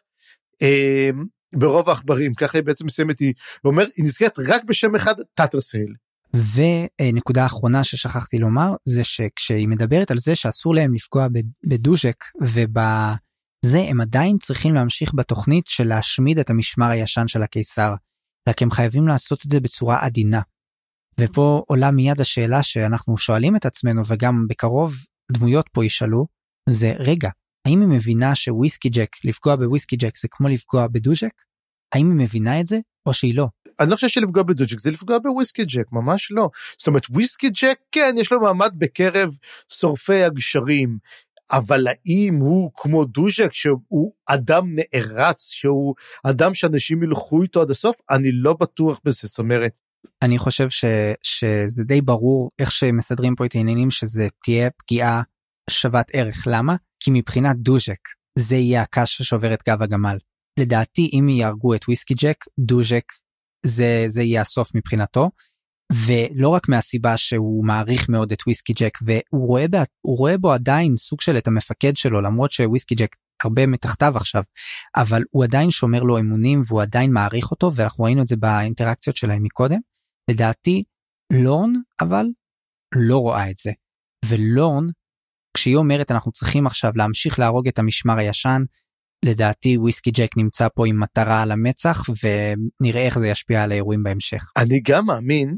ברוב העכברים, ככה היא בעצם מסיימת, היא אומרת, היא נזכרת רק בשם אחד, טאטרסל. ונקודה האחרונה ששכחתי לומר, זה שכשהיא מדברת על זה שאסור להם לפגוע בדוז'ק, ובזה הם עדיין צריכים להמשיך בתוכנית של להשמיד את המשמר הישן של הקיסר, רק הם חייבים לעשות את זה בצורה עדינה. ופה עולה מיד השאלה שאנחנו שואלים את עצמנו, וגם בקרוב דמויות פה ישאלו, זה רגע, האם היא מבינה שוויסקי ג'ק, לפגוע בוויסקי ג'ק זה כמו לפגוע בדוז'ק? האם היא מבינה את זה, או שהיא לא? אני לא חושב שלפגוע בדוז'ק, זה לפגוע בוויסקי ג'ק, ממש לא. זאת אומרת, וויסקי ג'ק, כן, יש לו מעמד בקרב שורפי הגשרים, אבל האם הוא כמו דוז'ק, שהוא אדם נערץ, שהוא אדם שאנשים ילכו איתו עד הסוף? אני לא בטוח בזה, זאת אומרת. אני חושב שזה די ברור, איך שמסדרים פה את העניינים, שזה תהיה פגיעה שוות ערך. למה? כי מבחינת דוז'ק, זה יהיה הקש ששובר את גב הגמל. לדעתי, אם יהרגו את וויסקי ג'ק, דוז'ק, זה יהיה הסוף מבחינתו, ולא רק מהסיבה שהוא מעריך מאוד את וויסקי ג'ק, והוא רואה בו עדיין סוג של את המפקד שלו, למרות שוויסקי ג'ק הרבה מתחתיו עכשיו, אבל הוא עדיין שומר לו אמונים, והוא עדיין מעריך אותו, ואנחנו ראינו את זה באינטראקציות שלהם מקודם. לדעתי, לורן אבל לא רואה את זה, ולורן, כשהיא אומרת אנחנו צריכים עכשיו להמשיך להרוג את המשמר הישן, לדעתי וויסקי ג'ק נמצא פה עם מטרה על המצח, ונראה איך זה ישפיע על האירועים בהמשך. אני גם מאמין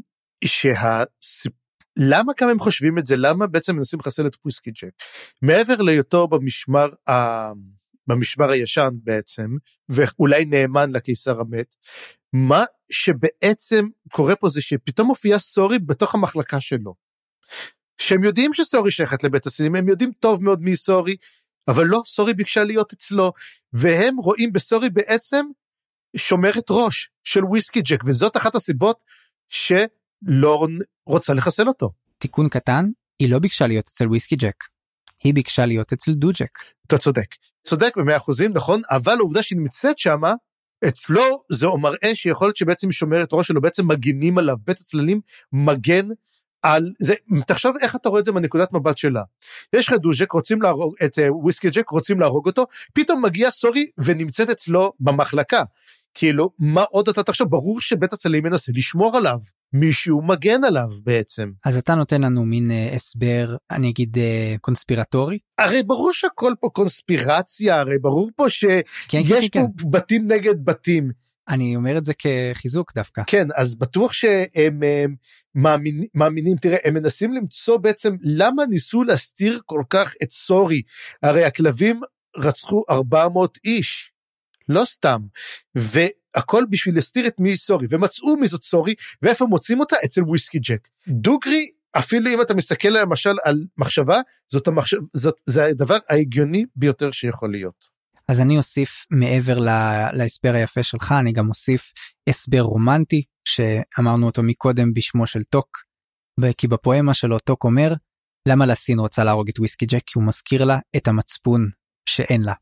למה כמה הם חושבים את זה? למה בעצם מנסים לחסל את וויסקי ג'ק? מעבר להיותו במשמר הישן בעצם, ואולי נאמן לקיסר המת, מה שבעצם קורה פה זה שפתאום מופיע סורי בתוך המחלקה שלו. שהם יודעים שסורי שייכת לבית הצללים, הם יודעים טוב מאוד מי סורי, אבל לא, סורי ביקשה להיות אצלו, והם רואים בסורי בעצם שומרת ראש של וויסקי ג'ק, וזאת אחת הסיבות שלורן רוצה לחסל אותו. תיקון קטן, היא לא ביקשה להיות אצל וויסקי ג'ק, היא ביקשה להיות אצל דוז'ק. אתה צודק ב100%, נכון, אבל העובדה שהיא נמצאת שמה, אצלו זה מראה שיכול להיות שבעצם היא שומרת ראש שלו, בעצם מגינים עליו, בית הצללים מגן על זה, תחשוב איך אתה רואה את זה מנקודת מבט שלה. יש לך דוז'ק, רוצים להרוג את וויסקי ג'ק, רוצים להרוג אותו, פתאום מגיע סורי ונמצאת אצלו במחלקה. כאילו, מה עוד אתה תחשוב? ברור שבית הצללים מנסה לשמור עליו, מישהו מגן עליו בעצם. אז אתה נותן לנו מין הסבר, אני אגיד קונספירטורי? הרי ברור שהכל פה קונספירציה, הרי ברור פה שיש פה בתים נגד בתים. אני אומר את זה כחיזוק דווקא. כן, אז בטוח שהם מאמינים, תראה, הם מנסים למצוא בעצם למה ניסו להסתיר כל כך את סורי, הרי הכלבים רצחו 400 איש, לא סתם, והכל בשביל להסתיר את מי סורי, ומצאו מי זאת סורי, ואיפה מוצאים אותה? אצל וויסקי ג'ק. דוגרי, אפילו אם אתה מסתכל למשל על מחשבה, זה הדבר ההגיוני ביותר שיכול להיות. אז אני אוסיף מעבר להסבר היפה שלך, אני גם אוסיף הסבר רומנטי, שאמרנו אותו מקודם בשמו של טוק, כי בפואמה שלו טוק אומר, למה לסין רוצה להרוג את וויסקי ג'ק? כי הוא מזכיר לה את המצפון שאין לה.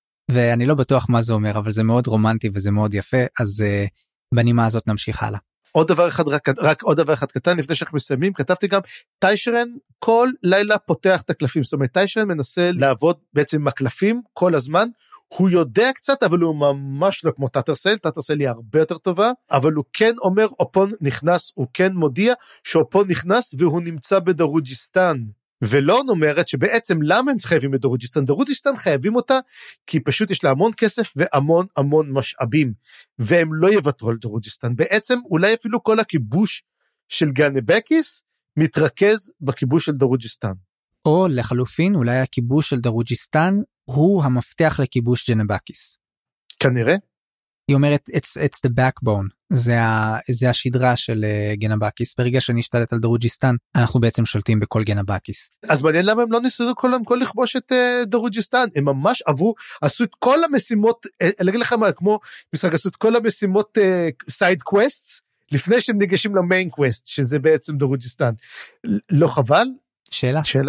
ואני לא בטוח מה זה אומר, אבל זה מאוד רומנטי וזה מאוד יפה, אז בנימה הזאת נמשיך הלאה. עוד דבר אחד, רק עוד דבר אחד קטן, לפני שאנחנו מסיימים, כתבתי גם, טיישרן כל לילה פותח את הקלפים, זאת אומרת, טיישרן מנסה לעבוד בעצם עם הקלפים כל הזמן, הוא יודע קצת, אבל הוא ממש לא כמו טאטרסל, טאטרסל היא הרבה יותר טובה, אבל הוא כן אומר, אופון נכנס, הוא כן מודיע, שאופון נכנס, והוא נמצא בדרוג'יסטן, ולון אומרת שבעצם למה הם חייבים את דרוג'יסטן? דרוג'יסטן חייבים אותה, כי פשוט יש לה המון כסף והמון המון משאבים, והם לא יוותרו על דרוג'יסטן. בעצם אולי אפילו כל הכיבוש של גנבקיס, מתרכז בכיבוש של דרוג'יסטן. או לחלופין, אולי הכיבוש של דרוג'יסטן, הוא המפתח לכיבוש גנבקיס. כנראה. היא אומרת, it's the backbone, זה השדרה של גנבקיס, ברגע שנשתלט על דרוג'יסטן, אנחנו בעצם שולטים בכל גנבקיס. אז מעניין למה הם לא ניסו כל לכבוש את דרוג'יסטן, הם ממש עשו את כל המשימות, להגיד לך מה, כמו משחק, עשו את כל המשימות סייד קווסט, לפני שהם ניגשים למיין קווסט, שזה בעצם דרוג'יסטן. לא חבל? שאלה. שאלה.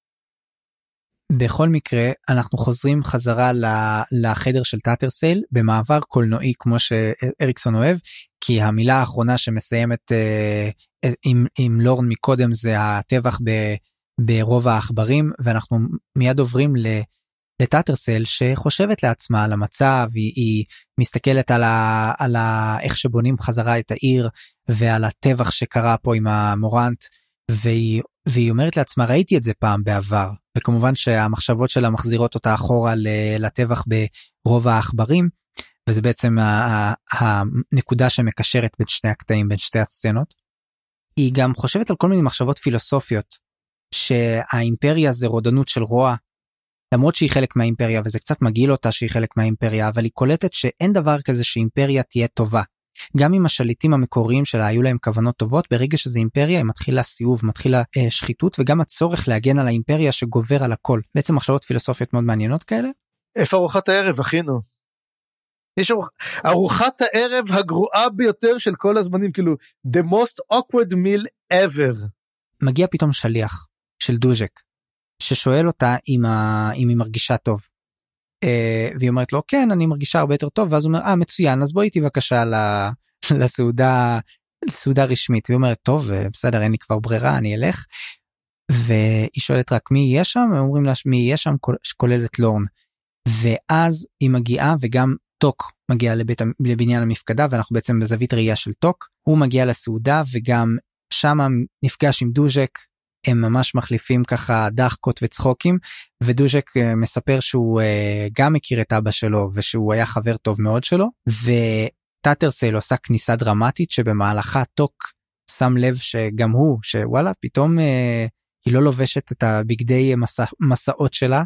בכל מקרה, אנחנו חוזרים חזרה לחדר של טאטרסל, במעבר קולנועי כמו שאריקסון אוהב, כי המילה האחרונה שמסיימת עם לורן מקודם, זה הטבח ברוב העכברים, ואנחנו מיד עוברים לטאטרסל, שחושבת לעצמה על המצב, היא מסתכלת על איך שבונים חזרה את העיר, ועל הטבח שקרה פה עם המורנט, והיא אומרת לעצמה, ראיתי את זה פעם בעבר, וכמובן שהמחשבות שלה מחזירות אותה אחורה לטבח ברוב העכברים, וזה בעצם הנקודה שמקשרת בין שני הקטעים, בין שתי הסצנות. היא גם חושבת על כל מיני מחשבות פילוסופיות, שהאימפריה זה רודנות של רוע, למרות שהיא חלק מהאימפריה, וזה קצת מגעיל אותה שהיא חלק מהאימפריה, אבל היא קולטת שאין דבר כזה שאימפריה תהיה טובה. גם אם השליטים המקוריים שלה היו להם כוונות טובות, ברגע שזה אימפריה, היא מתחילה סיוב, מתחילה שחיתות, וגם הצורך להגן על האימפריה שגובר על הכל. בעצם מחשבות פילוסופיות מאוד מעניינות כאלה. איפה ארוחת הערב, אחינו? יש ארוחת הערב הגרועה ביותר של כל הזמנים, כאילו, the most awkward meal ever. מגיע פתאום שליח של דוז'ק, ששואל אותה אם היא מרגישה טוב. והיא אומרת לו, כן, אני מרגישה הרבה יותר טוב, ואז הוא אומר, מצוין, אז בואי איתי בבקשה לסעודה רשמית. והיא אומרת, טוב, בסדר, אין לי כבר ברירה, אני אלך. והיא שואלת רק, מי יהיה שם? הם אומרים לה, מי יהיה שם, שכולל את לורן. ואז היא מגיעה, וגם טוק מגיע לבניין המפקדה, ואנחנו בעצם בזווית ראייה של טוק. הוא מגיע לסעודה, וגם שם נפגש עם דוז'ק, הם ממש מחליפים ככה דחקות וצחוקים, ודוז'ק מספר שהוא גם מכיר את אבא שלו, ושהוא היה חבר טוב מאוד שלו, וטאטרסל עושה כניסה דרמטית, שבמהלכה טוק שם לב שגם הוא, שוואלה, פתאום היא לא לובשת את הבגדי מסעות שלה,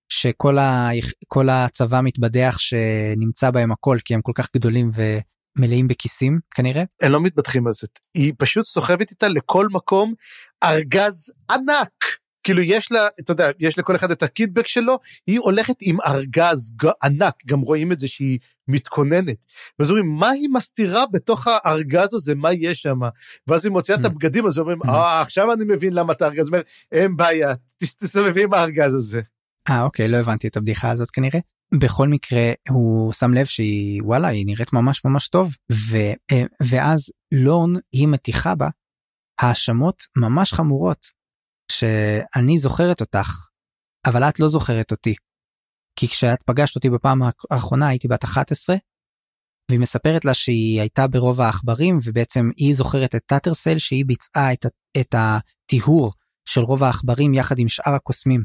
שכל הצבא מתבדח שנמצא בהם הכל, כי הם כל כך גדולים מלאים בכיסים, כנראה. הם לא מתבטחים על זה. היא פשוט סוחבת איתה לכל מקום ארגז ענק. כאילו יש לה, אתה יודע, יש לכל אחד את הקידבק שלו, היא הולכת עם ארגז ענק, גם רואים את זה שהיא מתכוננת. ואז אומרים, מה היא מסתירה בתוך הארגז הזה, מה יש שם? ואז היא מוציאה את הבגדים, אז אומרים, עכשיו אני מבין למה את הארגז, אומר, אין בעיה, תסתובבי עם הארגז הזה. אוקיי, לא הבנתי את הבדיחה הזאת כנראה. בכל מקרה הוא שם לב שהיא, וואלה, היא נראית ממש ממש טוב, ואז לורן היא מתיחה בה האשמות ממש חמורות, שאני זוכרת אותך, אבל את לא זוכרת אותי, כי כשאת פגשת אותי בפעם האחרונה הייתי בת 11, והיא מספרת לה שהיא הייתה ברוב העכברים, ובעצם היא זוכרת את טאטרסל שהיא ביצעה את הטיהור של רוב העכברים יחד עם שאר הקוסמים,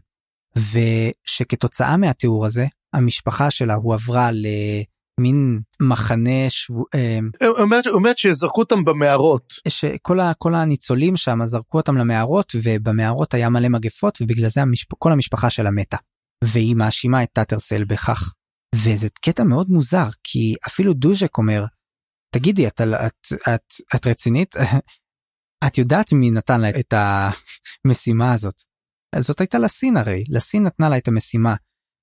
ושכתוצאה מהתיאור הזה, המשפחה שלה הועברה למין מחנה אומרת שזרקו אותם במערות. שכל הניצולים שם זרקו אותם למערות, ובמערות היה מלא מגפות, ובגלל זה כל המשפחה שלה מתה. והיא מאשימה את טאטרסל בכך. וזה קטע מאוד מוזר, כי אפילו דוז'ק אומר, תגידי, את רצינית? את יודעת מי נתן לה את המשימה הזאת? זאת הייתה לסין הרי. לסין נתנה לה את המשימה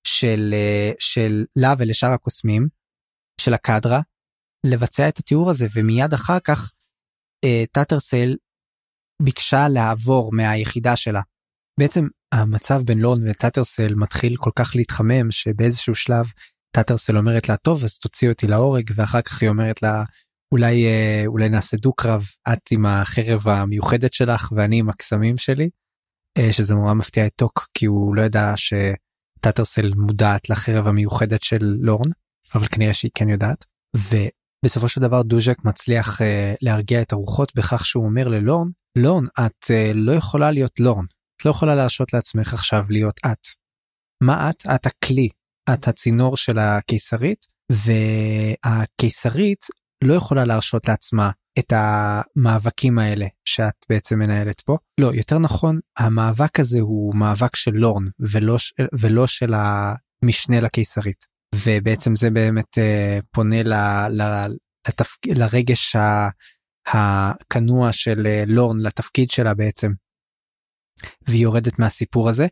של לה ולשאר הקוסמים, של הקדרה, לבצע את התיאור הזה, ומיד אחר כך טאטרסל ביקשה לעבור מהיחידה שלה. בעצם המצב בין לורן וטאטרסל מתחיל כל כך להתחמם, שבאיזשהו שלב טאטרסל אומרת לה, טוב, אז תוציא אותי להורג, ואחר כך היא אומרת לה, אולי נעשה דו-קרב, את עם החרב המיוחדת שלך ואני עם הקסמים שלי, שזה נורא מפתיע את טוק, כי הוא לא ידע שטאטרסל מודעת לחרב המיוחדת של לורן, אבל כנראה שהיא כן יודעת, ובסופו של דבר דוז'ק מצליח להרגיע את הרוחות בכך שהוא אומר ללורן, לורן, את לא יכולה להיות לורן, את לא יכולה להרשות לעצמך עכשיו להיות את. מה את? את הכלי, את הצינור של הקיסרית, והקיסרית לא יכולה להרשות לעצמה את המאבקים האלה שאת בעצם מנהלת פה. לא, יותר נכון, המאבק הזה הוא מאבק של לורן, ולא של המשנה לקיסרית. ובעצם זה באמת פונה לרגש הכנוע של לורן, לתפקיד שלה בעצם. והיא יורדת מהסיפור הזה,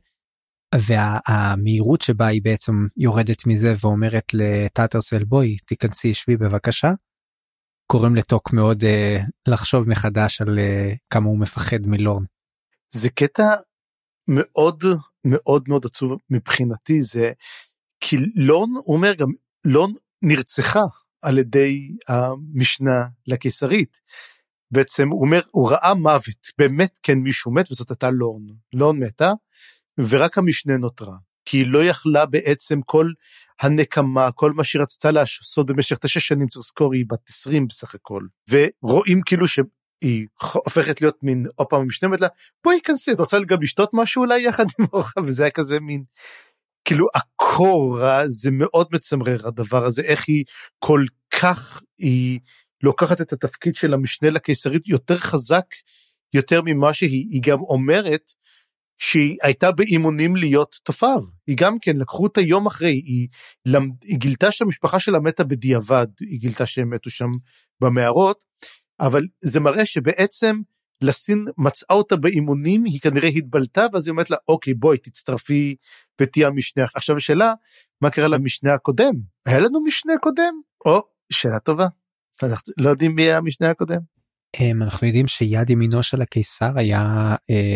והמהירות שבה היא בעצם יורדת מזה ואומרת לטאטרסל, בואי תיכנסי, שבי בבקשה, קוראים לטוק מאוד לחשוב מחדש על כמה הוא מפחד מלורן. זה קטע מאוד מאוד מאוד עצוב מבחינתי, זה כי לורן, הוא אומר גם, לורן נרצחה על ידי המשנה לקיסרית, בעצם הוא אומר, הוא ראה מוות, באמת כן מישהו מת, וזאת הייתה לורן, לורן מתה, ורק המשנה נותרה, כי היא לא יכלה בעצם כל הנקמה, כל מה שהיא רצתה לעשות במשך 9 שנים, צריך לזכור, היא בת 20 בסך הכל, ורואים כאילו שהיא הופכת להיות מין, או פעם המשנה אומרת לה, בואי כנסי, את רוצה גם לשתות משהו אולי יחד עם אורך, וזה היה כזה מין, כאילו הקור, זה מאוד מצמרר הדבר הזה, איך היא כל כך, היא לוקחת את התפקיד של המשנה לקיסרית יותר חזק, יותר ממה היא גם אומרת, שהיא הייתה באימונים להיות תופר, היא גם כן, לקחו אותה יום אחרי, היא גילתה שהמשפחה שלה מתה בדיעבד, היא גילתה שהם מתו שם במערות, אבל זה מראה שבעצם לסין מצאה אותה באימונים, היא כנראה התבלטה, ואז היא אומרת לה, אוקיי, בואי תצטרפי ותהיה המשנה. עכשיו השאלה, מה קרה למשנה הקודם? היה לנו משנה קודם? או, שאלה טובה, אנחנו לא יודעים מי היה המשנה הקודם. אנחנו יודעים שיד ימינו של הקיסר היה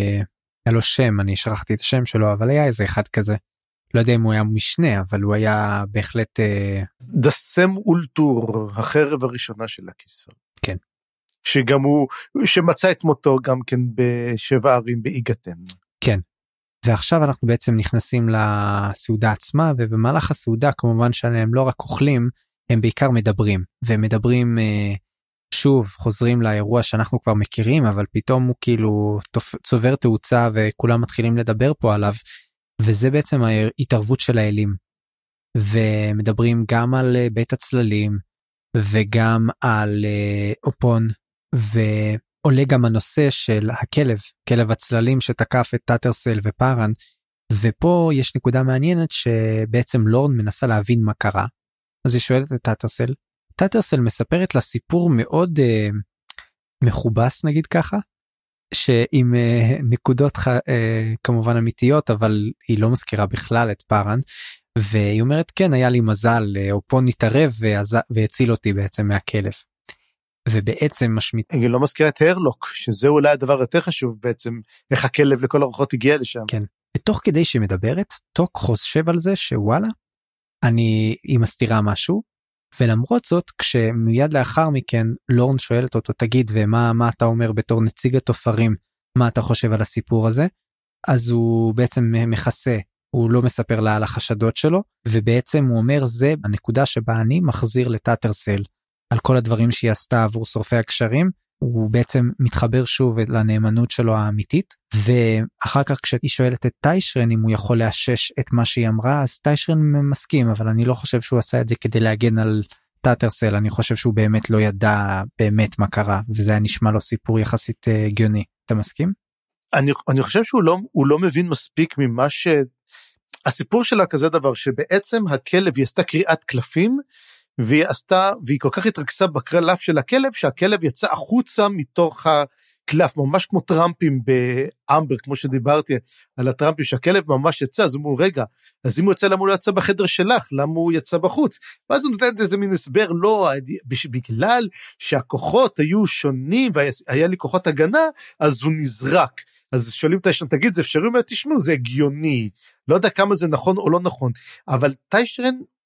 לו שם, אני שכחתי את השם שלו, אבל היה איזה אחד כזה. לא יודע אם הוא היה משנה, אבל הוא היה בהחלט דסם אולטור, החרב הראשונה של הקיסר. כן. שגם הוא, שמצא את מותו גם כן בשבע ערים באיגתן. כן. ועכשיו אנחנו בעצם נכנסים לסעודה עצמה, ובמהלך הסעודה כמובן שהם לא רק אוכלים, הם בעיקר מדברים, ומדברים שוב, חוזרים לאירוע שאנחנו כבר מכירים, אבל פתאום הוא כאילו צובר תאוצה, וכולם מתחילים לדבר פה עליו, וזה בעצם ההתערבות של האלים, ומדברים גם על בית הצללים, וגם על אופון, ועולה גם הנושא של הכלב, כלב הצללים שתקף את טאטרסל ופארן, ופה יש נקודה מעניינת שבעצם לורן מנסה להבין מה קרה, אז היא שואלת את טאטרסל, טאטרסל מספרת לה סיפור מאוד מכובס נגיד ככה, שעם נקודות כמובן אמיתיות, אבל היא לא מזכירה בכלל את פארן, והיא אומרת כן היה לי מזל, אופון נתערב והציל אותי בעצם מהכלב. ובעצם משמיט... היא לא מזכירה את הרלוק, שזה אולי הדבר יותר חשוב בעצם, איך הכלב לכל הרוחות הגיע לשם. כן, ותוך כדי שהיא מדברת, טוק חושב על זה שוואלה, היא מסתירה משהו, ולמרות זאת, כשמיד לאחר מכן, לורן שואלת אותו, תגיד, ומה אתה אומר בתור נציג התופרים, מה אתה חושב על הסיפור הזה? אז הוא בעצם מכסה, הוא לא מספר לה על החשדות שלו, ובעצם הוא אומר, זה הנקודה שבה אני מחזיר לטאטרסל, על כל הדברים שהיא עשתה עבור שורפי הקשרים, הוא בעצם מתחבר שוב לנאמנות שלו האמיתית, ואחר כך כשהיא שואלת את טיישרן אם הוא יכול לאשש את מה שהיא אמרה, אז טיישרן מסכים, אבל אני לא חושב שהוא עשה את זה כדי להגן על טאטרסל, אני חושב שהוא באמת לא ידע באמת מה קרה, וזה היה נשמע לו סיפור יחסית הגיוני. אתה מסכים? אני חושב שהוא לא מבין מספיק ממה הסיפור שלה כזה דבר, שבעצם הכלב היא עשתה קריאת קלפים, והיא כל כך התרכסה בקלף של הכלב, שהכלב יצא החוצה מתוך הקלף, ממש כמו טראמפים באמבר, כמו שדיברתי על הטראמפים, שהכלב ממש יצא, אז הוא אומר, רגע, אז אם הוא יצא, למה הוא לא יצא בחדר שלך? למה הוא יצא בחוץ? ואז הוא נותן איזה מין הסבר, לא, בגלל שהכוחות היו שונים, והיה לי כוחות הגנה, אז הוא נזרק. אז שואלים טיישרן, תגיד, זה אפשרי? אומר, תשמעו, זה הגיוני, לא יודע כמה זה נכון או לא נכון, אבל טיישרן,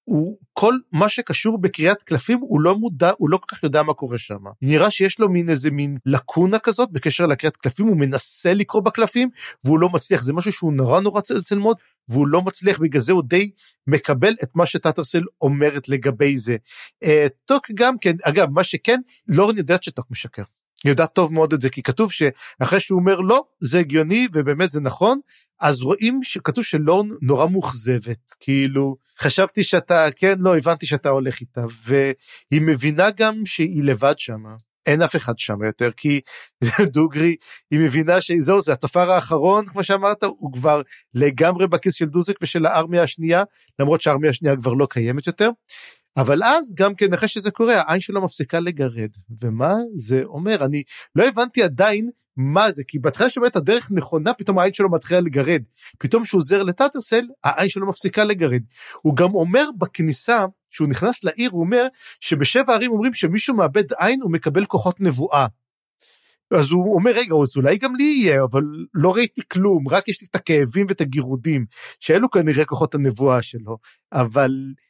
כל מה שקשור בקריאת קלפים, הוא לא מודע, הוא לא כל כך יודע מה קורה שם. נראה שיש לו איזה מין לקונה כזאת, בקשר לקריאת קלפים, הוא מנסה לקרוא בקלפים, והוא לא מצליח, זה משהו שהוא נורא צריך ללמוד, והוא לא מצליח, בגלל זה הוא די מקבל את מה שטאטרסל אומרת לגבי זה. טוק גם כן, אגב, מה שכן, לורן יודעת שטוק משקר. היא יודעת טוב מאוד את זה, כי כתוב שאחרי שהוא אומר לא, זה הגיוני, ובאמת זה נכון, אז רואים שכתוב שלורן נורא מוחזבת, כאילו, חשבתי שאתה, כן, לא, הבנתי שאתה הולך איתה, והיא מבינה גם שהיא לבד שם, אין אף אחד שם יותר, כי דוגרי, היא מבינה שזהו, זה התפר האחרון, כמו שאמרת, הוא כבר לגמרי בכיס של דוזק ושל הארמיה השנייה, למרות שהארמיה השנייה כבר לא קיימת יותר, אבל אז גם כן אחרי שזה קורה, העין שלו מפסיקה לגרד, ומה זה אומר? אני לא הבנתי עדיין מה זה, כי בהתחלה שבאמת הדרך נכונה, פתאום העין שלו מתחילה לגרד, פתאום שהוא עוזר לטאטרסל, העין שלו מפסיקה לגרד, הוא גם אומר בכניסה, שהוא נכנס לעיר, הוא אומר שבשבע הערים אומרים שמישהו מאבד עין, הוא מקבל כוחות נבואה, אז הוא אומר רגע, אז אולי גם לי יהיה, אבל לא ראיתי כלום, רק יש לי את הכאבים ואת הגירודים, שאלו כנראה כוחות הנבואה שלו, אבל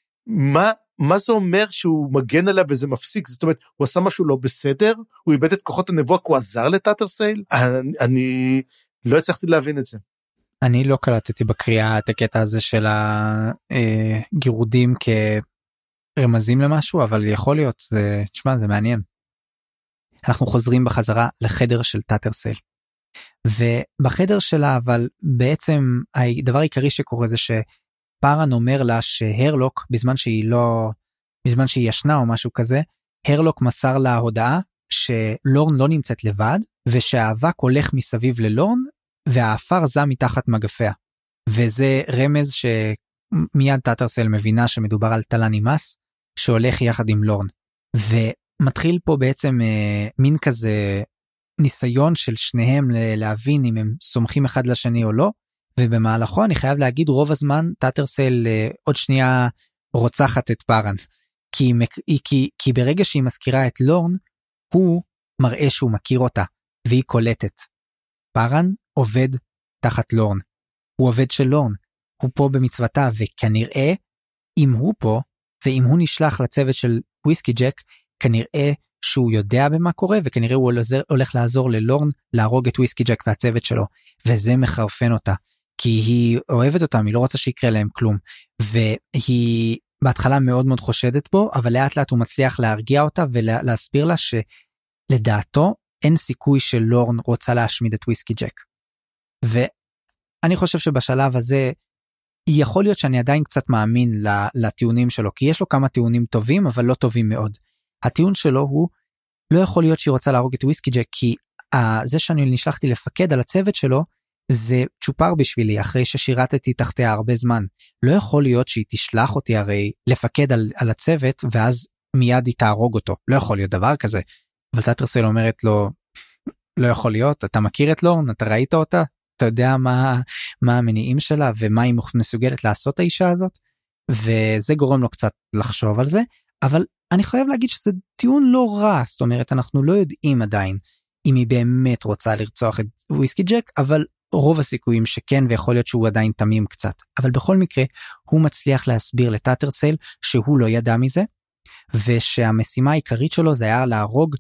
מה זה אומר שהוא מגן עליו וזה מפסיק? זאת אומרת, הוא עשה משהו לא בסדר? הוא איבד את כוחות הנבואה, הוא עזר לטאטרסל? אני לא הצלחתי להבין את זה. אני לא קלטתי בקריאה את הקטע הזה של הגירודים כרמזים למשהו, אבל יכול להיות, תשמע, זה מעניין. אנחנו חוזרים בחזרה לחדר של טאטרסל. ובחדר שלה, אבל בעצם הדבר העיקרי שקורה זה פארן אומר לה שהרלוק, בזמן שהיא ישנה או משהו כזה, הרלוק מסר לה הודעה שלורן לא נמצאת לבד, ושהאבק הולך מסביב ללורן, והאפר זע מתחת מגפיה. וזה רמז שמיד טאטרסל מבינה שמדובר על טלנימאס, שהולך יחד עם לורן. ומתחיל פה בעצם מין כזה ניסיון של שניהם להבין אם הם סומכים אחד לשני או לא, ובמהלכו אני חייב להגיד רוב הזמן טאטרסל עוד שנייה רוצחת את פארן, כי ברגע שהיא מזכירה את לורן, הוא מראה שהוא מכיר אותה, והיא קולטת. פארן עובד תחת לורן, הוא עובד של לורן, הוא פה במצוותה, וכנראה אם הוא פה, ואם הוא נשלח לצוות של וויסקי ג'ק, כנראה שהוא יודע במה קורה, וכנראה הוא הולך לעזור ללורן להרוג את וויסקי ג'ק והצוות שלו, וזה מחרפן אותה. כי היא אוהבת אותם, היא לא רוצה שיקרה להם כלום, והיא בהתחלה מאוד מאוד חושדת בו, אבל לאט לאט הוא מצליח להרגיע אותה, ולהסביר לה שלדעתו אין סיכוי שלורן רוצה להשמיד את וויסקי ג'ק. ואני חושב שבשלב הזה, יכול להיות שאני עדיין קצת מאמין לטיעונים שלו, כי יש לו כמה טיעונים טובים, אבל לא טובים מאוד. הטיעון שלו הוא, לא יכול להיות שהיא רוצה להרוג את וויסקי ג'ק, כי זה שאני נשלחתי לפקד על הצוות שלו, זה צ'ופר בשבילי, אחרי ששירתתי תחתיה הרבה זמן. לא יכול להיות שהיא תשלח אותי הרי לפקד על הצוות, ואז מיד היא תהרוג אותו. לא יכול להיות דבר כזה. אבל טאטרסל אומרת לו, לא יכול להיות, אתה מכיר את לורן, אתה ראית אותה? אתה יודע מה המניעים שלה, ומה היא מסוגלת לעשות האישה הזאת? וזה גורם לו קצת לחשוב על זה, אבל אני חייב להגיד שזה טיעון לא רע, זאת אומרת, אנחנו לא יודעים עדיין אם היא באמת רוצה לרצוח את וויסקי ג'ק, אבל רוב הסיכויים שכן, ויכול להיות שהוא עדיין תמים קצת. אבל בכל מקרה, הוא מצליח להסביר לטאטרסל שהוא לא ידע מזה, ושהמשימה העיקרית שלו זה היה להרוג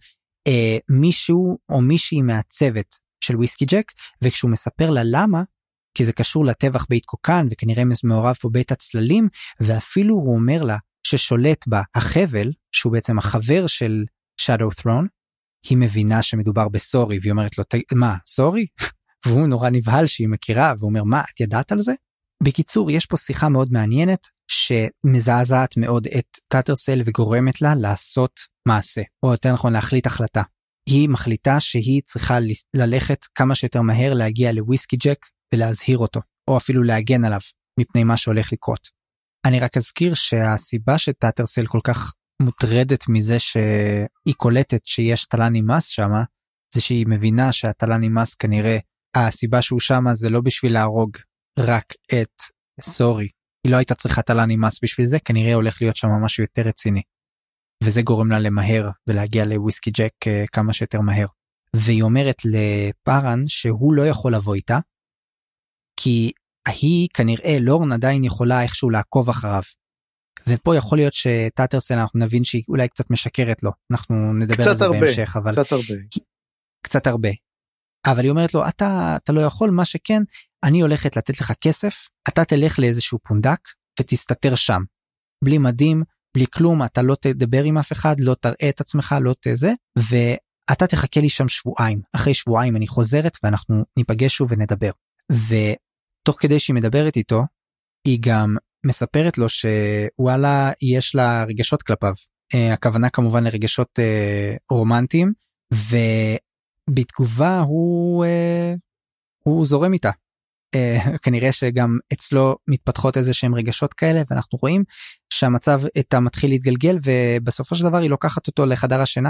מישהו או מישהי מהצוות של וויסקי ג'ק, וכשהוא מספר לה למה, כי זה קשור לטבח בית קוקן, וכנראה מעורב פה בית הצללים, ואפילו הוא אומר לה ששולט בה החבל, שהוא בעצם החבר של Shadow Throne, היא מבינה שמדובר בסורי, והיא אומרת לו, מה, סורי? והוא נורא נבהל שהיא מכירה, והוא אומר, מה, את ידעת על זה? בקיצור, יש פה שיחה מאוד מעניינת, שמזעזעת מאוד את טאטרסל, וגורמת לה לעשות מעשה, או יותר נכון להחליט החלטה. היא מחליטה שהיא צריכה ללכת כמה שיותר מהר, להגיע לוויסקי ג'ק, ולהזהיר אותו, או אפילו להגן עליו, מפני מה שהולך לקרות. אני רק אזכיר שהסיבה שטאטרסל כל כך מוטרדת מזה שהיא קולטת שיש טלנימאס שמה, זה שהיא מבינה שהטלנימאס כנראה, הסיבה שהוא שמה זה לא בשביל להרוג רק את סורי. היא לא הייתה צריכה טלנימאס בשביל זה, כנראה הולך להיות שם משהו יותר רציני. וזה גורם לה למהר ולהגיע לוויסקי ג'ק כמה שיותר מהר. והיא אומרת לפארן שהוא לא יכול לבוא איתה, כי היא כנראה לורן עדיין יכולה איכשהו לעקוב אחריו. ופה יכול להיות שטאטרסל אנחנו נבין שהיא אולי קצת משקרת לו, אנחנו נדבר על זה בהמשך, אבל קצת הרבה. אבל היא אומרת לו, אתה לא יכול, מה שכן, אני הולכת לתת לך כסף, אתה תלך לאיזשהו פונדק ותסתתר שם, בלי מדים, בלי כלום, אתה לא תדבר עם אף אחד, לא תראה את עצמך, לא תזה, ואתה תחכה לי שם שבועיים. אחרי שבועיים אני חוזרת ואנחנו ניפגש שוב ונדבר. ותוך כדי שהיא מדברת איתו, היא גם מספרת לו שוואלה יש לה רגשות כלפיו. הכוונה כמובן לרגשות רומנטיים, ובתגובה הוא זורם איתה. כנראה שגם אצלו מתפתחות איזה שהם רגשות כאלה, ואנחנו רואים שהמצב איתה מתחיל להתגלגל, ובסופו של דבר היא לוקחת אותו לחדר השינה.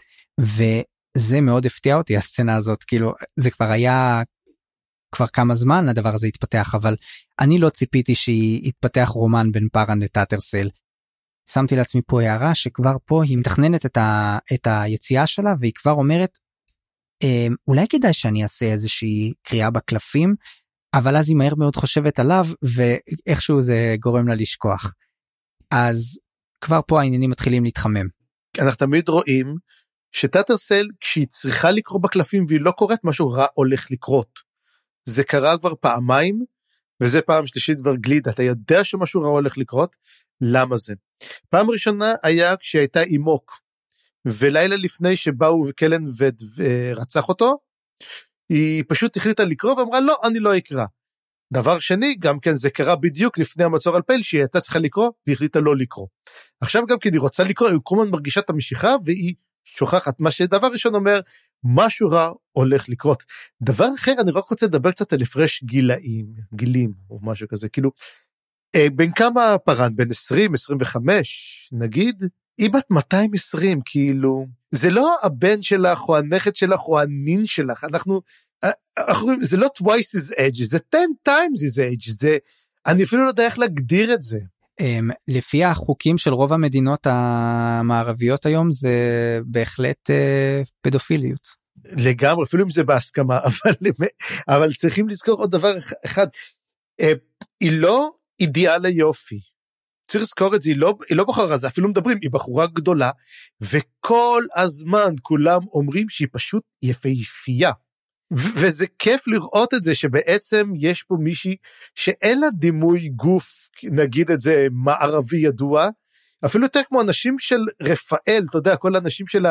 וזה מאוד הפתיע אותי, הסצנה הזאת, כאילו זה כבר היה כבר כמה זמן הדבר הזה התפתח, אבל אני לא ציפיתי שיתפתח רומן בין פארן לטאטרסל. שמתי לעצמי פה הערה שכבר פה היא מתכננת את היציאה שלה, והיא כבר אומרת, אולי כדאי שאני אעשה איזושהי קריאה בקלפים, אבל אז היא מהר מאוד חושבת עליו, ואיכשהו זה גורם לה לשכוח. אז כבר פה העניינים מתחילים להתחמם. אנחנו תמיד רואים שטאטרסל, כשהיא צריכה לקרוא בקלפים, והיא לא קוראת, משהו רע הולך לקרות. זה קרה כבר פעמיים, וזה פעם שלישית כבר גלידה, אתה יודע שמשהו רע הולך לקרות, למה זה? פעם ראשונה היה כשהיא הייתה אימוק, ולילה לפני שבאו קלן ורצח אותו, היא פשוט החליטה לקרוא ואמרה לא, אני לא אקרא. דבר שני, גם כן זה קרה בדיוק לפני המצור על פייל, שהיא הייתה צריכה לקרוא והחליטה לא לקרוא. עכשיו גם כן היא רוצה לקרוא, היא קרומן מרגישה את המשיכה והיא שוכחת, מה שדבר ראשון אומר, משהו רע הולך לקרות. דבר אחר, אני רק רוצה לדבר קצת על הפרש גילים או משהו כזה, כאילו, בין כמה פרן, בין 20, 25, נגיד, היא בת 220, כאילו, זה לא הבן שלך, או הנכד שלך, או הנין שלך, אנחנו זה לא twice his age, זה 10 times his age, זה, אני אפילו לא יודע איך להגדיר את זה. לפי החוקים של רוב המדינות המערביות היום, זה בהחלט פדופיליות. לגמרי, אפילו אם זה בהסכמה, אבל צריכים לזכור עוד דבר אחד, היא לא אידיאל היופי, צריך לזכור את זה, היא לא בחורה, זה אפילו מדברים, היא בחורה גדולה, וכל הזמן כולם אומרים שהיא פשוט יפהפייה, וזה כיף לראות את זה, שבעצם יש פה מישהי, שאין לה דימוי גוף, נגיד את זה, מערבי ידוע, אפילו יותר כמו אנשים של רפאל, אתה יודע, כל האנשים שלה,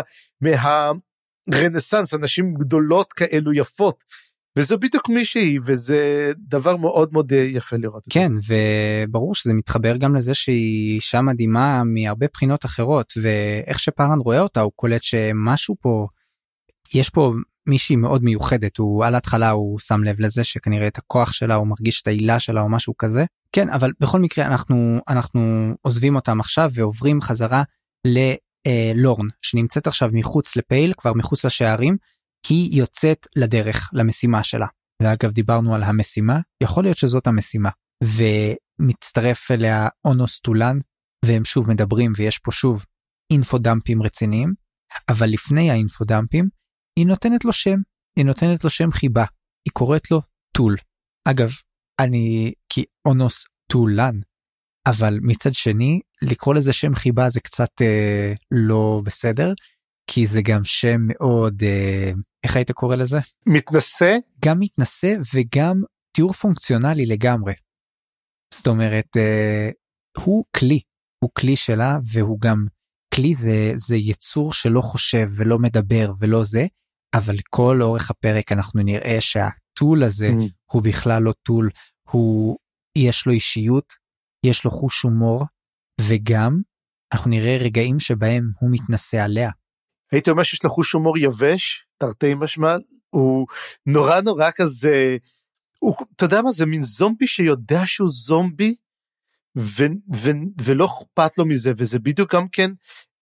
מהרנסנס, אנשים גדולות כאלו יפות, וזו בדיוק מישהי, וזה דבר מאוד מאוד יפה לראות. כן, וברור שזה מתחבר גם לזה שהיא אישה מדהימה מהרבה בחינות אחרות, ואיך שפארן רואה אותה, הוא קולט שמשהו פה, יש פה מישהי מאוד מיוחדת, הוא על ההתחלה הוא שם לב לזה שכנראה את הכוח שלה, הוא מרגיש את העילה שלה או משהו כזה, כן, אבל בכל מקרה אנחנו עוזבים אותם עכשיו, ועוברים חזרה ללורן, שנמצאת עכשיו מחוץ לפייל, כבר מחוץ לשערים, היא יוצאת לדרך, למשימה שלה. ואגב, דיברנו על המשימה, יכול להיות שזאת המשימה. ומצטרף אליה אונוס טולן, והם שוב מדברים, ויש פה שוב אינפודמפים רציניים, אבל לפני האינפודמפים, היא נותנת לו שם חיבה, היא קוראת לו טול. אגב, כי אונוס טולן, אבל מצד שני, לקרוא לזה שם חיבה זה קצת לא בסדר, כי זה גם שם מאוד, איך היית קורא לזה? מתנשא? גם מתנשא וגם תיאור פונקציונלי לגמרי. זאת אומרת, הוא כלי שלה, והוא גם כלי זה יצור שלא חושב ולא מדבר ולא זה, אבל כל אורך הפרק אנחנו נראה שהטול הזה הוא בכלל לא טול, יש לו אישיות, יש לו חוש הומור, וגם אנחנו נראה רגעים שבהם הוא מתנשא עליה. הייתי אומר שיש לו חוש הומור יבש, תרתי משמע, הוא נורא כזה, אתה יודע מה, זה מין זומבי שיודע שהוא זומבי, ולא אכפת לו מזה, וזה בדיוק גם כן,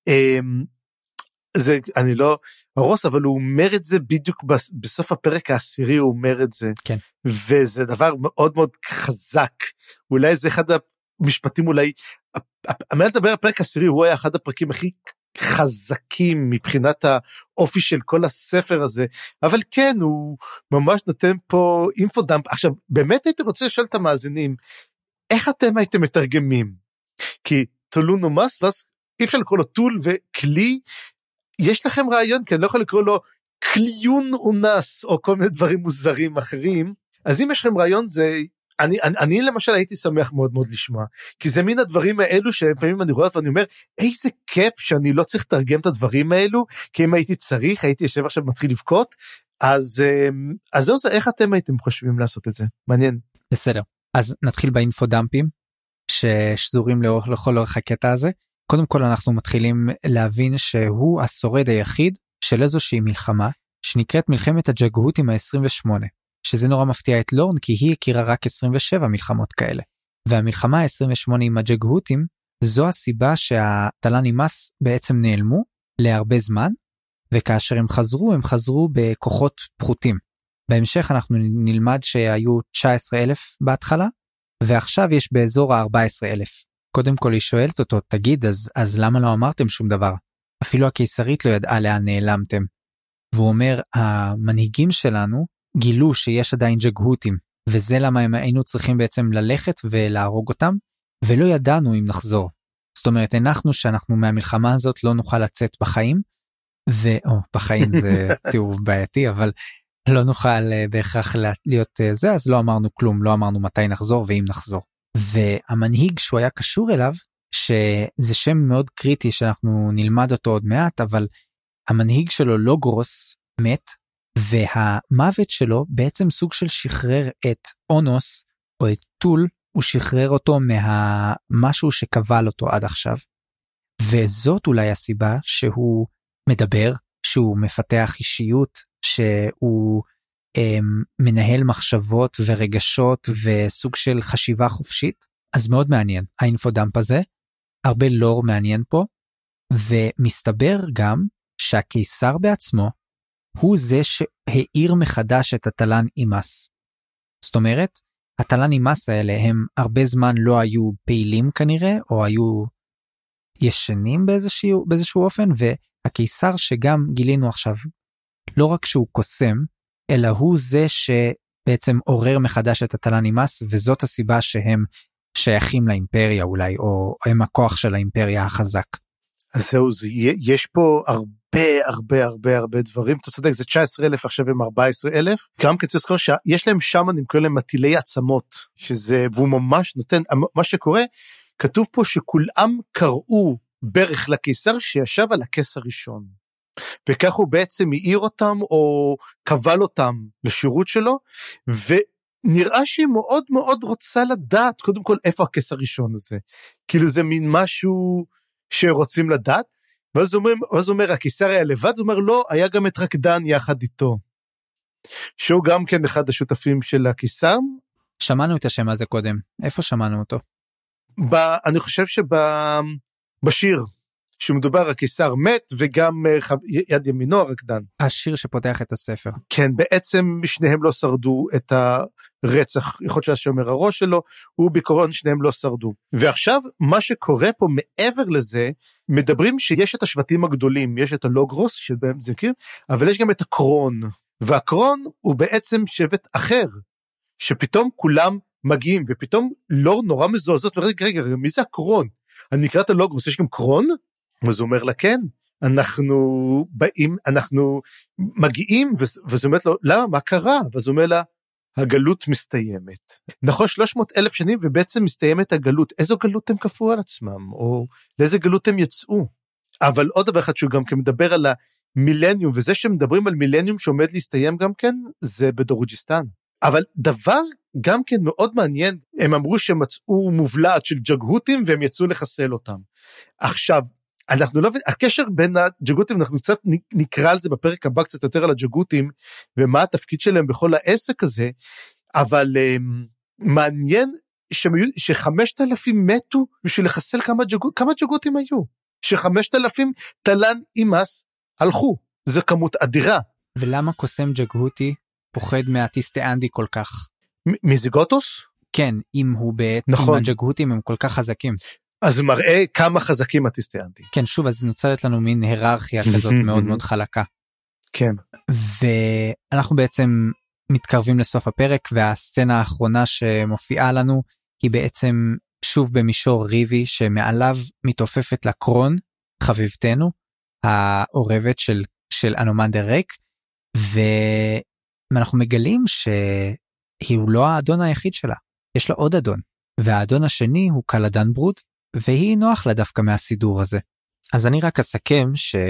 אני לא הרוס, אבל הוא אומר את זה בדיוק בסוף הפרק העשירי, הוא אומר את זה, כן. וזה דבר מאוד מאוד חזק, אולי זה אחד המשפטים, אולי, אני מדבר הפרק העשירי, הוא היה אחד הפרקים הכי חזקים מבחינת האופי של כל הספר הזה, אבל כן, הוא ממש נותן פה אינפודמפ. עכשיו, באמת הייתי רוצה לשאול את המאזינים, איך אתם הייתם מתרגמים? כי תולונו מס, ואז אי אפשר לקרוא לו טול וכלי, יש לכם רעיון, כי אני לא יכול לקרוא לו קליון אונס, או כל מיני דברים מוזרים אחרים, אז אם יש לכם רעיון זה, אני למשל הייתי שמח מאוד מאוד לשמוע, כי זה מין הדברים האלו שלפעמים אני רואה ואני אומר, איזה כיף שאני לא צריך לתרגם את הדברים האלו, כי אם הייתי צריך, הייתי יושב עכשיו מתחיל לבכות, אז זהו זה, איך אתם הייתם חושבים לעשות את זה? מעניין. בסדר, אז נתחיל באינפודמפים, ששזורים לכל אורך הקטע הזה. קודם כל אנחנו מתחילים להבין שהוא השורד היחיד של איזושהי מלחמה, שנקראת מלחמת הג'גהותים ה-28, שזה נורא מפתיע את לורן, כי היא הכירה רק 27 מלחמות כאלה. והמלחמה ה-28 עם הג'גהותים, זו הסיבה שהטלנימאס בעצם נעלמו להרבה זמן, וכאשר הם חזרו בכוחות פחותים. בהמשך אנחנו נלמד שהיו 19,000 בהתחלה, ועכשיו יש באזור ה-14,000. קודם כל היא שואלת אותו, תגיד, אז למה לא אמרתם שום דבר? אפילו הקיסרית לא ידעה לאן נעלמתם. והוא אומר, המנהיגים שלנו גילו שיש עדיין ג'גהותים, וזה למה הם היינו צריכים בעצם ללכת ולהרוג אותם, ולא ידענו אם נחזור. זאת אומרת, הנחנו שאנחנו מהמלחמה הזאת לא נוכל לצאת בחיים, בחיים זה תיאור בעייתי, אבל לא נוכל בהכרח להיות זה, אז לא אמרנו כלום, לא אמרנו מתי נחזור ואם נחזור. והמנהיג שהוא היה קשור אליו, שזה שם מאוד קריטי שאנחנו נלמד אותו עוד מעט, אבל המנהיג שלו לוגרוס מת, והמוות שלו בעצם סוג של שחרר את אונוס, או את טול, הוא שחרר אותו מהמשהו שקבל אותו עד עכשיו. וזאת אולי הסיבה שהוא מדבר, שהוא מפתח אישיות, שהוא מנהל מחשבות ורגשות וסוג של חשיבה חופשית. אז מאוד מעניין, האינפודמפ הזה, הרבה לור מעניין פה, ומסתבר גם שהקיסר בעצמו, הוא זה שהאיר מחדש את הטלן אימאס. זאת אומרת, הטלן אימאס האלה הם הרבה זמן לא היו פעילים כנראה, או היו ישנים באיזשהו אופן, והקיסר שגם גילינו עכשיו, לא רק שהוא קוסם, אלא הוא זה שבעצם עורר מחדש את הטלן אימאס, וזאת הסיבה שהם שייכים לאימפריה אולי, או הם הכוח של האימפריה החזק. אז זהו, יש פה הרבה דברים, אתה צודק, זה 19,000, עכשיו הם 14,000, גם כדי לזכור שיש להם שם, אני קורא להם מטילי עצמות, והוא ממש נותן, מה שקורה, כתוב פה שכולם קראו ברך לקיסר שישב על הכס הראשון, וכך הוא בעצם העיר אותם, או קבל אותם לשירות שלו, ונראה שהיא מאוד מאוד רוצה לדעת, קודם כל איפה הכס הראשון הזה, כאילו זה מין משהו שרוצים לדעת, ואז הוא אומר, הקיסר היה לבד, הוא אומר, לא, היה גם את רקדן יחד איתו, שהוא גם כן אחד השותפים של הקיסר. שמענו את השם הזה קודם, איפה שמענו אותו? אני חושב בשיר, שמדובר הקיסר מת, וגם יד ימינו הרקדן. השיר שפותח את הספר. כן, בעצם שניהם לא שרדו את הרצח, יכול להיות שאומר הראש שלו, הוא בעיקרון שניהם לא שרדו. ועכשיו, מה שקורה פה מעבר לזה, מדברים שיש את השבטים הגדולים, יש את הלוגרוס, שבהם זה מכיר, אבל יש גם את הקרון, והקרון הוא בעצם שבט אחר, שפתאום כולם מגיעים, ופתאום לא נורא מזועזעות, רגע, מי זה הקרון? אני נקרא את הלוגרוס, יש גם קרון? ואז הוא אומר לה, כן, אנחנו באים, אנחנו מגיעים, ואז הוא אומר לו, למה, מה קרה? ואז הוא אומר לה, הגלות מסתיימת. נכון, 300,000 שנים, ובעצם מסתיימת הגלות. איזו גלות הם כפו על עצמם, או לאיזה גלות הם יצאו? אבל עוד דבר אחד שהוא גם כן מדבר על המילניום, וזה שמדברים על מילניום שעומד להסתיים גם כן, זה בדרוג'יסטן. אבל דבר גם כן מאוד מעניין, הם אמרו שמצאו מובלעת של ג'גהותים, והם יצאו לחסל אותם. עכשיו, אנחנו לא, הקשר בין הג'גהותים, אנחנו קצת נקרא על זה בפרק הבא קצת יותר על הג'גהותים, ומה התפקיד שלהם בכל העסק הזה, אבל מעניין ש5,000 מתו בשביל לחסל כמה ג'גהותים היו, ש5,000 טלן אימאס הלכו, זו כמות אדירה. ולמה קוסם ג'גהותי פוחד מהטיסטאנדי כל כך? מזיגוטוס? כן, אם הוא נכון. אם הג'גהותים הם כל כך חזקים. אז הוא מראה כמה חזקים הטיסטאנדי. כן, שוב, אז נוצרת לנו מין היררכיה כזאת מאוד מאוד חלקה. כן. ואנחנו בעצם מתקרבים לסוף הפרק, והסצנה האחרונה שמופיעה לנו, היא בעצם שוב במישור ריבי שמעליו מתעופפת לקרון, חביבתנו, העורבת של אנומנדר ריק, ואנחנו מגלים שהיא לא האדון היחיד שלה, יש לה עוד אדון, והאדון השני הוא קלדן ברוד, והיא נוח לה דווקא מהסידור הזה. אז אני רק אסכם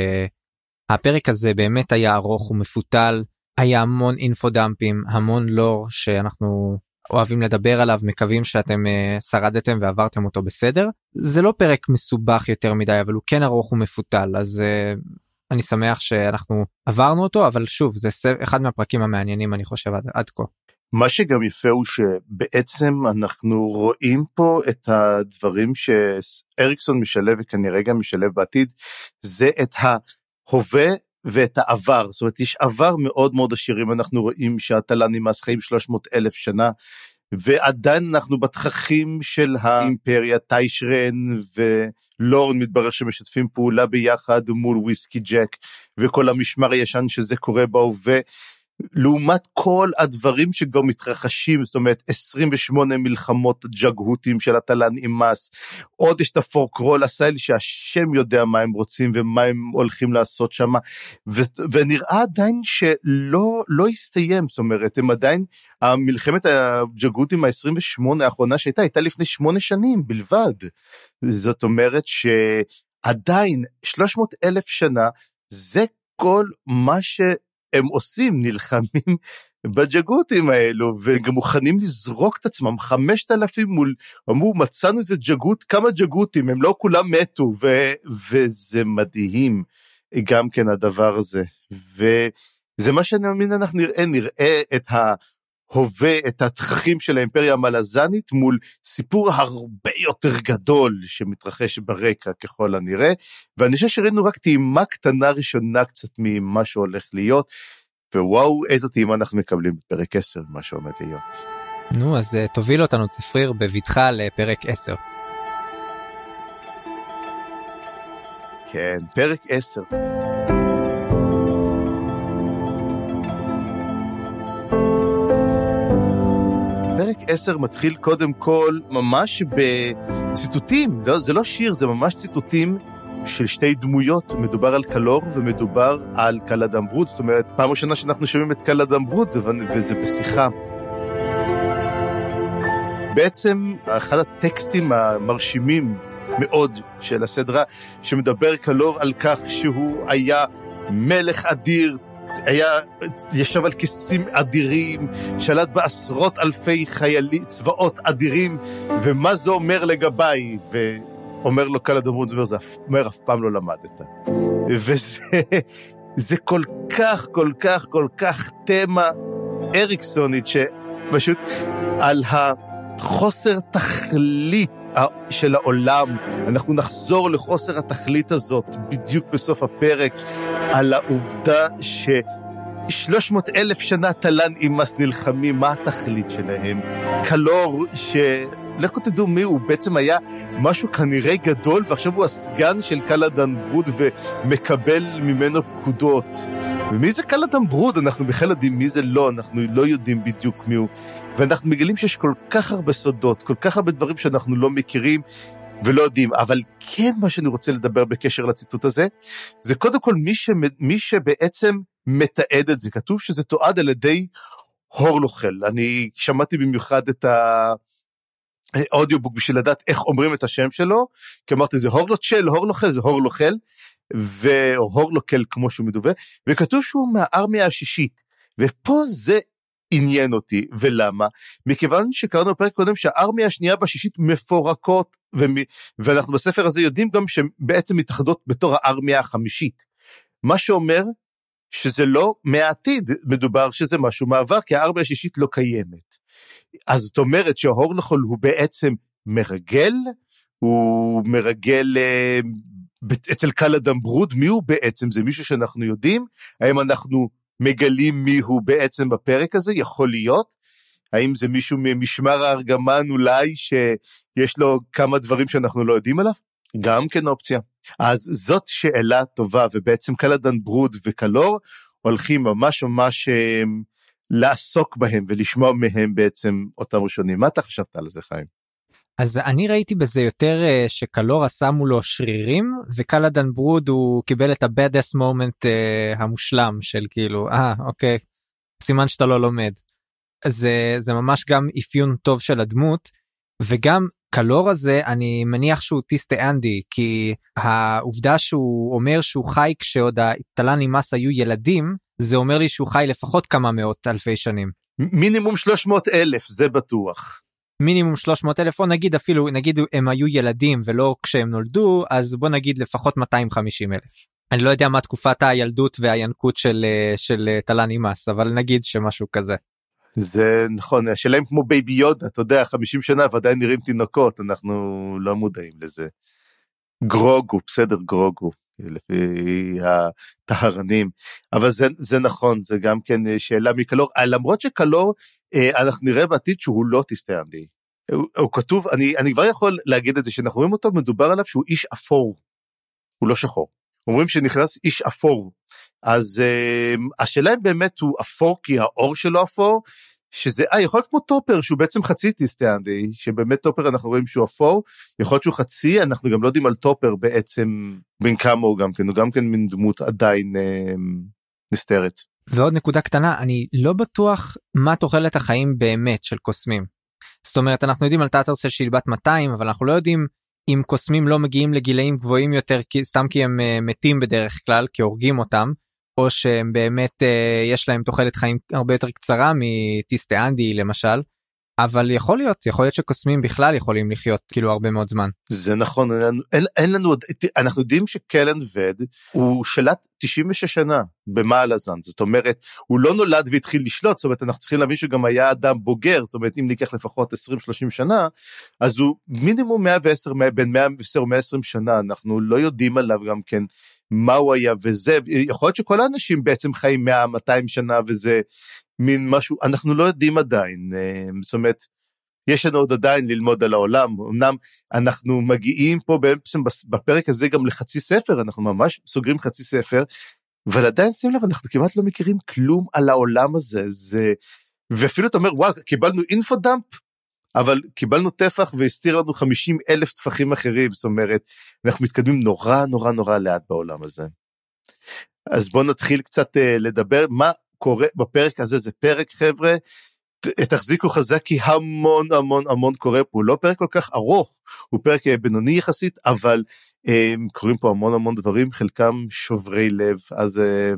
שהפרק הזה באמת היה ארוך ומפותל, היה המון אינפודמפים, המון לור שאנחנו אוהבים לדבר עליו, מקווים שאתם שרדתם ועברתם אותו בסדר. זה לא פרק מסובך יותר מדי, אבל הוא כן ארוך ומפותל, אז אני שמח שאנחנו עברנו אותו, אבל שוב, זה אחד מהפרקים המעניינים אני חושב עד כה. מה שגם יפה הוא שבעצם אנחנו רואים פה את הדברים שאריקסון משלב וכנראה גם משלב בעתיד, זה את ההווה ואת העבר, זאת אומרת יש עבר מאוד מאוד עשירים, אנחנו רואים שהתל"ן נמאס חיים 300,000 שנה, ועדיין אנחנו בתככים של האימפריה, טיישרן ולורן מתברר שמשתפים פעולה ביחד מול וויסקי ג'ק, וכל המשמר הישן שזה קורה בהווה, לעומת כל הדברים שכבר מתרחשים, זאת אומרת 28 מלחמות ג'גהותים של התל"ן נמאס, עוד יש את הפורקרול הסייל שהשם יודע מה הם רוצים ומה הם הולכים לעשות שם, ונראה עדיין שלא הסתיים, זאת אומרת הם עדיין, המלחמת הג'גהותים ה-28 האחרונה הייתה לפני 8 שנים בלבד, זאת אומרת שעדיין 300,000 שנה זה כל מה הם עושים, נלחמים בג'גותים האלו, וגם מוכנים לזרוק את עצמם, 5,000 מול, אמרו, מצאנו איזה ג'גות, כמה ג'גותים, הם לא כולם מתו, וזה מדהים, גם כן הדבר הזה, וזה מה שאני מאמין, אנחנו נראה את ההווה, את התככים של האימפריה המלזנית, מול סיפור הרבה יותר גדול, שמתרחש ברקע ככל הנראה, ואני חושב שראינו רק טעימה קטנה ראשונה קצת ממה שהולך להיות, ווואו, איזו טעימה אנחנו מקבלים בפרק 10, מה שעומד להיות. נו, אז תוביל אותנו צפריר בבטחה לפרק 10. כן, פרק 10. פרק 10 מתחיל קודם כל ממש בציטוטים, זה לא שיר, זה ממש ציטוטים של שתי דמויות, מדובר על קלור ומדובר על קלדן ברוד, זאת אומרת, פעם ראשונה שאנחנו שומעים את קלדן ברוד, וזה בשיחה. בעצם, אחד הטקסטים המרשימים מאוד של הסדרה, שמדבר קלור על כך שהוא היה מלך אדיר, ישב על כיסים אדירים, שלט בעשרות אלפי חיילים, צבאות אדירים, ומה זה אומר לגביי? ואומר לו קלדן ברוד, זה אומר, אף פעם לא למדת. וזה כל כך, כל כך, כל כך תמה אריקסונית, שפשוט על החוסר תכלית של העולם, אנחנו נחזור לחוסר התכלית הזאת, בדיוק בסוף הפרק, על העובדה 300,000 שנה תל"ן נמאס נלחמים, מה התכלית שלהם? קלור לכו תדעו מי הוא, בעצם היה משהו כנראה גדול, ועכשיו הוא הסגן של קלדן ברוד ומקבל ממנו פקודות. ומי זה קלדן ברוד? אנחנו בכלל יודעים מי זה לא, אנחנו לא יודעים בדיוק מי הוא. ואנחנו מגלים שיש כל כך הרבה סודות, כל כך הרבה דברים שאנחנו לא מכירים ולא יודעים. אבל כן מה שאני רוצה לדבר בקשר לציטוט הזה, זה קודם כל מי שבעצם מתעד את זה. כתוב שזה תועד על ידי הורלוכל. אני שמעתי במיוחד את האודיובוק בשביל לדעת איך אומרים את השם שלו, כי אמרתי זה הורלוכל, זה הורלוכל, והורלוקל כמו שהוא מדובר, וכתוב שהוא מהארמיה השישית, ופה זה עניין אותי, ולמה? מכיוון שקראנו בפרק קודם שהארמיה השנייה והשישית מפורקות, ואנחנו בספר הזה יודעים גם שבעצם מתאחדות בתור הארמיה החמישית, מה שאומר שזה לא מהעתיד, מדובר שזה משהו מעבר, כי הארמיה השישית לא קיימת. אז זאת אומרת שההורלוכל הוא בעצם מרגל, הוא מרגל אצל קלדן ברוד, מי הוא בעצם? זה מישהו שאנחנו יודעים? האם אנחנו מגלים מי הוא בעצם בפרק הזה? יכול להיות? האם זה מישהו ממשמר הארגמן אולי שיש לו כמה דברים שאנחנו לא יודעים עליו? גם כן אופציה. אז זאת שאלה טובה, ובעצם קלדן ברוד וקלור הולכים ממש ממש לעסוק בהם ולשמוע מהם בעצם אותם ראשונים. מה אתה חשבת על זה, חיים? אז אני ראיתי בזה יותר שקלורה שמו לו שרירים, וקלדן ברוד הוא קיבל את ה-badass moment המושלם של כאילו, אוקיי, סימן שאתה לא לומד. זה ממש גם אפיון טוב של הדמות, וגם קלור הזה אני מניח שהוא טיסטה אנדי, כי העובדה שהוא אומר שהוא חי כשעוד התלן נמאס היו ילדים, זה אומר לי שהוא חי לפחות כמה מאות אלפי שנים. מינימום 300,000, זה בטוח. מינימום 300,000, או נגיד הם היו ילדים ולא כשהם נולדו, אז בוא נגיד לפחות 250,000. אני לא יודע מה תקופת הילדות והינקות של תלן נמאס, אבל נגיד שמשהו כזה. זה נכון, השאלה אם כמו בייבי יודה, אתה יודע, 50 שנה ועדיין נראים תינוקות, אנחנו לא מודעים לזה. גרוגו, בסדר, גרוגו, לפי הטהרנים, אבל זה נכון, זה גם כן שאלה מקלור, למרות שקלור, אנחנו נראה בעתיד שהוא לא טיסטיאנדי, הוא כתוב, אני כבר יכול להגיד את זה, שאנחנו רואים אותו, מדובר עליו שהוא איש אפור, הוא לא שחור, אומרים שנכנס איש אפור, אז השאלה אם באמת הוא אפור כי האור שלו אפור, שזה, יכול להיות כמו טופר, שהוא בעצם חצי טיסטיאנדי, שבאמת טופר אנחנו רואים שהוא אפור, יכול להיות שהוא חצי, אנחנו גם לא יודעים על טופר בעצם, בין כמה הוא גם כן מן דמות עדיין נסתרת. ועוד נקודה קטנה, אני לא בטוח מה תוחלת החיים באמת של קוסמים. זאת אומרת, אנחנו יודעים על טאטרסל שהיא בת 200, אבל אנחנו לא יודעים אם קוסמים לא מגיעים לגילאים גבוהים יותר, סתם כי הם מתים בדרך כלל, כי הורגים אותם, או שהם באמת יש להם תוחלת חיים הרבה יותר קצרה מטיסטה אנדי למשל, אבל יכול להיות שקוסמים בכלל יכולים לחיות כאילו הרבה מאוד זמן. זה נכון, אין לנו, אנחנו יודעים שקלן וד הוא שלט 96 שנה במעל הזן, זאת אומרת, הוא לא נולד והתחיל לשלוט, זאת אומרת, אנחנו צריכים להבין שגם היה אדם בוגר, זאת אומרת, אם ניקח לפחות 20-30 שנה, אז הוא מינימום בין 110 ו-120 שנה, אנחנו לא יודעים עליו גם כן, מה הוא היה, וזה, יכול להיות שכל האנשים בעצם חיים 100-200 שנה, וזה מין משהו, אנחנו לא יודעים עדיין, זאת אומרת, יש לנו עוד עדיין ללמוד על העולם, אמנם אנחנו מגיעים פה בעצם בפרק הזה גם לחצי ספר, אנחנו ממש סוגרים חצי ספר, אבל עדיין שים לב, אנחנו כמעט לא מכירים כלום על העולם הזה, ואפילו אתה אומר, וואו, קיבלנו אינפודאמפ, אבל קיבלנו טפח והסתיר לנו 50,000 טפחים אחרים, זאת אומרת, אנחנו מתקדמים נורא נורא נורא לאט בעולם הזה. אז בואו נתחיל קצת לדבר, מה קורה בפרק הזה, זה פרק חבר'ה, תחזיקו חזק כי המון המון המון קורה פה, הוא לא פרק כל כך ארוך, הוא פרק בינוני יחסית, אבל קוראים פה המון המון דברים, חלקם שוברי לב, אז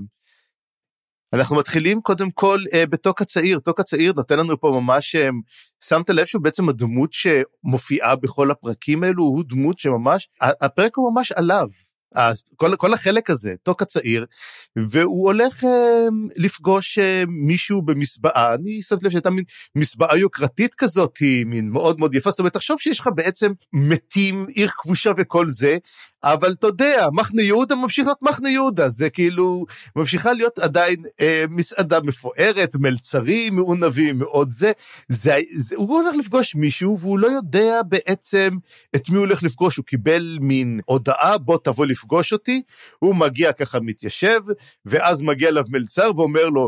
אנחנו מתחילים קודם כל בתוק הצעיר, תוק הצעיר נותן לנו פה ממש, שמת לב שהוא בעצם הדמות שמופיעה בכל הפרקים האלו, הוא דמות שממש, הפרק הוא ממש עליו, כל החלק הזה, תוק הצעיר, והוא הולך לפגוש מישהו במסבעה, אני שמת לב שהייתה מין מסבעה יוקרתית כזאת, היא מין מאוד מאוד יפה, זאת אומרת, תחשוב שיש לך בעצם מתים, עיר כבושה וכל זה, אבל אתה יודע, מחנה יהודה ממשיך להיות מחנה יהודה, זה כאילו, ממשיכה להיות עדיין מסעדה מפוארת, מלצרים, מעונבים, מאוד הוא הולך לפגוש מישהו, והוא לא יודע בעצם את מי הוא הולך לפגוש, הוא קיבל מין הודעה, בוא תבוא לפגוש אותי, הוא מגיע ככה מתיישב, ואז מגיע אליו מלצר, ואומר לו,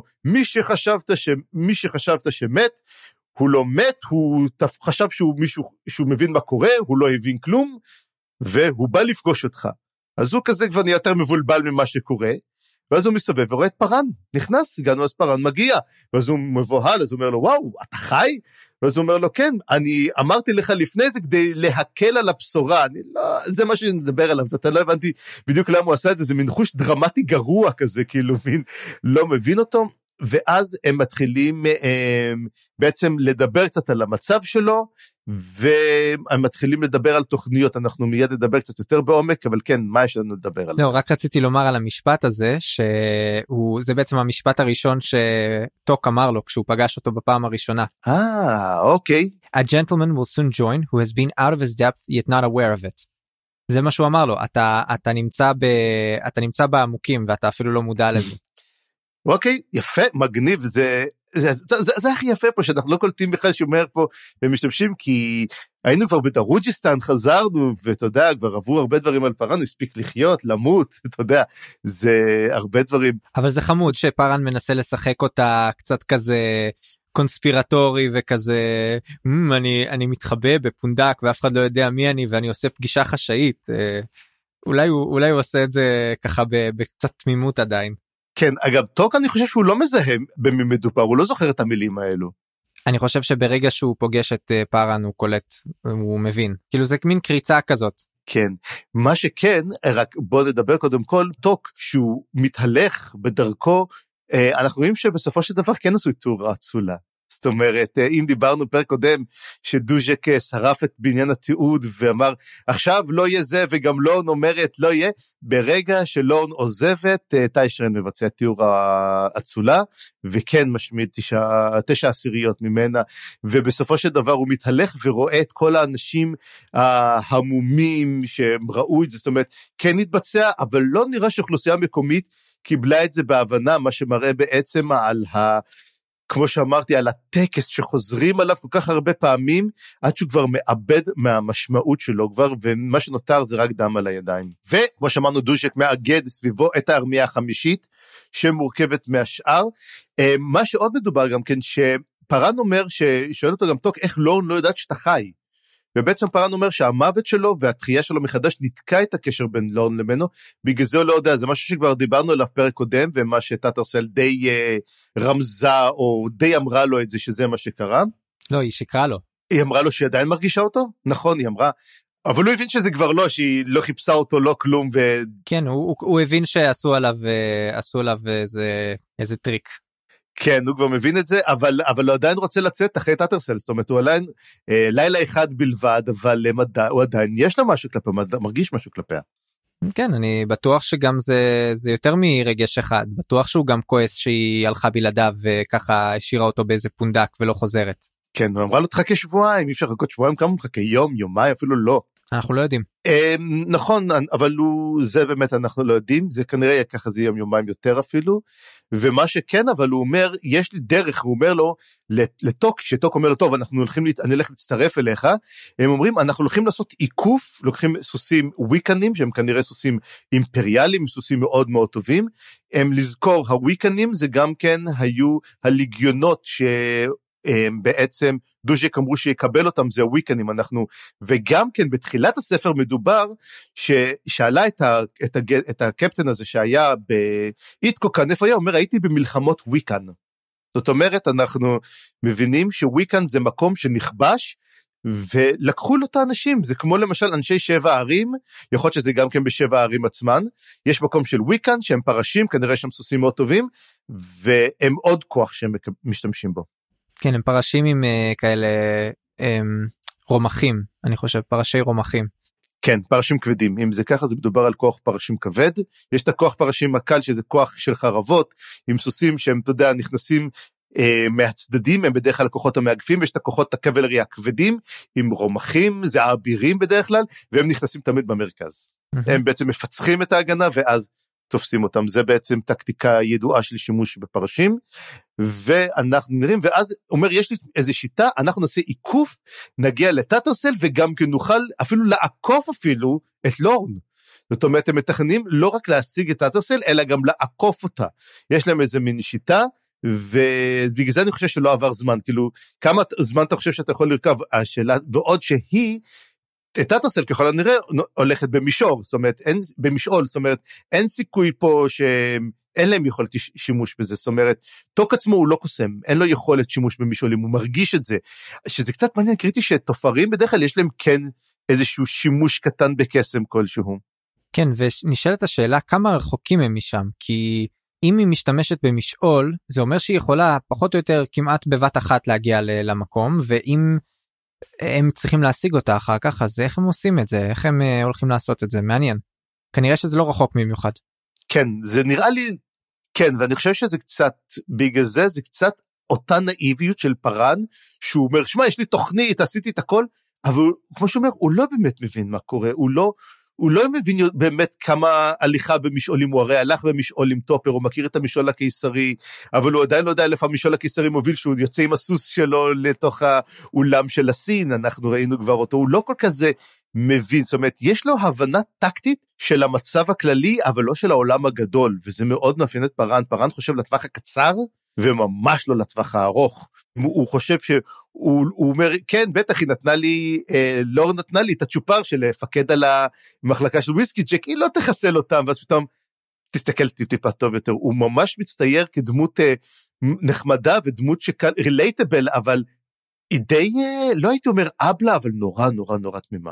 מי שחשבת שמת, הוא לא מת, הוא חשב שהוא מבין מה קורה, הוא לא הבין כלום, והוא בא לפגוש אותך. אז הוא כזה כבר נהיה יותר מבולבל ממה שקורה, ואז הוא מסתובב ורואה את פרן, נכנס, הגענו אז פרן מגיע, ואז הוא מבוהל, אז הוא אומר לו, וואו, אתה חי? ואז הוא אומר לו, כן, אני אמרתי לך לפני זה, כדי להקל על הבשורה, זה מה שנדבר עליו, אתה לא הבנתי בדיוק למה הוא עשה את זה, זה מין חוש דרמטי גרוע כזה, כאילו, לא מבין אותו, ואז הם מתחילים בעצם לדבר קצת על המצב שלו, והם מתחילים לדבר על תוכניות, אנחנו מיד נדבר קצת יותר בעומק, אבל כן, מה יש לנו לדבר על זה? לא, רק רציתי לומר על המשפט הזה, שזה בעצם המשפט הראשון שטוק אמר לו, כשהוא פגש אותו בפעם הראשונה. אוקיי. A gentleman will soon join, who has been out of his depth, yet not aware of it. זה מה שהוא אמר לו, אתה נמצא בעמוקים, ואתה אפילו לא מודע לזה. אוקיי, יפה, מגניב, זה הכי יפה פה, שאנחנו לא קולטים בכלל שאומר פה, ומשתמשים, כי היינו כבר בדרוג'יסטן, חזרנו, ואתה יודע, כבר עברו הרבה דברים על פרן, הוא הספיק לחיות, למות, אתה יודע, זה הרבה דברים. אבל זה חמוד שפרן מנסה לשחק אותה קצת כזה, קונספירטורי וכזה, אני מתחבא בפונדק ואף אחד לא יודע מי אני ואני עושה פגישה חשאית, אולי הוא עושה את זה ככה בקצת תמימות עדיין. כן, אגב, טוק אני חושב שהוא לא מזהה במי מדובר, הוא לא זוכר את המילים האלו. אני חושב שברגע שהוא פוגש את פארן הוא קולט, הוא מבין, כאילו זה מין קריצה כזאת. כן, מה שכן, רק בוא נדבר קודם כל, טוק שהוא מתהלך בדרכו, אנחנו רואים שבסופו של דבר כן עשו תאורה אצולה. זאת אומרת, אם דיברנו פרק קודם, שדוז'ק שרף את בניין התיעוד ואמר, עכשיו לא יהיה זה, וגם לורן אומרת לא יהיה, ברגע שלורן עוזבת, טיישרן מבצע תיאורה אצולה, וכן משמיד 9 עשיריות ממנה, ובסופו של דבר הוא מתהלך ורואה את כל האנשים ההמומים שהם ראו את זה, זאת אומרת, כן התבצע, אבל לא נראה שאוכלוסייה מקומית קיבלה את זה בהבנה, מה שמראה בעצם על כמו שאמרתי, על הטקס שחוזרים עליו כל כך הרבה פעמים, עד שהוא כבר מאבד מהמשמעות שלו כבר, ומה שנותר זה רק דם על הידיים. וכמו שאמרנו, דוז'ק מאגד סביבו את הארמיה החמישית, שמורכבת מהשאר. מה שעוד מדובר גם כן, שפארן אומר, ששואל אותו גם טוק, איך לורן לא יודעת שאתה חי? ובעצם פארן אומר שהמוות שלו והתחייה שלו מחדש נתקע את הקשר בין לורן למנו, בגלל זה הוא לא יודע, זה משהו שכבר דיברנו עליו פרק קודם, ומה שטאטרסל די רמזה, או די אמרה לו את זה, שזה מה שקרה. לא, היא שקרה לו. היא אמרה לו שהיא עדיין מרגישה אותו? נכון, היא אמרה, אבל הוא הבין שזה כבר לא, שהיא לא חיפשה אותו, לא כלום. כן, הוא הבין שעשו עליו איזה טריק. כן, הוא כבר מבין את זה, אבל הוא עדיין רוצה לצאת אחרי טאטרסל, זאת אומרת, הוא עדיין לילה אחד בלבד, אבל הוא עדיין, יש לו משהו כלפיה, מרגיש משהו כלפיה. כן, אני בטוח שגם זה יותר מרגש אחד, בטוח שהוא גם כועס שהיא הלכה בלעדיו, וככה השאירה אותו באיזה פונדק ולא חוזרת. כן, הוא אמרה לו, תחכה שבועיים, אי אפשר לחכות שבועיים, כמה מחכה יום, יומיים, אפילו לא. אנחנו לא יודעים. נכון, אבל זה באמת אנחנו לא יודעים, זה כנראה ככה זה יום-יומיים יותר אפילו, ומה שכן, אבל הוא אומר, יש לי דרך, הוא אומר לו, לטוק, שטוק אומר לו, טוב, אני הולך להצטרף אליך, הם אומרים, אנחנו הולכים לעשות עיקוף, לוקחים סוסים וויקנים, שהם כנראה סוסים אימפריאליים, סוסים מאוד מאוד טובים, הם לזכור, הוויקנים זה גם כן היו הליגיונות בעצם דוז'ק אמרו שיקבל אותם, זה הוויקנים, וגם כן בתחילת הספר מדובר, ששאלה את הקפטן הזה שהיה באיתקוקן, איפה היה? אומר, הייתי במלחמות וויקן. זאת אומרת, אנחנו מבינים שוויקן זה מקום שנכבש, ולקחו לו את האנשים, זה כמו למשל אנשי 7 הערים, יכול להיות שזה גם כן ב7 הערים עצמן, יש מקום של וויקן שהם פרשים, כנראה שהם סוסים מאוד טובים, והם עוד כוח שהם משתמשים בו. כן, הם פרשים עם כאלה רומחים, אני חושב, פרשי רומחים. כן, פרשים כבדים, אם זה ככה, זה מדובר על כוח פרשים כבד, יש את הכוח פרשים הקל, שזה כוח של חרבות, עם סוסים שהם, אתה יודע, נכנסים מהצדדים, הם בדרך כלל הכוחות המאגפים, ויש את הכוחות הקבלרי הכבדים, עם רומחים, זה האבירים בדרך כלל, והם נכנסים תמיד במרכז. הם בעצם מפצחים את ההגנה, ואז תופסים אותם, זה בעצם טקטיקה ידועה של שימוש בפרשים, ואנחנו נראים, ואז אומר, יש לי איזו שיטה, אנחנו נעשה עיקוף, נגיע לטאטרסל, וגם כן נוכל אפילו לעקוף אפילו את לורן. זאת אומרת, הם מתכננים לא רק להשיג את טאטרסל, אלא גם לעקוף אותה. יש להם איזה מין שיטה, ובגלל זה אני חושב שלא עבר זמן, כאילו, כמה זמן אתה חושב שאתה יכול לרכב, השאלה, ועוד שהיא, טאטרסל ככל הנראה הולכת במישור, זאת אומרת, זאת אומרת, אין סיכוי פה שאין להם יכולת שימוש בזה, זאת אומרת, טוק עצמו הוא לא קוסם, אין לו יכולת שימוש במישולים, הוא מרגיש את זה, שזה קצת מעניין, קריטי שתופרים בדרך כלל יש להם כן איזשהו שימוש קטן בקסם כלשהו. כן, ונשאלת השאלה כמה רחוקים הם משם, כי אם היא משתמשת במשעול, זה אומר שהיא יכולה פחות או יותר כמעט בבת אחת להגיע למקום, ואם הם צריכים להשיג אותה אחר כך, אז איך הם עושים את זה? איך הם הולכים לעשות את זה? מעניין. כנראה שזה לא רחוק במיוחד. כן, זה נראה לי, כן, ואני חושב שזה קצת, בגלל זה קצת אותה נאיביות של פארן, שהוא אומר, שמע, יש לי תוכנית, עשיתי את הכל, אבל כמו שהוא אומר, הוא לא באמת מבין מה קורה, הוא לא מבין באמת כמה הליכה במשעולים, הוא הרי הלך במשעול עם טופר, הוא מכיר את המשעול הקיסרי, אבל הוא עדיין לא יודע איפה המשעול הקיסרי מוביל, שהוא יוצא עם הסוס שלו לתוך האולם של הסין, אנחנו ראינו כבר אותו, הוא לא כל כזה מבין, זאת אומרת, יש לו הבנה טקטית של המצב הכללי, אבל לא של העולם הגדול, וזה מאוד מאפיין את פארן, פארן חושב לטווח הקצר, וממש לא לטווח הארוך. הוא חושב הוא אומר, כן, בטח היא נתנה לי, לא נתנה לי את הצ'ופר של לפקד על המחלקה של וויסקי ג'ק, היא לא תחסל אותם, ואז פתאום תסתכל טיפה טוב יותר, הוא ממש מצטייר כדמות נחמדה, ודמות רילייטבל, אבל היא די, לא הייתי אומר אבלה, אבל נורא נורא נורא תמימה.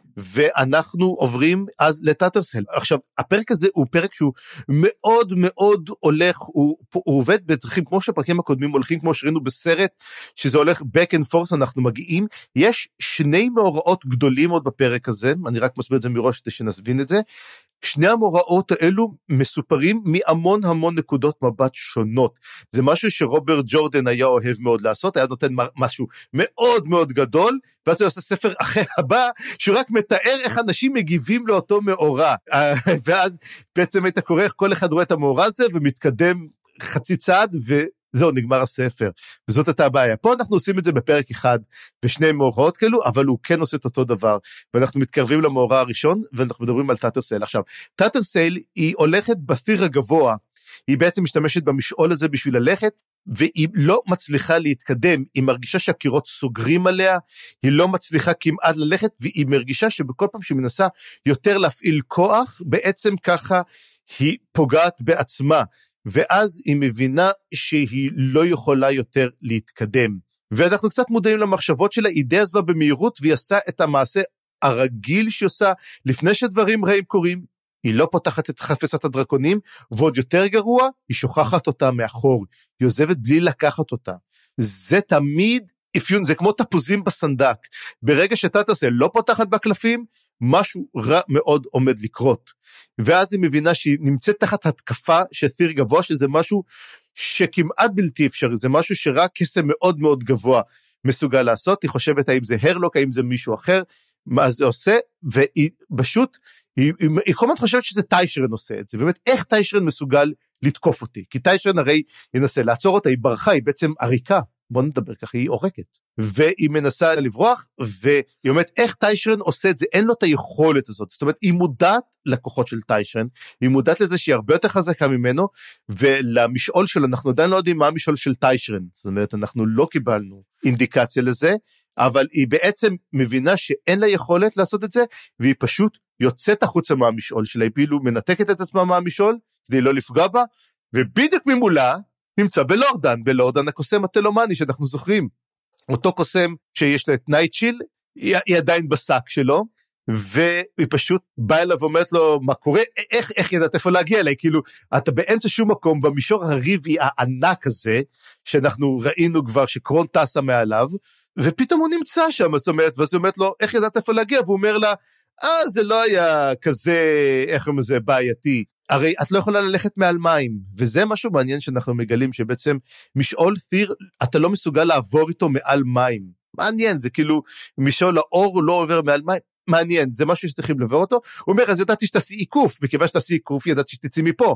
ואנחנו עוברים אז לטאטרסל. עכשיו, הפרק הזה הוא פרק שהוא מאוד מאוד הולך, הוא עובד בדרכים כמו שהפרקים הקודמים הולכים, כמו שראינו בסרט, שזה הולך back and forth, אנחנו מגיעים, יש שני מאורעות גדולים עוד בפרק הזה, אני רק מסביר את זה מראש כדי שנסבין את זה, שני המאורעות האלו מסופרים מהמון המון נקודות מבט שונות, זה משהו שרוברט ג'ורדן היה אוהב מאוד לעשות, היה נותן משהו מאוד מאוד גדול, ואז הוא עושה ספר אחר הבא, שהוא רק מתאר איך אנשים מגיבים לאותו מאורע, ואז בעצם היית קורא איך כל אחד רואה את המאורע הזה, ומתקדם חצי צעד, וזהו, נגמר הספר, וזאת הייתה הבעיה. פה אנחנו עושים את זה בפרק אחד, ושני מאורעות כאלו, אבל הוא כן עושה את אותו דבר, ואנחנו מתקרבים למאורע הראשון, ואנחנו מדברים על טאטרסל. עכשיו, טאטרסל היא הולכת בפיר הגבוה, היא בעצם משתמשת במשעול הזה בשביל ללכת, והיא לא מצליחה להתקדם, היא מרגישה שהקירות סוגרים עליה, היא לא מצליחה כמעט ללכת, והיא מרגישה שבכל פעם שהיא מנסה יותר להפעיל כוח, בעצם ככה היא פוגעת בעצמה, ואז היא מבינה שהיא לא יכולה יותר להתקדם. ואנחנו קצת מודעים למחשבות שלה, היא די עזבה במהירות, והיא עשה את המעשה הרגיל שהיא עושה, לפני שדברים רעים קורים, היא לא פותחת את חפשת הדרקונים, ועוד יותר גרוע, היא שוכחת אותה מאחור, היא עוזבת בלי לקחת אותה. זה תמיד אפיון, זה כמו תפוזים בסנדק, ברגע שטאטרסל לא פותחת בקלפים, משהו רע מאוד עומד לקרות, ואז היא מבינה שהיא נמצאת תחת התקפה של ת'יר גבוה, שזה משהו שכמעט בלתי אפשרי, זה משהו שרק קסם מאוד מאוד גבוה מסוגל לעשות, היא חושבת האם זה הרלוק, האם זה מישהו אחר, מה זה עושה, והיא פשוט, היא כל הזמן חושבת שזה טיישרן עושה את זה, באמת איך טיישרן מסוגל לתקוף אותי, כי טיישרן הרי ינסה לעצור אותה, היא ברחה, היא בעצם עריקה, בוא נדבר ככה, היא עורקת, והיא מנסה לברוח, והיא אומרת איך טיישרן עושה את זה, אין לו את היכולת הזאת, זאת אומרת, היא מודעת לכוחות של טיישרן, היא מודעת לזה שהיא הרבה יותר חזקה ממנו, ולמשעול שלו, אנחנו עדיין לא יודעים מה המשעול של טיישרן, זאת אומרת, אנחנו לא קיבלנו אינדיקציה לזה, אבל היא בעצם מבינה שאין לה יכולת לעשות את זה, והיא פשוט יוצאת החוצה מהמשעול שלה, היא כאילו מנתקת את עצמה מהמשעול, כדי לא לפגוע בה, ובדיוק ממולה נמצא בלורדן הקוסם הטלומני שאנחנו זוכרים, אותו קוסם שיש לו את נייטשיל, היא עדיין בשק שלו, והיא פשוט באה אליו ואומרת לו, מה קורה, איך ידעת איפה להגיע אליי, כאילו, אתה באמצע שום מקום, במישור הריבי הענק הזה, שאנחנו ראינו כבר שקרון טסה מעליו, ופתאום הוא נמצא שם, זאת אומרת, ואז היא אומרת לו, איך ידעת איפה להגיע, והוא אומר לה, זה לא היה כזה, איך אומרים זה, בעייתי, הרי את לא יכולה ללכת מעל מים, וזה משהו מעניין שאנחנו מגלים, שבעצם משעול ת'יר, אתה לא מסוגל לעבור איתו מעל מים, מעניין, זה כאילו, משעול האור לא עובר מעל מים, מעניין, זה משהו שצריכים לעבור אותו, הוא אומר, אז ידעתי שתעשי עיקוף, מכיוון שתעשי עיקוף, ידעתי שתצאי מפה,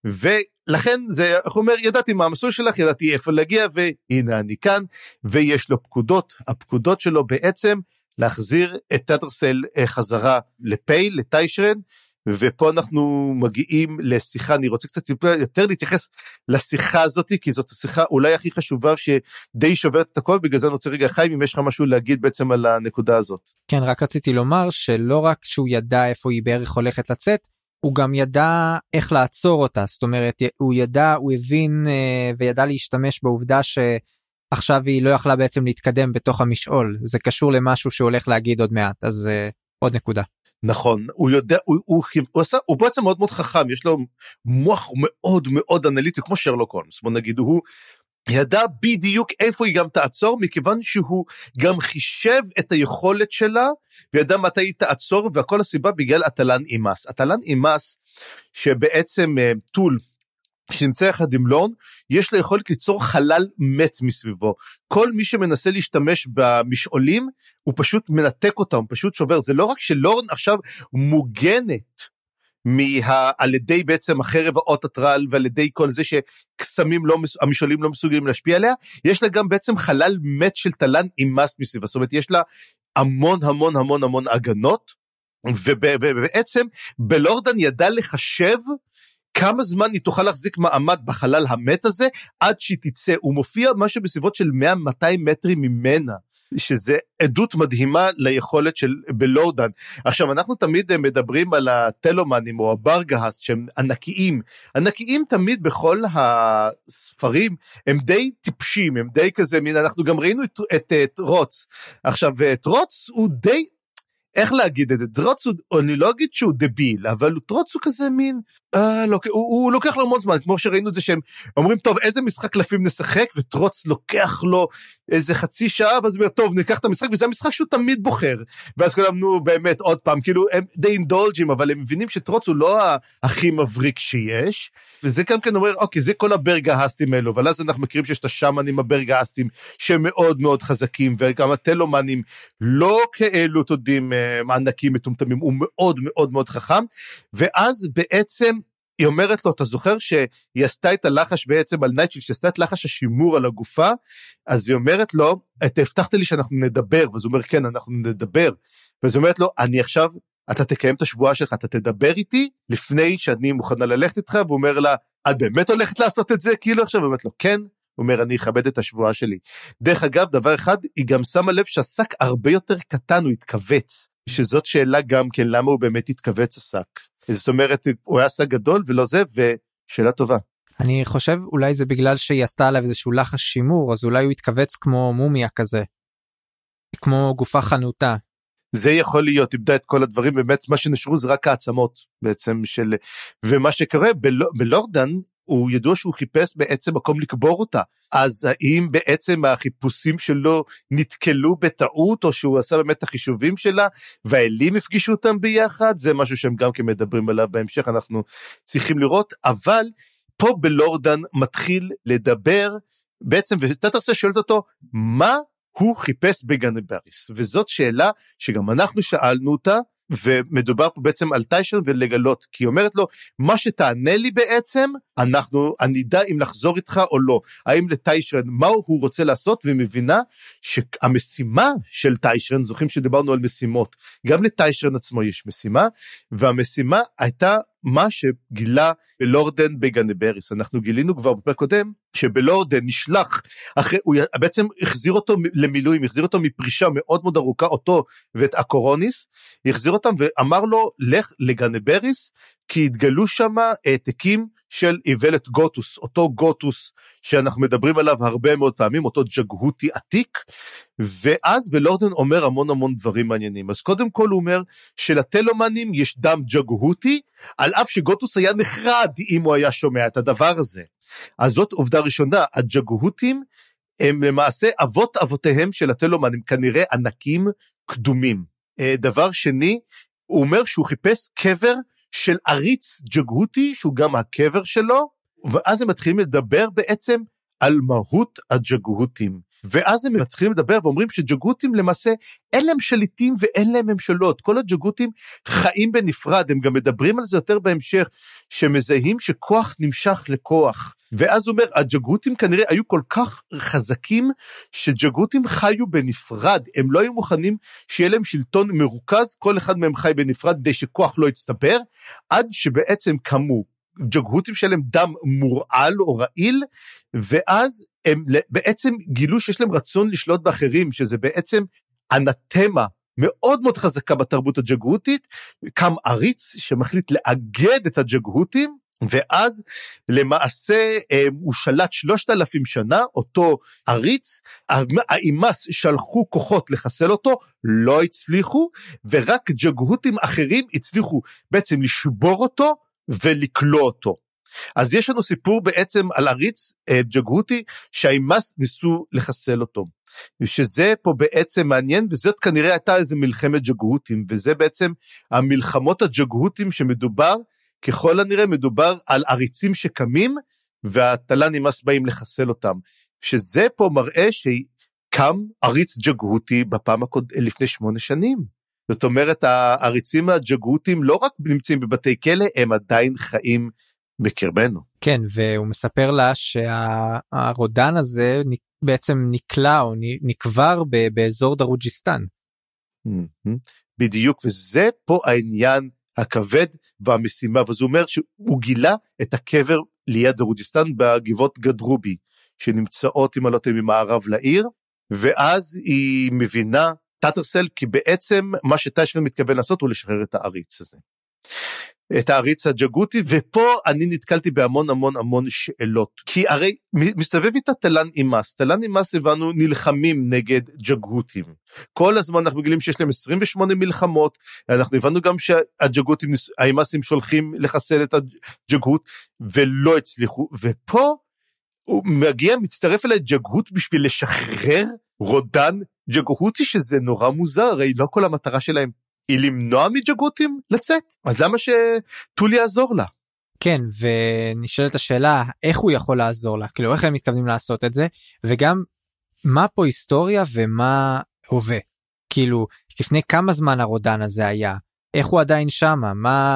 ולכן זה, איך הוא אומר, ידעתי מה המסלול שלך, ידעתי איפה להגיע, והנה אני כאן, ויש לו פקודות, הפקודות שלו בעצם, להחזיר את טאטרסל חזרה לפייל, לטיישרן, ופה אנחנו מגיעים לשיחה, אני רוצה קצת יותר להתייחס לשיחה הזאת, כי זאת השיחה אולי הכי חשובה שדי שוברת את הכל, בגלל זה אני רוצה רגע חיים, אם יש לך משהו להגיד בעצם על הנקודה הזאת. כן, רק רציתי לומר שלא רק שהוא ידע איפה היא בערך הולכת לצאת, הוא גם ידע איך לעצור אותה, זאת אומרת, הוא ידע, הוא הבין וידע להשתמש בעובדה שעכשיו היא לא יכלה בעצם להתקדם בתוך המשעול, זה קשור למשהו שהוא הולך להגיד עוד מעט, אז עוד נקודה. נכון, הוא יודע, הוא בעצם מאוד מאוד חכם, יש לו מוח מאוד מאוד אנליטי, כמו שרלוק הולמס, בוא נגיד, הוא ידע בדיוק איפה היא גם תעצור, מכיוון שהוא גם חישב את היכולת שלה, וידע מתי היא תעצור, והכל הסיבה בגלל אטלן אימאס. אטלן אימאס, שבעצם טול, שנמצא יחד עם לורן, יש לו יכולת ליצור חלל מת מסביבו. כל מי שמנסה להשתמש במשעולים, הוא פשוט מנתק אותם, הוא פשוט שובר. זה לא רק שלורן עכשיו מוגנת, על ידי בעצם החרב האוטוטרל, ועל ידי כל זה שקסמים המשעולים לא מסוגלים להשפיע עליה, יש לה גם בעצם חלל מת של טלן אימאס מסביבה, זאת אומרת יש לה המון המון המון המון הגנות, ובעצם בלורדן ידע לחשב כמה זמן היא תוכל להחזיק מעמד בחלל המת הזה, עד שהיא תצא. הוא מופיע משהו בסביבות של 100-200 מטרים ממנה, שזה עדות מדהימה ליכולת של בלורדן. עכשיו, אנחנו תמיד מדברים על הטלומנים או הברגהסט, שהם ענקיים. ענקיים תמיד בכל הספרים, הם די טיפשים, הם די כזה, אנחנו גם ראינו את רוץ. עכשיו, טרוץ הוא די, איך להגיד את זה? טרוץ אני לא אגיד שהוא דביל, אבל טרוץ הוא כזה מין, הוא לוקח לו המון זמן, כמו שראינו את זה שהם אומרים, טוב, איזה משחק קלפים נשחק, וטרוץ לוקח לו איזה חצי שעה, ואז הוא אומר, טוב, ניקח את המשחק, וזה המשחק שהוא תמיד בוחר, ואז כולם, נו, באמת, עוד פעם, כאילו, הם די אינדולג'ים, אבל הם מבינים שטרוץ הוא לא הכי מבריק שיש, וזה גם כן אומר, אוקיי, זה כל הברגהסטים האלו, אבל אז אנחנו מכירים שיש את השמנים הברגהסטים, שהם מאוד מאוד חזקים, וגם הטלומנים לא כאלו, תודים, מענקים מטומטמים, הוא מאוד מאוד מאוד חכם, ואז בעצם היא אומרת לו, אתה זוכר שהיא עשתה את הלחש בעצם על נייטשיל, שעשתה את לחש השימור על הגופה, אז היא אומרת לו, אתה הבטחת לי שאנחנו נדבר, ואז הוא אומר, כן, אנחנו נדבר, ואז היא אומרת לו, אני עכשיו, אתה תקיים את השבועה שלך, אתה תדבר איתי, לפני שאני מוכנה ללכת איתך, והוא אומר לה, את באמת הולכת לעשות את זה? כאילו עכשיו, היא אומרת לו, כן, הוא אומר, אני אכבד את השבועה שלי. דרך אגב, דבר אחד, היא גם שמה לב שהשק הרבה יותר קטן, הוא התכווץ, שזאת שאלה גם כן, למה הוא באמת התכווץ השק. זאת אומרת, הוא היה שק גדול ולא זה, ושאלה טובה. אני חושב, אולי זה בגלל שהיא עשתה עליו איזשהו לחש שימור, אז אולי הוא התכווץ כמו מומיה כזה, כמו גופה חנותה. זה יכול להיות, איבדה את כל הדברים, באמת מה שנשארו זה רק העצמות בעצם של, ומה שקורה בלורדן, הוא ידוע שהוא חיפש בעצם מקום לקבור אותה, אז האם בעצם החיפושים שלו נתקלו בטעות, או שהוא עשה באמת את החישובים שלה, והאלים הפגישו אותם ביחד, זה משהו שהם גם כן מדברים עליו בהמשך, אנחנו צריכים לראות, אבל פה בלורדן מתחיל לדבר, בעצם, וטטרסה שואלת אותו, מה הוא חיפש בגנבריס, וזאת שאלה שגם אנחנו שאלנו אותה, ומדובר פה בעצם על טיישרן ולגלות, כי היא אומרת לו, מה שתענה לי בעצם, אני אדע אם לחזור איתך או לא, האם לטיישרן, מה הוא רוצה לעשות, והיא מבינה שהמשימה של טיישרן, זוכרים שדיברנו על משימות, גם לטיישרן עצמו יש משימה, והמשימה הייתה מה שגילה בלורדן בגנבריס, אנחנו גילינו כבר בפרק קודם, שבלורדן נשלח, הוא בעצם החזיר אותו למילואים, החזיר אותו מפרישה מאוד מאוד ארוכה, אותו ואת אקורוניס, החזיר אותם ואמר לו, לך לגנבריס, כי התגלו שם העתקים של איוולת גוטוס, אותו גוטוס שאנחנו מדברים עליו הרבה מאוד פעמים, אותו ג'גהותי עתיק, ואז בלורדן אומר המון המון דברים מעניינים, אז קודם כל הוא אומר שלטלומנים יש דם ג'גהותי, על אף שגוטוס היה נחרד אם הוא היה שומע את הדבר הזה, אז זאת עובדה ראשונה, הג'גהותים הם למעשה אבות אבותיהם של הטלומנים, כנראה ענקים קדומים. דבר שני, הוא אומר שהוא חיפש קבר של עריץ ג'גהותי, שהוא גם הקבר שלו, ואז הם מתחילים לדבר בעצם על מהות הג'גהותים, ואז הם מתחילים לדבר ואומרים שג'גהותים למעשה אין להם שליטים ואין להם ממשלות, כל הג'גהותים חיים בנפרד, הם גם מדברים על זה יותר בהמשך, שמזהים שכוח נמשך לכוח, ואז הוא אומר, הג'גהותים כנראה היו כל כך חזקים, שג'גהותים חיו בנפרד, הם לא היו מוכנים שיהיה להם שלטון מרוכז, כל אחד מהם חי בנפרד, כדי שכוח לא יצטבר, עד שבעצם קמו, ג'גהותים שלהם דם מורעל או רעיל, ואז הם בעצם גילו שיש להם רצון לשלוט באחרים, שזה בעצם אנתמה מאוד מאוד חזקה בתרבות הג'גהותית, קם עריץ שמחליט לאגד את הג'גהותים, ואז למעשה הוא שלט 3,000 שנה, אותו עריץ, האימס שלחו כוחות לחסל אותו, לא הצליחו, ורק ג'גהותים אחרים הצליחו בעצם לשבור אותו, ולקלוא אותו. אז יש לנו סיפור בעצם על עריץ ג'גהותי, שהאימס ניסו לחסל אותו. שזה פה בעצם מעניין, וזאת כנראה הייתה איזה מלחמת ג'גהותים, וזה בעצם המלחמות הג'גהותים שמדובר, ככל הנראה מדובר על עריצים שקמים, והטלן אימס באים לחסל אותם. שזה פה מראה שקם עריץ ג'גהותי בפעם לפני 8 שנים. זאת אומרת, העריצים הג'גהותים לא רק נמצאים בבתי כלא, הם עדיין חיים בקרבנו. כן, והוא מספר לה שהרודן הזה בעצם נקלע או נקבר באזור דרוג'יסטן. בדיוק, וזה פה העניין הכבד והמשימה, וזה אומר שהוא גילה את הקבר ליד דרוג'יסטן בגבעות גדרובי, שנמצאות עם הלוטים ממערב לעיר, ואז היא מבינה טאטרסל, כי בעצם מה שטיישרן מתכוון לעשות הוא לשחרר את העריץ הזה. את העריץ הג'גותי, ופה אני נתקלתי בהמון המון המון שאלות, כי הרי מסתובב איתה תלן אימאס, תלן אימאס הבנו נלחמים נגד ג'גהותים, כל הזמן אנחנו מגלים שיש להם 28 מלחמות, אנחנו הבנו גם שהג'גהותים, האימאסים שולחים לחסל את הג'גהות, ולא הצליחו, ופה הוא מגיע, מצטרף אליי ג'גהות בשביל לשחרר רודן ג'גהותי, שזה נורא מוזר, הרי לא כל המטרה שלהם היא למנוע מג'גהותים לצאת, אז למה שטול יעזור לה? כן, ונשאלת השאלה, איך הוא יכול לעזור לה? כאילו, איך הם מתכוונים לעשות את זה? וגם, מה פה היסטוריה ומה הווה? כאילו, לפני כמה זמן הרודן הזה היה? איך הוא עדיין שמה?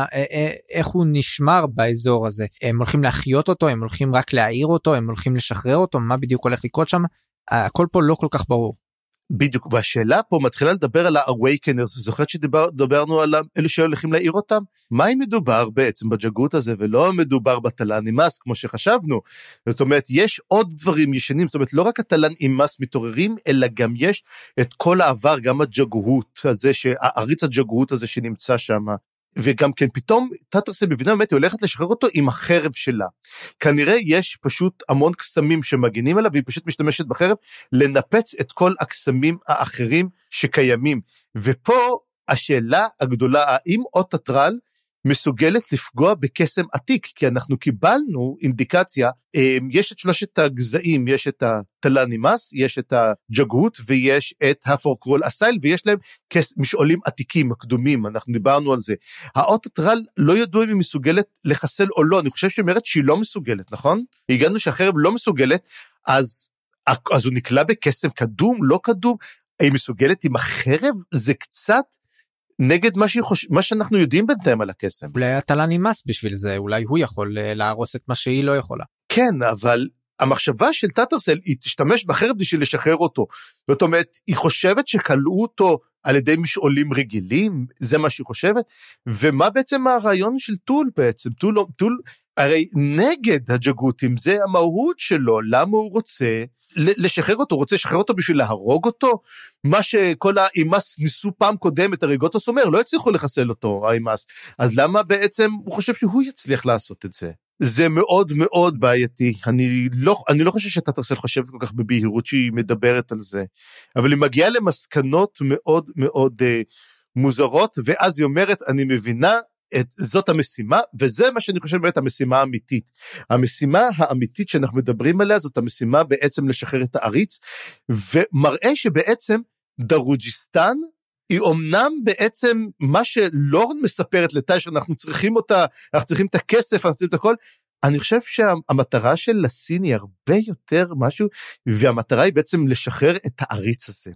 איך הוא נשמר באזור הזה? הם הולכים להחיות אותו? הם הולכים רק להעיר אותו? הם הולכים לשחרר אותו? מה בדיוק הולך לקרות שם? הכל פה לא כל כך ברור. בדיוק, והשאלה פה מתחילה לדבר על ה-Awakeners, זוכרת שדיברנו על אלו שהולכים להעיר אותם? מה אם מדובר בעצם בג'גהות הזה, ולא מדובר בתלן אימאס, כמו שחשבנו? זאת אומרת, יש עוד דברים ישנים, זאת אומרת, לא רק התלן אימאס מתעוררים, אלא גם יש את כל העבר, גם הג'גהות הזה, העריץ הג'גהות הזה שנמצא שם, וגם כן פתאום טאטרסל מבינה באמת היא הולכת לשחרר אותו עם החרב שלה. כנראה יש פשוט המון קסמים שמגינים עליו, והיא פשוט משתמשת בחרב לנפץ את כל הקסמים האחרים שקיימים. ופה השאלה הגדולה, האם אוטטרל מסוגלת לפגוע בקסם עתיק, כי אנחנו קיבלנו אינדיקציה, יש את שלושת הגזעים, יש את התלן אימאס, יש את הג'גהות, ויש את הפורקרול אסייל, ויש להם משעולים עתיקים, מקדומים, אנחנו דיברנו על זה. האוטטרל לא ידעו אם היא מסוגלת לחסל או לא, אני חושב שהיא אומרת שהיא לא מסוגלת, נכון? הגענו שהחרב לא מסוגלת, אז הוא נקלע בקסם קדום, לא קדום, היא מסוגלת עם החרב, זה קצת, נגד מה שאנחנו יודעים בינתיים על הקסם. אולי התלן אימאס בשביל זה, אולי הוא יכול להרוס את מה שהיא לא יכולה. כן, אבל המחשבה של טאטרסל היא תשתמש בחרב בשביל לשחרר אותו. זאת אומרת, היא חושבת שקלעו אותו על ידי משעולים רגילים, זה מה שהיא חושבת, ומה בעצם הרעיון של טול בעצם? טול הרי נגד הג'גהותים, זה המהות שלו, למה הוא רוצה לשחרר אותו, הוא רוצה לשחרר אותו בשביל להרוג אותו, מה שכל האימאס ניסו פעם קודמת, הריגוטוס אומר, לא הצליחו לחסל אותו, האימאס, אז למה בעצם הוא חושב שהוא יצליח לעשות את זה? זה מאוד מאוד בעייתי, אני לא חושב שטאטרסל חושבת כל כך בבהירות שהיא מדברת על זה, אבל היא מגיעה למסקנות מאוד מאוד מוזרות, ואז היא אומרת, אני מבינה, זאת המשימה, וזה מה שאני חושב באמת המשימה האמיתית. המשימה האמיתית שאנחנו מדברים עליה, זאת המשימה בעצם לשחרר את העריץ, ומראה שבעצם דרוג'יסטן, היא אומנם בעצם מה שלורן מספרת לטיישר, אנחנו צריכים אותה, אנחנו צריכים את הכסף, אנחנו צריכים את הכל, אני חושב שהמטרה של לסין היא הרבה יותר משהו, והמטרה היא בעצם לשחרר את העריץ הזה.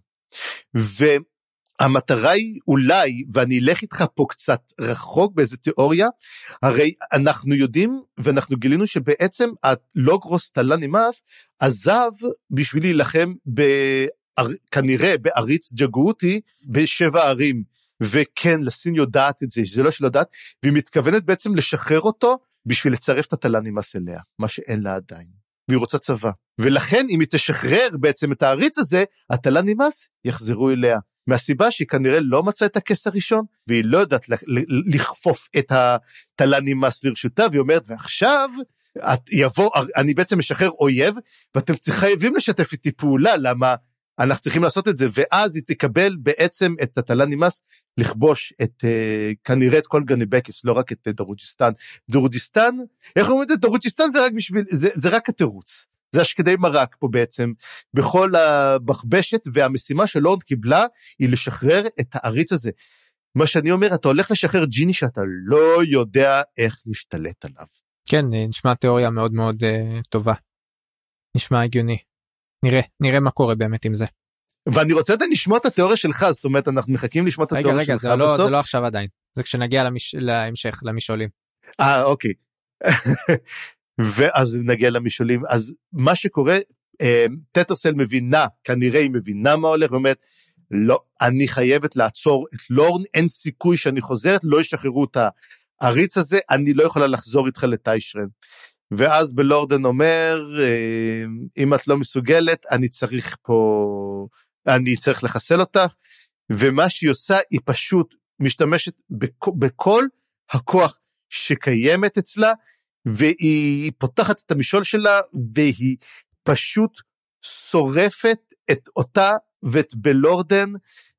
המטרה היא אולי, ואני אלך איתך פה קצת רחוק באיזה תיאוריה, הרי אנחנו יודעים, ואנחנו גילינו שבעצם הלוגרוס תלן אימאס, עזב בשביל להילחם כנראה בעריץ ג'גהותי, ב7 ערים, וכן, לסין יודעת את זה, זה לא שלא יודעת, והיא מתכוונת בעצם לשחרר אותו, בשביל לצרף את התלן אימאס אליה, מה שאין לה עדיין, והיא רוצה צבא, ולכן אם היא תשחרר בעצם את העריץ הזה, התלן אימאס יחזרו אליה, מהסיבה שהיא כנראה לא מצאה את הכס הראשון, והיא לא יודעת לכפוף את התלן אימאס לרשותה, והיא אומרת, ועכשיו, אני בעצם משחרר אויב, ואתם חייבים לשתף איתי פעולה, למה אנחנו צריכים לעשות את זה, ואז היא תקבל בעצם את התלן אימאס, לכבוש כנראה את כל גניבקיס, לא רק את דרוג'יסטן. דרוג'יסטן, איך אומרים את זה? דרוג'יסטן זה רק התירוץ. זה השקדי מרק פה בעצם, בכל הבחבשת, והמשימה שלורן קיבלה, היא לשחרר את העריץ הזה. מה שאני אומר, אתה הולך לשחרר ג'יני, שאתה לא יודע איך להשתלט עליו. כן, נשמע תיאוריה מאוד מאוד טובה. נשמע הגיוני. נראה מה קורה באמת עם זה. ואני רוצה לשמוע את התיאוריה שלך, זאת אומרת, אנחנו מחכים לשמוע את התיאוריה שלך בסוף. רגע, זה לא עכשיו עדיין. זה כשנגיע להמשך, למשעולים. אוקיי. ואז נגיע למשעולים. אז מה שקורה, טאטרסל מבינה, כנראה היא מבינה מה הולך, ואומרת, לא, אני חייבת לעצור את לורן, אין סיכוי שאני חוזרת, לא ישחררו את העריץ הזה, אני לא יכולה לחזור איתך לטיישרן. ואז בלורדן אומר, אם את לא מסוגלת, אני צריך לחסל אותך, ומה שהיא עושה, היא פשוט משתמשת בכל הכוח שקיימת אצלה, והיא פותחת את המשול שלה, והיא פשוט שורפת את אותה ואת בלורדן,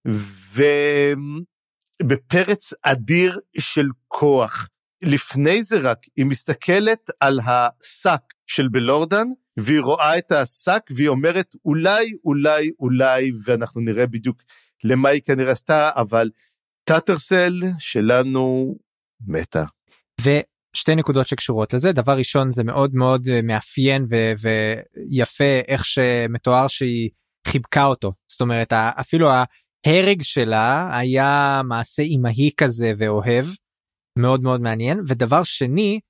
ובפרץ אדיר של כוח. לפני זה רק, היא מסתכלת על השק של בלורדן, והיא רואה את השק, והיא אומרת, אולי, ואנחנו נראה בדיוק למה היא כנראה עשתה, אבל טאטרסל שלנו מתה. ושתי נקודות שקשורות לזה, דבר ראשון זה מאוד מאוד מאפיין ויפה איך שמתואר שהיא חיבקה אותו, זאת אומרת אפילו ההרג שלה היה מעשה אימהי כזה ואוהב, מאוד מאוד מעניין. ודבר שני,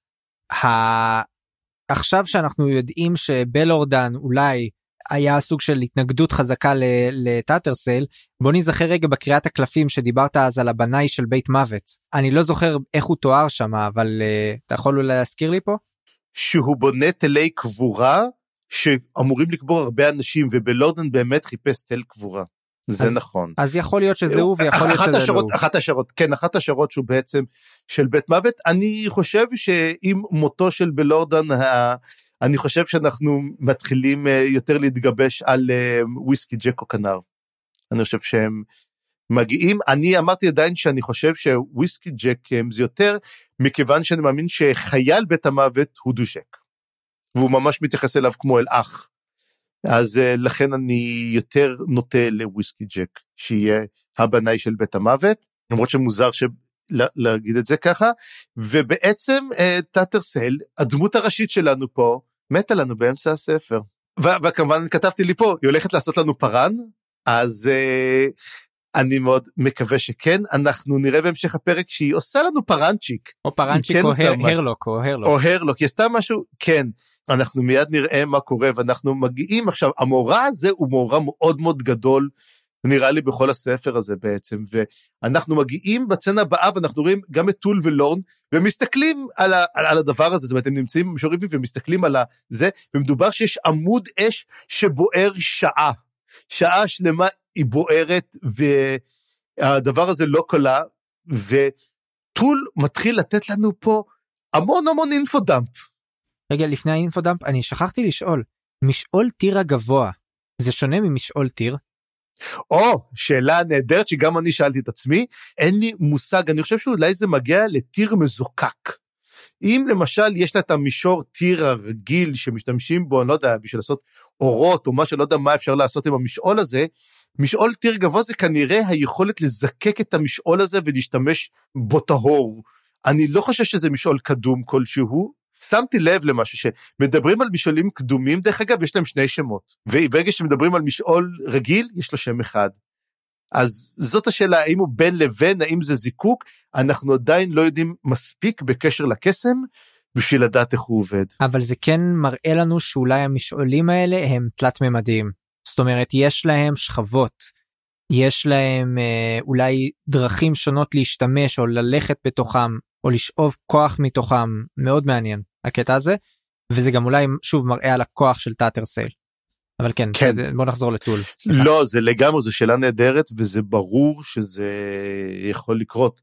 עכשיו שאנחנו יודעים שבלורדן אולי היה סוג של התנגדות חזקה לטאטרסל, בוא נזכר רגע בקריאת הקלפים שדיברת אז על הבנאי של בית מוות. אני לא זוכר איך הוא תואר שם, אבל אתה יכול אולי להזכיר לי פה? שהוא בונה תלי קבורה שאמורים לקבור הרבה אנשים, ובלורדן באמת חיפש תל קבורה. זה נכון. אז יכול להיות שזה הוא ויכול להיות שזה לא. אחת השערות שהוא בעצם של בית מוות. אני חושב שעם מותו של בלורדן, אני חושב שאנחנו מתחילים יותר להתגבש על וויסקי ג'ק או כנר. אני חושב שהם מגיעים. אני אמרתי עדיין שאני חושב שוויסקי ג'ק זה יותר, מכיוון שאני מאמין שחייל בית המוות הוא דושק. והוא ממש מתייחס אליו כמו אל אח. אז לכן אני יותר נוטה לוויסקי ג'ק, שיהיה הבנאי של בית המוות, למרות שמוזר להגיד את זה ככה, ובעצם טאטרסל, הדמות הראשית שלנו פה, מתה לנו באמצע הספר. וכמובן כתבתי לי פה, היא הולכת לעשות לנו פרן, אז אני מאוד מקווה שכן, אנחנו נראה בהמשך הפרק שהיא עושה לנו פרנצ'יק. או פרנצ'יק או הרלוק. או הרלוק, היא עשתה משהו, כן. אנחנו מיד נראה מה קורה, ואנחנו מגיעים עכשיו, המורה הזה הוא מורה מאוד מאוד גדול, נראה לי בכל הספר הזה בעצם, ואנחנו מגיעים בצנה הבאה, ואנחנו רואים גם את טול ולורן, ומסתכלים על הדבר הזה, זאת אומרת, הם נמצאים במישור ריבי, ומסתכלים על זה, ומדובר שיש עמוד אש שבוער שעה שלמה היא בוערת, והדבר הזה לא קלה, וטול מתחיל לתת לנו פה המון אינפודאמפ. רגע, לפני האינפודאמפ, אני שכחתי לשאול, משאול טיר הגבוה, זה שונה ממשאול טיר? שאלה נהדרת שגם אני שאלתי את עצמי, אין לי מושג, אני חושב שאולי זה מגיע לטיר מזוקק. אם למשל יש לה את המישור טיר הרגיל שמשתמשים בו, אני לא יודע, בשביל לעשות אורות או מה שלא יודע מה אפשר לעשות עם המשאול הזה, משאול טיר גבוה זה כנראה היכולת לזקק את המשאול הזה ולהשתמש בו טהור. אני לא חושב שזה משאול קדום כלשהו, שמתי לב למשהו שמדברים על משאולים קדומים, דרך אגב יש להם שני שמות, וברגע שמדברים על משאול רגיל, יש לו שם אחד. אז זאת השאלה, האם הוא בין לבין, האם זה זיקוק, אנחנו עדיין לא יודעים מספיק בקשר לקסם, בשביל לדעת איך הוא עובד. אבל זה כן מראה לנו שאולי המשאולים האלה הם תלת ממדיים, זאת אומרת יש להם שכבות, יש להם אולי דרכים שונות להשתמש או ללכת בתוכם, או לשאוב כוח מתוכם, מאוד מעניין הקטע הזה, וזה גם אולי שוב מראה על הכוח של טאטרסל. אבל כן. בוא נחזור לטול. לא, זה לגמרי, זו שאלה נהדרת, וזה ברור שזה יכול לקרות.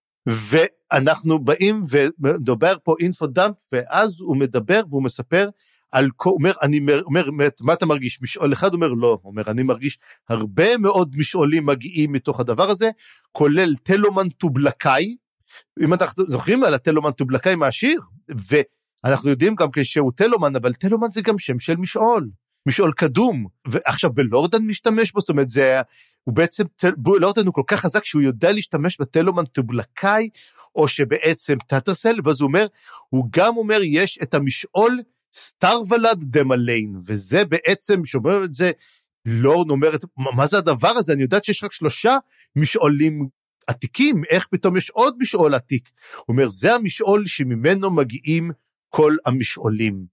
ואנחנו באים ומדבר פה אינפודאמפ, ואז הוא מדבר והוא מספר, הוא אומר, מה אתה מרגיש? משאול אחד אומר לא, הוא אומר, אני מרגיש הרבה מאוד משאולים מגיעים מתוך הדבר הזה, כולל תלומן טובלקאי, אם אנחנו זוכרים על התלומן טובלקאי מהשיר, ואנחנו יודעים גם שהוא תלומן, אבל תלומן זה גם שם של משאול קדום, ועכשיו בלורדן משתמש בו, זאת אומרת, הוא בעצם, בלורדן הוא כל כך חזק, שהוא יודע להשתמש בתלומן טובלקאי, או שבעצם טאטרסל, ואז הוא אומר, הוא גם אומר, יש את המשאול סטרוולד דמליין, וזה בעצם, שאומר את זה, לורן אומרת, מה זה הדבר הזה? אני יודעת שיש רק 3 משאולים עתיקים, איך פתאום יש עוד משאול עתיק? הוא אומר, זה המשאול שממנו מגיעים כל המשאולים.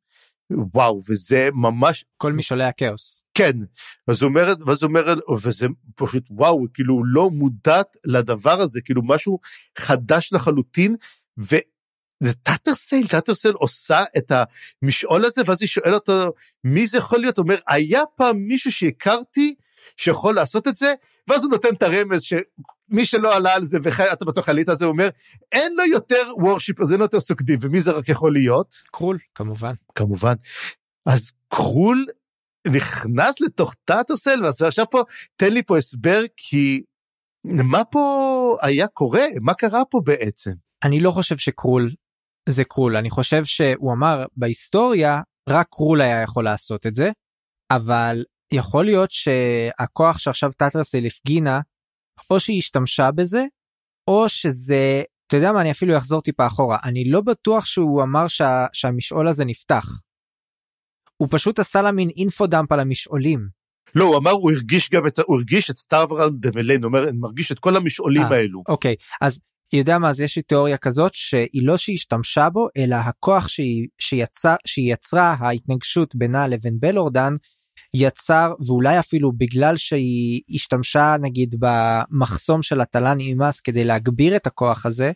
וואו, וזה ממש... כל משעולי הכאוס. כן, אז הוא אומר, וזה פשוט וואו, כאילו הוא לא מודעת לדבר הזה, כאילו משהו חדש לחלוטין, וזה טאטרסייל עושה את המשעול הזה, ואז היא שואלת אותו, מי זה יכול להיות? הוא אומר, היה פעם מישהו שהכרתי, שיכול לעשות את זה, ואז הוא נותן את הרמז, שמי שלא עלה על זה, ואתה בטוח עלית על זה, הוא אומר, אין לו יותר וורשיפ, אז אין לו יותר סוקדים, ומי זה רק יכול להיות? קרול, כמובן. כמובן. אז קרול נכנס לתוך טאטרסל, ואז עכשיו פה, תן לי פה הסבר, כי מה פה היה קורה? מה קרה פה בעצם? אני לא חושב שקרול זה קרול, אני חושב שהוא אמר, בהיסטוריה, רק קרול היה יכול לעשות את זה, אבל יכול להיות שהכוח שעכשיו טאטרסל הפגינה, או שהיא השתמשה בזה, או שזה, אתה יודע מה, אני אפילו אחזור טיפה אחורה, אני לא בטוח שהוא אמר שהמשעול הזה נפתח. הוא פשוט עשה לה מין אינפודאמפ על המשעולים. לא, הוא אמר, הוא הרגיש את סטארוורל דמליין, הוא אומר, אני מרגיש את כל המשעולים האלו. אוקיי, אז יודע מה, אז יש לי תיאוריה כזאת, שהיא לא שהיא השתמשה בו, אלא הכוח שהיא יצרה, ההתנגשות בינה לבין בלורדן, יצר, ואולי אפילו בגלל שהיא השתמשה נגיד במחסום של הטלן אימאס כדי להגביר את הכוח הזה,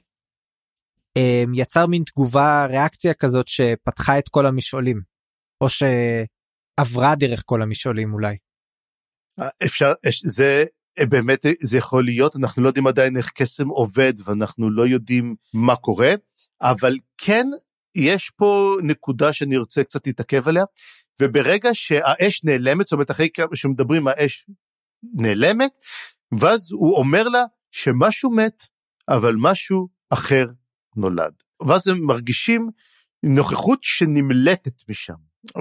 יצר מין תגובה, ריאקציה כזאת שפתחה את כל המשעולים, או שעברה דרך כל המשעולים אולי. אפשר, זה באמת, זה יכול להיות, אנחנו לא יודעים עדיין איך קסם עובד, ואנחנו לא יודעים מה קורה, אבל כן, יש פה נקודה שאני רוצה קצת להתעכב עליה, וברגע שהאש נעלמת, זאת אומרת, אחרי שמדברים, האש נעלמת, ואז הוא אומר לה שמשהו מת, אבל משהו אחר נולד. ואז הם מרגישים נוכחות שנמלטת משם.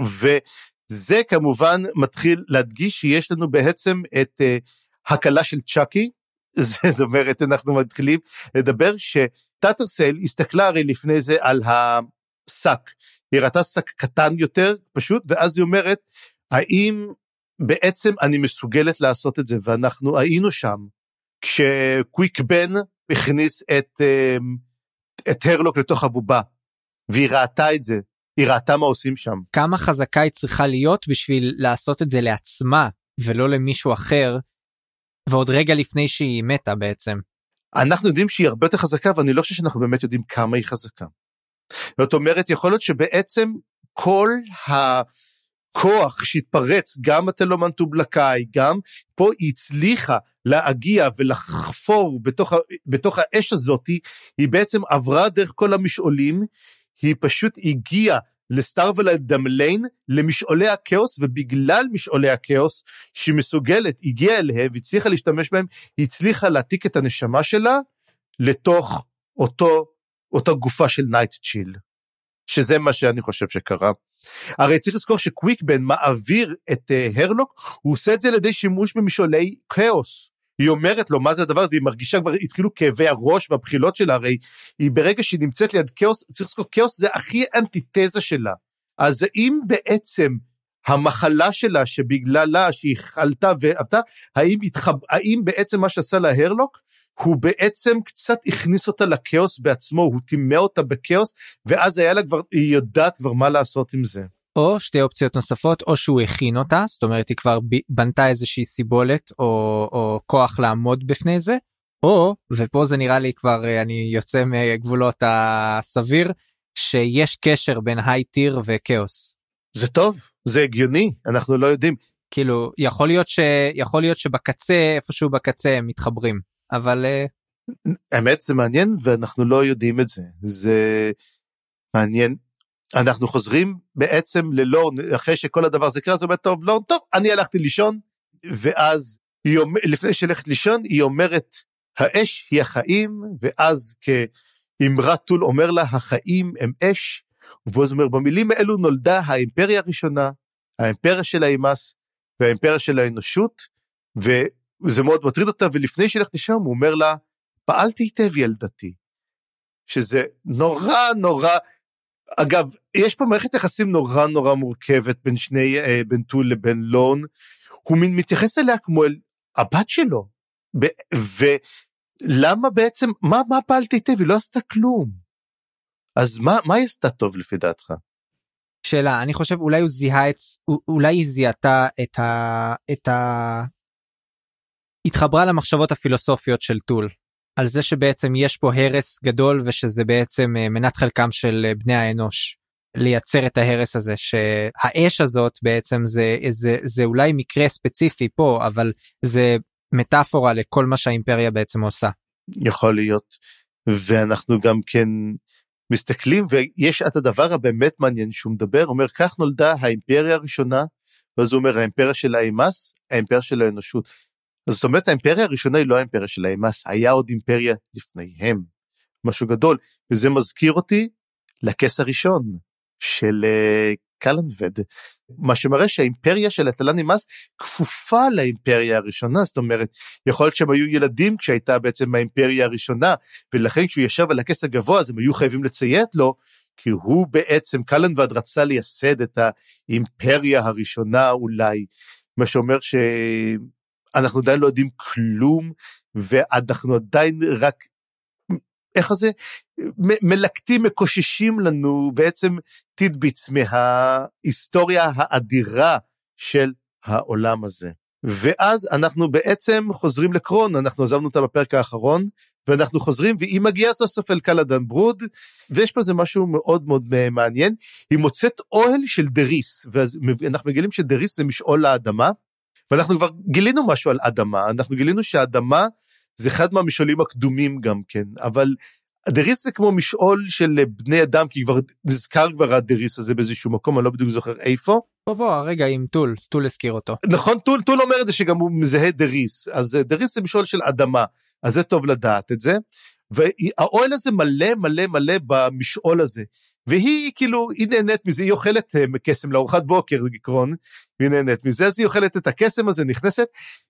וזה כמובן מתחיל להדגיש שיש לנו בעצם את הקלה של צ'אקי, זאת אומרת, אנחנו מתחילים לדבר שטאטרסל הסתכלה הרי לפני זה על השק, היא ראתה שק קטן יותר פשוט, ואז היא אומרת, האם בעצם אני מסוגלת לעשות את זה, ואנחנו היינו שם, כשקוויק בן הכניס את הרלוק לתוך הבובה, והיא ראתה את זה, היא ראתה מה עושים שם. כמה חזקה היא צריכה להיות בשביל לעשות את זה לעצמה, ולא למישהו אחר, ועוד רגע לפני שהיא מתה בעצם. אנחנו יודעים שהיא הרבה יותר חזקה, ואני לא חושב שאנחנו באמת יודעים כמה היא חזקה. זאת אומרת, יכול להיות שבעצם כל הכוח שהתפרץ, גם התלומן טובלקאי, גם פה היא הצליחה להגיע ולחפור בתוך האש הזאת, היא בעצם עברה דרך כל המשעולים, היא פשוט הגיעה לסטארוורל דמליין, למשעולי הכאוס, ובגלל משעולי הכאוס שהיא מסוגלת, הגיעה אליהם, והצליחה להשתמש בהם, היא הצליחה להעתיק את הנשמה שלה, לתוך אותה גופה של נייטצ'יל, שזה מה שאני חושב שקרה. הרי צריך לזכור שקוויק בן מעביר את הרלוק, הוא עושה את זה לידי שימוש במשעולי כאוס, היא אומרת לו מה זה הדבר הזה, היא מרגישה כבר, התחילו כאבי הראש והבחילות שלה, הרי היא ברגע שהיא נמצאת ליד כאוס, צריך לזכור, כאוס זה הכי אנטיתזה שלה, אז אם בעצם המחלה שלה שבגללה שהיא חלתה ועבדה, האם בעצם מה שעשה לה הרלוק, הוא בעצם קצת הכניס אותה לכאוס בעצמו, הוא טימא אותה בכאוס, ואז היה לה כבר, היא יודעת כבר מה לעשות עם זה. או שתי אופציות נוספות, או שהוא הכין אותה, זאת אומרת היא כבר בנתה איזושהי סיבולת, או כוח לעמוד בפני זה, או, ופה זה נראה לי כבר, אני יוצא מגבולות הסביר, שיש קשר בין הייטיר וכאוס. זה טוב, זה הגיוני, אנחנו לא יודעים. כאילו, יכול להיות שבקצה, איפשהו בקצה הם מתחברים, אבל... האמת זה מעניין, ואנחנו לא יודעים את זה. זה מעניין. אנחנו חוזרים בעצם ללורן, אחרי שכל הדבר הזה קרה, זה אומר, טוב, לורן, טוב, אני הלכתי לישון, ואז לפני שהלכת לישון, היא אומרת, האש היא החיים, ואז כאמרת טול אומר לה, החיים הם אש, ואז אומר, במילים האלו נולדה האימפריה הראשונה, האימפריה של האימאס, והאימפריה של האנושות, וזה מאוד מטריד אותה, ולפני שהלכתי שם, הוא אומר לה, פעלתי היטב ילדתי, שזה נורא נורא, אגב, יש פה מערכת יחסים נורא נורא מורכבת, בין טול לבין לורן, הוא מתייחס אליה כמו אל הבת שלו, ולמה בעצם, מה פעלתי היטב? היא לא עשתה כלום, אז מה היא עשתה טוב לפי דעתך? שאלה, אני חושב אולי אולי היא זיהתה התחברה למחשבות הפילוסופיות של טול, על זה שבעצם יש פה הרס גדול ושזה בעצם מנת חלקם של בני האנוש, לייצר את ההרס הזה, שהאש הזאת בעצם זה אולי מקרה ספציפי פה, אבל זה מטאפורה לכל מה שהאימפריה בעצם עושה. יכול להיות, ואנחנו גם כן מסתכלים, ויש את הדבר הבאמת מעניין שהוא מדבר, אומר כך נולדה האימפריה הראשונה, ואז הוא אומר האימפריה של האימאס, האימפריה של האנושות. אז זאת אומרת האימפריה הראשונה היא לא האימפריה של האימאס, היה עוד אימפריה לפניהם, משהו גדול, וזה מזכיר אותי לכס הראשון של קלנבד, מה שמראה שהאימפריה של הטלן אימאס כפופה לאימפריה הראשונה, זאת אומרת, יכול להיות שהם היו ילדים כשהייתה בעצם האימפריה הראשונה, ולכן כשהוא ישב על הכס הגבוה, אז הם היו חייבים לציית לו, כי הוא בעצם, קלנבד רצה לייסד את האימפריה הראשונה אולי, מה שאומר שאנחנו עדיין לא יודעים כלום, ואנחנו עדיין רק, איך זה? מלקטים, מקוששים לנו בעצם תדביץ מההיסטוריה האדירה של העולם הזה. ואז אנחנו בעצם חוזרים לקרון, אנחנו עזבנו אותה בפרק האחרון, ואנחנו חוזרים, והיא מגיעה סוף סוף אל קלאדן ברוד, ויש פה זה משהו מאוד מאוד מעניין, היא מוצאת אוהל של דריס, ואנחנו מגלים שדריס זה משעול לאדמה, ואנחנו כבר גילינו משהו על אדמה, אנחנו גילינו שהאדמה זה אחד מהמשעולים הקדומים גם כן, אבל הדריס זה כמו משעול של בני אדם, כי כבר נזכר כבר הדריס הזה באיזשהו מקום, אני לא בדיוק זוכר איפה. בוא, הרגע עם טול הזכיר אותו. נכון, טול אומר את זה שגם הוא מזהה דריס, אז דריס זה משעול של אדמה, אז זה טוב לדעת את זה, והאוהל הזה מלא מלא מלא במשעול הזה, והיא כאילו, היא נהנית מזה, היא אוכלת קסם לארוחת בוקר, קרון, והיא נהנית מזה, אז היא אוכלת את הקסם הזה, נכנסת,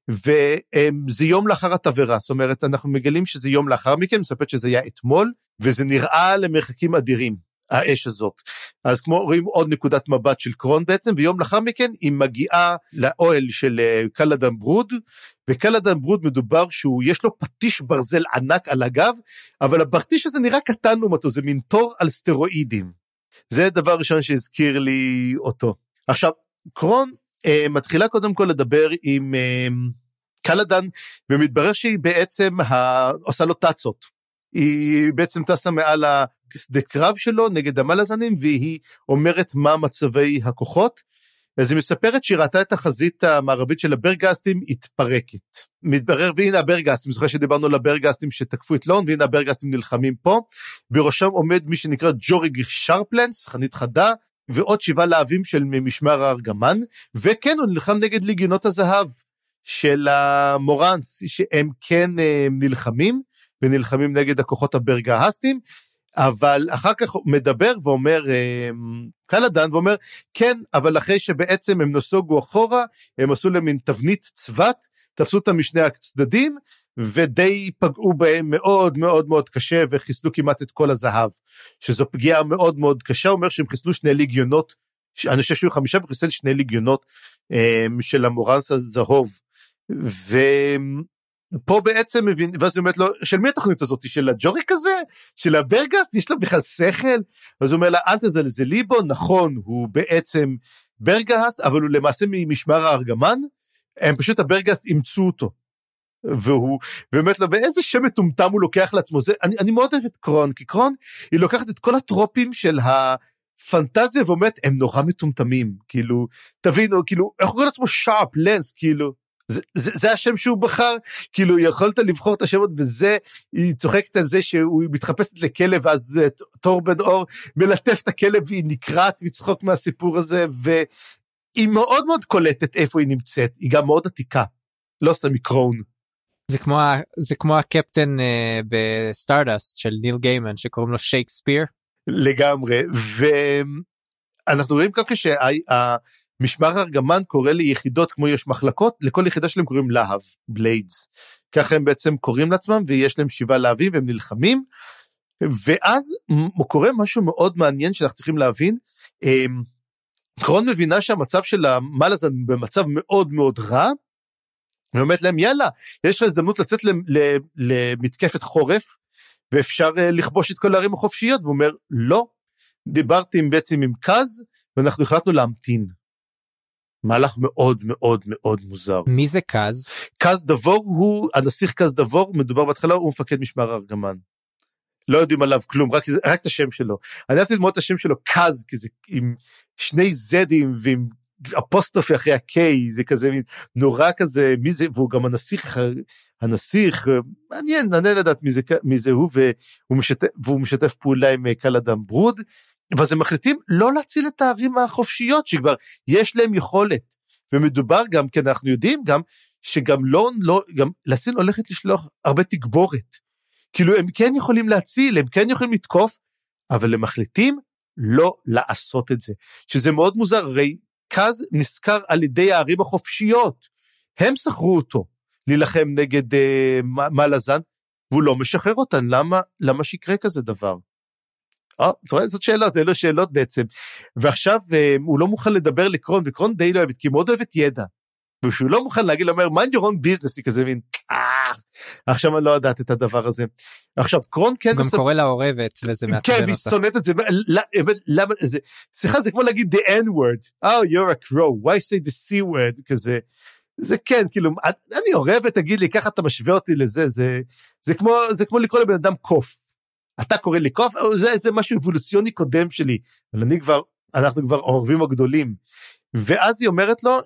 וזה יום לאחר התברה, זאת אומרת, אנחנו מגלים שזה יום לאחר מכן, מספרת שזה היה אתמול, וזה נראה למרחקים אדירים, האש הזאת. אז כמו רואים עוד נקודת מבט של קרון בעצם, ויום לאחר מכן היא מגיעה לאוהל של קלאדן ברוד, וקלאדן ברוד מדובר שהוא, יש לו פטיש ברזל ענק על הגב, אבל הפטיש הזה נראה קטן לעומתו, זה מין תור על סטרואידים. זה הדבר הראשון שהזכיר לי אותו. עכשיו, קרון מתחילה קודם כל לדבר עם קלאדן, ומתברר שהיא בעצם עושה לו טאצות. היא בעצם טסה מעל השדה קרב שלו נגד המלזנים, והיא אומרת מה מצבי הכוחות, אז היא מספרת שהיא ראתה את החזית המערבית של הברגסטים התפרקת. מתברר, והנה הברגסטים, זוכר שדיברנו על הברגסטים שתקפו את לון, והנה הברגסטים נלחמים פה, בראשם עומד מי שנקרא ג'וריג שרפלנס, חנית חדה, ועוד 7 להבים של משמר הארגמן, וכן הוא נלחם נגד ליגיונות הזהב של המורנס, שהם כן נלחמים, ונלחמים נגד הכוחות הברגהסטים, אבל אחר כך מדבר ואומר קלאדן, ואומר כן, אבל אחרי שבעצם הם נסוגו אחורה, הם עשו להם תבנית צוות, תפסו אותם משני הצדדים, ודי פגעו בהם מאוד מאוד מאוד קשה, וחיסלו כמעט את כל הזהב, שזו פגיעה מאוד מאוד קשה, הוא אומר שהם חיסלו 2 ליגיונות, אני חושב שהוא 5 וחיסל 2 ליגיונות של המורנס הזהוב, פה בעצם מבין, ואז היא אומרת לו, של מי התוכנית הזאת? של הג'וריק הזה? של הברגסט? יש לו בכלל שכל? אז הוא אומר לה, אל תזלזלי בו, נכון, הוא בעצם ברגהסט, אבל הוא למעשה ממשמר הארגמן, הם פשוט הברגהסט אימצו אותו, ואומרת לו, ואיזה שם מטומטם הוא לוקח לעצמו, אני מאוד אוהב את קרון, כי קרון, היא לוקחת את כל הטרופים של הפנטזיה, ואומרת, הם נורא מטומטמים, כאילו, תבינו, כאילו, איך הוא קורא לעצמו שרפ, לנס, כאילו, זה השם שהוא בחר, כאילו יכולת לבחור את השמות, וזה, היא צוחקת על זה שהוא מתחפשת לכלב, ואז תור בן אור מלטף את הכלב, והיא נקראת מצחוק מהסיפור הזה, והיא מאוד מאוד קולטת איפה היא נמצאת, היא גם מאוד עתיקה, לא סתם מקרון. זה כמו הקפטן בסטארדסט של ניל גיימן, שקוראים לו שייקספיר. לגמרי, ואנחנו רואים כאן משמר הארגמן קורא ליחידות כמו יש מחלקות, לכל יחידה שלהם קוראים להב, בליידס. ככה הם בעצם קוראים לעצמם, ויש להם 7 להבים והם נלחמים, ואז קורה משהו מאוד מעניין שאנחנו צריכים להבין, קרון מבינה שהמצב של המלזן במצב מאוד מאוד רע, ואומרת להם יאללה, יש לך הזדמנות לצאת למתקפת חורף, ואפשר לכבוש את כל הערים החופשיות, ואומר לא, דיברתי בעצם עם קז, ואנחנו החלטנו להמתין. מהלך מאוד מאוד מאוד מוזר. מי זה קז? קז דבור הוא, הנסיך קז דבור, מדובר בהתחלה, הוא מפקד משמר ארגמן. לא יודעים עליו כלום, רק את השם שלו. אני אהבתי ללמוד את השם שלו, קז, כי זה עם שני זדים, ועם אפוסטרופי אחרי הקיי, זה כזה נורא כזה, מי זה, והוא גם הנסיך, מעניין לדעת מי זה הוא, והוא משתף פעולה עם קלאדם ברוד, ואז הם מחליטים לא להציל את הערים החופשיות, שכבר יש להם יכולת, ומדובר גם, כי אנחנו יודעים גם, שגם גם לסין הולכת לשלוח הרבה תגבורת, כאילו הם כן יכולים להציל, הם כן יכולים לתקוף, אבל הם מחליטים לא לעשות את זה, שזה מאוד מוזר, הרי קז נזכר על ידי הערים החופשיות, הם שכרו אותו, להילחם נגד מלאזן, והוא לא משחרר אותן, למה שיקרה כזה דבר? אתה רואה, זאת שאלות, אלו שאלות בעצם, ועכשיו הוא לא מוכן לדבר לקרון, וקרון די לא אוהבת, כי הוא מאוד אוהבת ידע, ושהוא לא מוכן להגיד, אומר, mind your own business, היא כזה מין, עכשיו אני לא יודעת את הדבר הזה. עכשיו, קרון כן... גם קורא לה עורבת, וזה מעצבן אותה. כן, והיא שונאת את זה, למה, סליחה, זה כמו להגיד the N-word, oh, you're a crow, why say the C-word, כזה, זה כן, כאילו, אני עורבת, תגיד לי, ככה אתה משווה אותי לזה, זה כמו לקרוא לבן אדם קוף, אתה קורא לי קוף, זה משהו אבולוציוני קודם שלי, אבל אנחנו כבר עורבים הגדולים, ואז היא אומרת לו,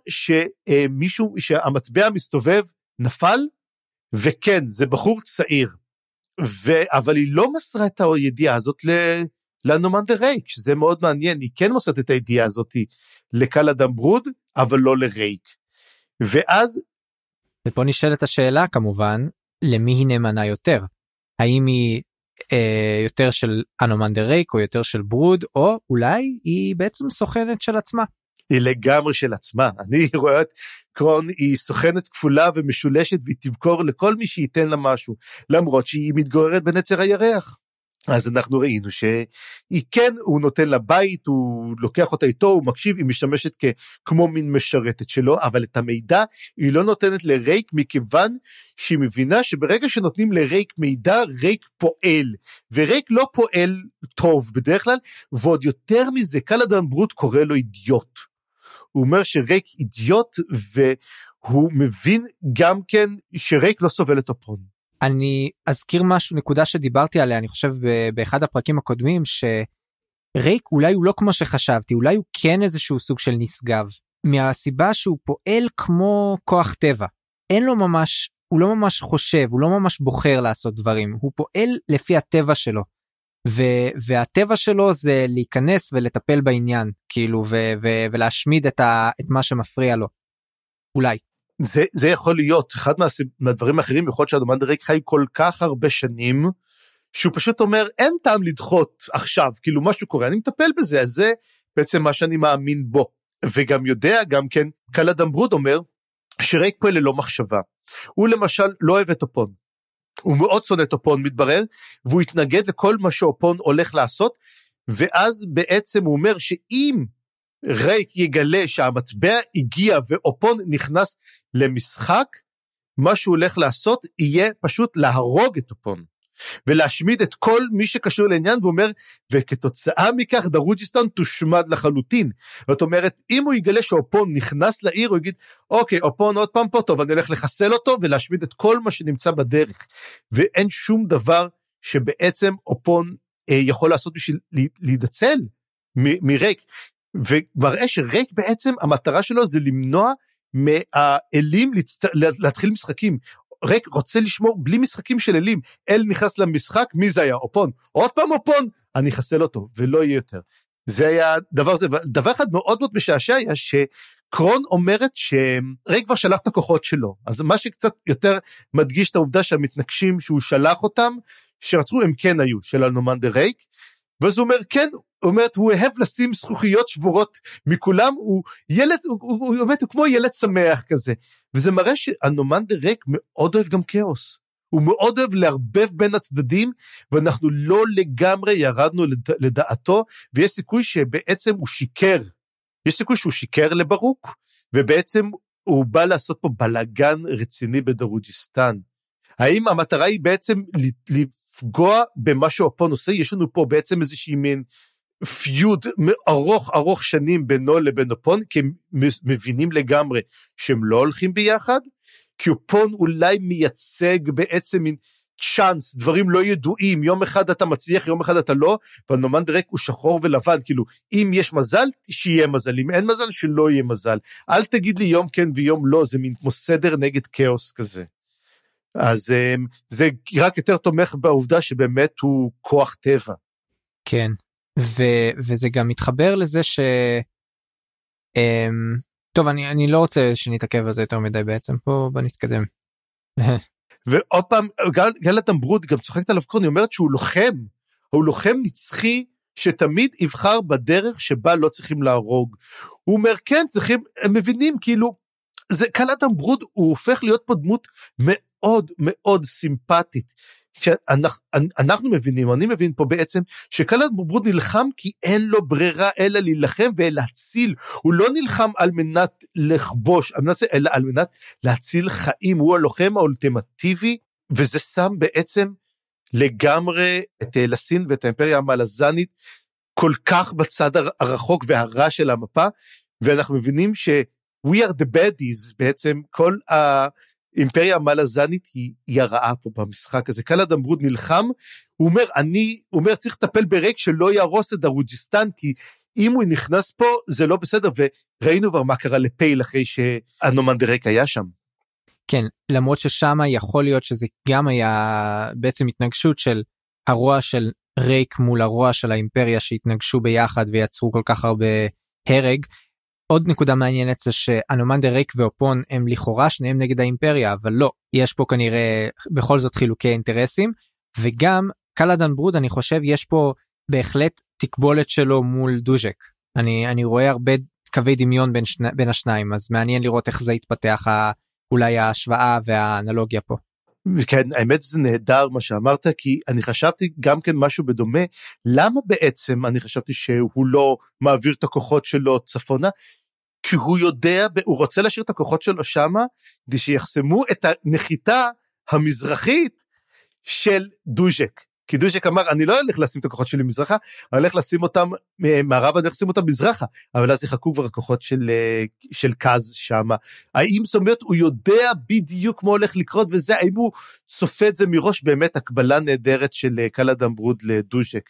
שהמטבע מסתובב, נפל, וכן, זה בחור צעיר, אבל היא לא מסרה את הידיעה הזאת לנומנדר רייק, שזה מאוד מעניין, היא כן מוסרת את הידיעה הזאת לקלאדם ברוד, אבל לא לרייק. ואז... ופה נשאלת השאלה כמובן, למי היא נאמנה יותר? האם היא יותר של הנומנדר רייק, או יותר של ברוד, או אולי היא בעצם סוכנת של עצמה? היא לגמרי של עצמה, אני רואה את קרון, היא סוכנת כפולה ומשולשת, והיא תמכור לכל מי שייתן לה משהו, למרות שהיא מתגוררת בנצר הירח, אז אנחנו ראינו שהיא כן, הוא נותן לה בית, הוא לוקח אותה איתו, הוא מקשיב, היא משמשת כמו מין משרתת שלו, אבל את המידע היא לא נותנת לרייק, מכיוון שהיא מבינה שברגע שנותנים לרייק מידע, רייק פועל, ורייק לא פועל טוב בדרך כלל, ועוד יותר מזה, קלאדם ברוד קורא לו אידיוט, הוא אומר שרייק אידיוט, והוא מבין גם כן שרייק לא סובל את אופון. אני אזכיר נקודה שדיברתי עליה, אני חושב באחד הפרקים הקודמים, שרייק אולי הוא לא כמו שחשבתי, אולי הוא כן איזשהו סוג של נשגב, מהסיבה שהוא פועל כמו כוח טבע, הוא לא ממש חושב, הוא לא ממש בוחר לעשות דברים, הוא פועל לפי הטבע שלו, והטבע שלו זה להיכנס ולטפל בעניין, כאילו, ולהשמיד את מה שמפריע לו, אולי. זה יכול להיות, אחד מהדברים האחרים, יכול להיות שהנומנדר רייק חי כל כך הרבה שנים, שהוא פשוט אומר, אין טעם לדחות עכשיו, כאילו משהו קורה, אני מטפל בזה, אז זה בעצם מה שאני מאמין בו, וגם יודע, גם כן, קלאדם ברוד אומר, שרייק פועל ללא מחשבה, הוא למשל לא אוהב את אופון, הוא מאוד שונא את אופון מתברר, והוא התנגד לכל מה שאופון הולך לעשות, ואז בעצם הוא אומר, שאם רייק יגלה שהמטבע הגיע ואופון נכנס למשחק, מה שהוא הולך לעשות יהיה פשוט להרוג את אופון, ולהשמיד את כל מי שקשור לעניין, ואומר, וכתוצאה מכך דרוג'יסטן תושמד לחלוטין. זאת אומרת, אם הוא יגלה שאופון נכנס לעיר, הוא יגיד, אוקיי, אופון עוד פעם פה, טוב, אני הולך לחסל אותו, ולהשמיד את כל מה שנמצא בדרך, ואין שום דבר שבעצם אופון יכול לעשות בשביל להידצל מרייק, ומראה שרייק בעצם המטרה שלו זה למנוע מהאלים להתחיל משחקים, רייק רוצה לשמור בלי משחקים של אלים, אל נכנס למשחק, מי זה היה? אופון, עוד פעם אופון, אני אחסל אותו, ולא יהיה יותר. זה היה דבר זה, דבר אחד מאוד מאוד משעשע היה שקרון אומרת שרייק כבר שלח את הכוחות שלו, אז מה שקצת יותר מדגיש את העובדה שהמתנגשים שהוא שלח אותם, שרצו הם כן היו של הנומנדר רייק, ואז הוא אומר כן, הוא אומר, הוא אוהב לשים זכוכיות שבורות מכולם, הוא ילד, הוא כמו ילד שמח כזה, וזה מראה שהנומנדר רייק מאוד אוהב גם כאוס, הוא מאוד אוהב להרבב בין הצדדים, ואנחנו לא לגמרי ירדנו לדעתו, ויש סיכוי שבעצם הוא שיקר, יש סיכוי שהוא שיקר לברוק, ובעצם הוא בא לעשות פה בלגן רציני בדרוג'יסטן. האם המטרה היא בעצם לפגוע במה שאופון עושה? יש לנו פה בעצם איזושהי מין פיוד ארוך שנים בינו לבין אופון, כי הם מבינים לגמרי שהם לא הולכים ביחד, כי אופון אולי מייצג בעצם מין צ'אנס, דברים לא ידועים, יום אחד אתה מצליח, יום אחד אתה לא, והנומנדרק הוא שחור ולבן, כאילו, אם יש מזל, שיהיה מזל, אם אין מזל, שלא יהיה מזל. אל תגיד לי יום כן ויום לא, זה מין כמו סדר נגד כאוס כזה. אז זה רק יותר תומך בעובדה שבאמת הוא כוח טבע. כן, וזה גם מתחבר לזה ש... טוב, אני לא רוצה שנתעכב על זה יותר מדי בעצם, בוא נתקדם. ועוד פעם, גלאדן ברוד גם צוחקת עליו קורן, היא אומרת שהוא לוחם, הוא לוחם נצחי, שתמיד יבחר בדרך שבה לא צריכים להרוג. הוא אומר, כן, צריכים, הם מבינים, כאילו, גלאדן ברוד, הוא הופך להיות פה דמות מאוד מאוד סימפטית. אנחנו מבינים, אני מבין פה בעצם, שקלאדן ברוד נלחם כי אין לו ברירה אלא להילחם ולהציל, הוא לא נלחם על מנת לכבוש, אלא על מנת להציל חיים, הוא הלוחם האולטימטיבי, וזה שם בעצם לגמרי את לסין ואת האימפריה המלזנית, כל כך בצד הרחוק והרע של המפה, ואנחנו מבינים ש we are the baddies, בעצם כל האימפריה המלזנית היא הרעה פה במשחק הזה. גלאדן ברוד נלחם, הוא אומר, צריך לטפל ברייק שלא יהרוס את דרוג'יסטן, כי אם הוא נכנס פה, זה לא בסדר, וראינו כבר מה קרה לפייל אחרי שהנומנדרק היה שם. כן, למרות ששם יכול להיות שזה גם היה בעצם התנגשות של הרוע של רייק מול הרוע של האימפריה שהתנגשו ביחד ויצרו כל כך הרבה הרג. עוד נקודה מעניינת זה שהנומנדרק ואופון הם לכאורה שניהם נגד האימפריה, אבל לא, יש פה כנראה בכל זאת חילוקי אינטרסים, וגם גלאדן ברוד אני חושב יש פה בהחלט תקבולת שלו מול דוז'ק. אני רואה הרבה קווי דמיון בין השניים, אז מעניין לראות איך זה יתפתח אולי ההשוואה והאנלוגיה פה. כן, האמת זה נהדר מה שאמרת, כי אני חשבתי גם כן משהו בדומה, למה בעצם אני חשבתי שהוא לא מעביר את הכוחות שלו צפונה, כי הוא יודע, הוא רוצה להשאיר את הכוחות שלו שמה, כדי שיחסמו את הנחיתה המזרחית של דוז'ק, כי דוז'ק אמר, אני לא הולך לשים את הכוחות שלי מזרחה, אני הולך לשים אותם מערב, אני הולך לשים אותם מזרחה, אבל אז יחכו כבר הכוחות של קאז שם. האם זאת אומרת, הוא יודע בדיוק מה הולך לקרות וזה, האם הוא צופה את זה מראש, באמת הקבלה נהדרת של גלאדן ברוד לדוז'ק,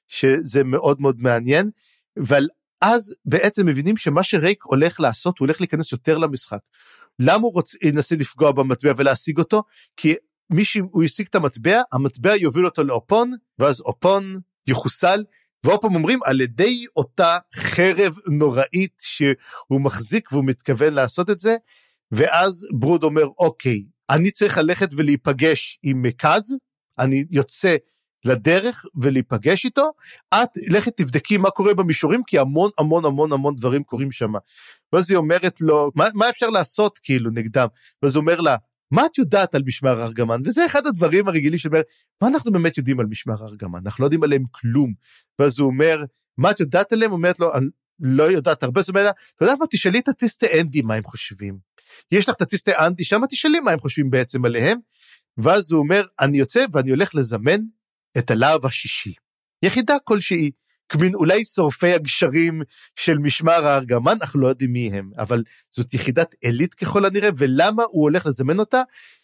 שזה מאוד מאוד מעניין, אבל אז בעצם מבינים שמה שרייק הולך לעשות, הוא הולך להיכנס יותר למשחק. למה הוא ינסה לפגוע במטבע ולהשיג אותו? כי הוא ישיג את המטבע יוביל אותו לאופון, ואז אופון יחוסל, ואופון אומרים על ידי אותה חרב נוראית שהוא מחזיק והוא מתכוון לעשות את זה, ואז ברוד אומר, אוקיי, אני צריך ללכת ולהיפגש עם קאז, אני יוצא לדרך ולהיפגש איתו, את לכת תבדקי מה קורה במישורים, כי המון המון המון המון דברים קורים שם. ואז היא אומרת לו, מה אפשר לעשות כאילו נגדם? ואז הוא אומר לה, מה את יודעת על משמר ארגמן? וזה אחד הדברים הרגילים שאומר, מה אנחנו באמת יודעים על משמר ארגמן? אנחנו לא יודעים עליהם כלום. ואז הוא אומר, מה את יודעת עליהם? אומרת לו, אני לא יודעת הרבה, זאת אומרת, אתה יודעת מה, תשאלי את הטיסטי אנדי מה הם חושבים. יש לך את הטיסטי אנדי, שם תשאלי מה הם חושבים בעצם עליהם. ואז הוא אומר, אני יוצא ואני הולך לזמן את הלהב השישי. יחידה כלשהי, כמין אולי שורפי הגשרים של משמר הארגמן, אנחנו לא יודעים מי הם, אבל זאת יחידת אלית ככל הנראה, ולמה הוא הולך לזמן אותה,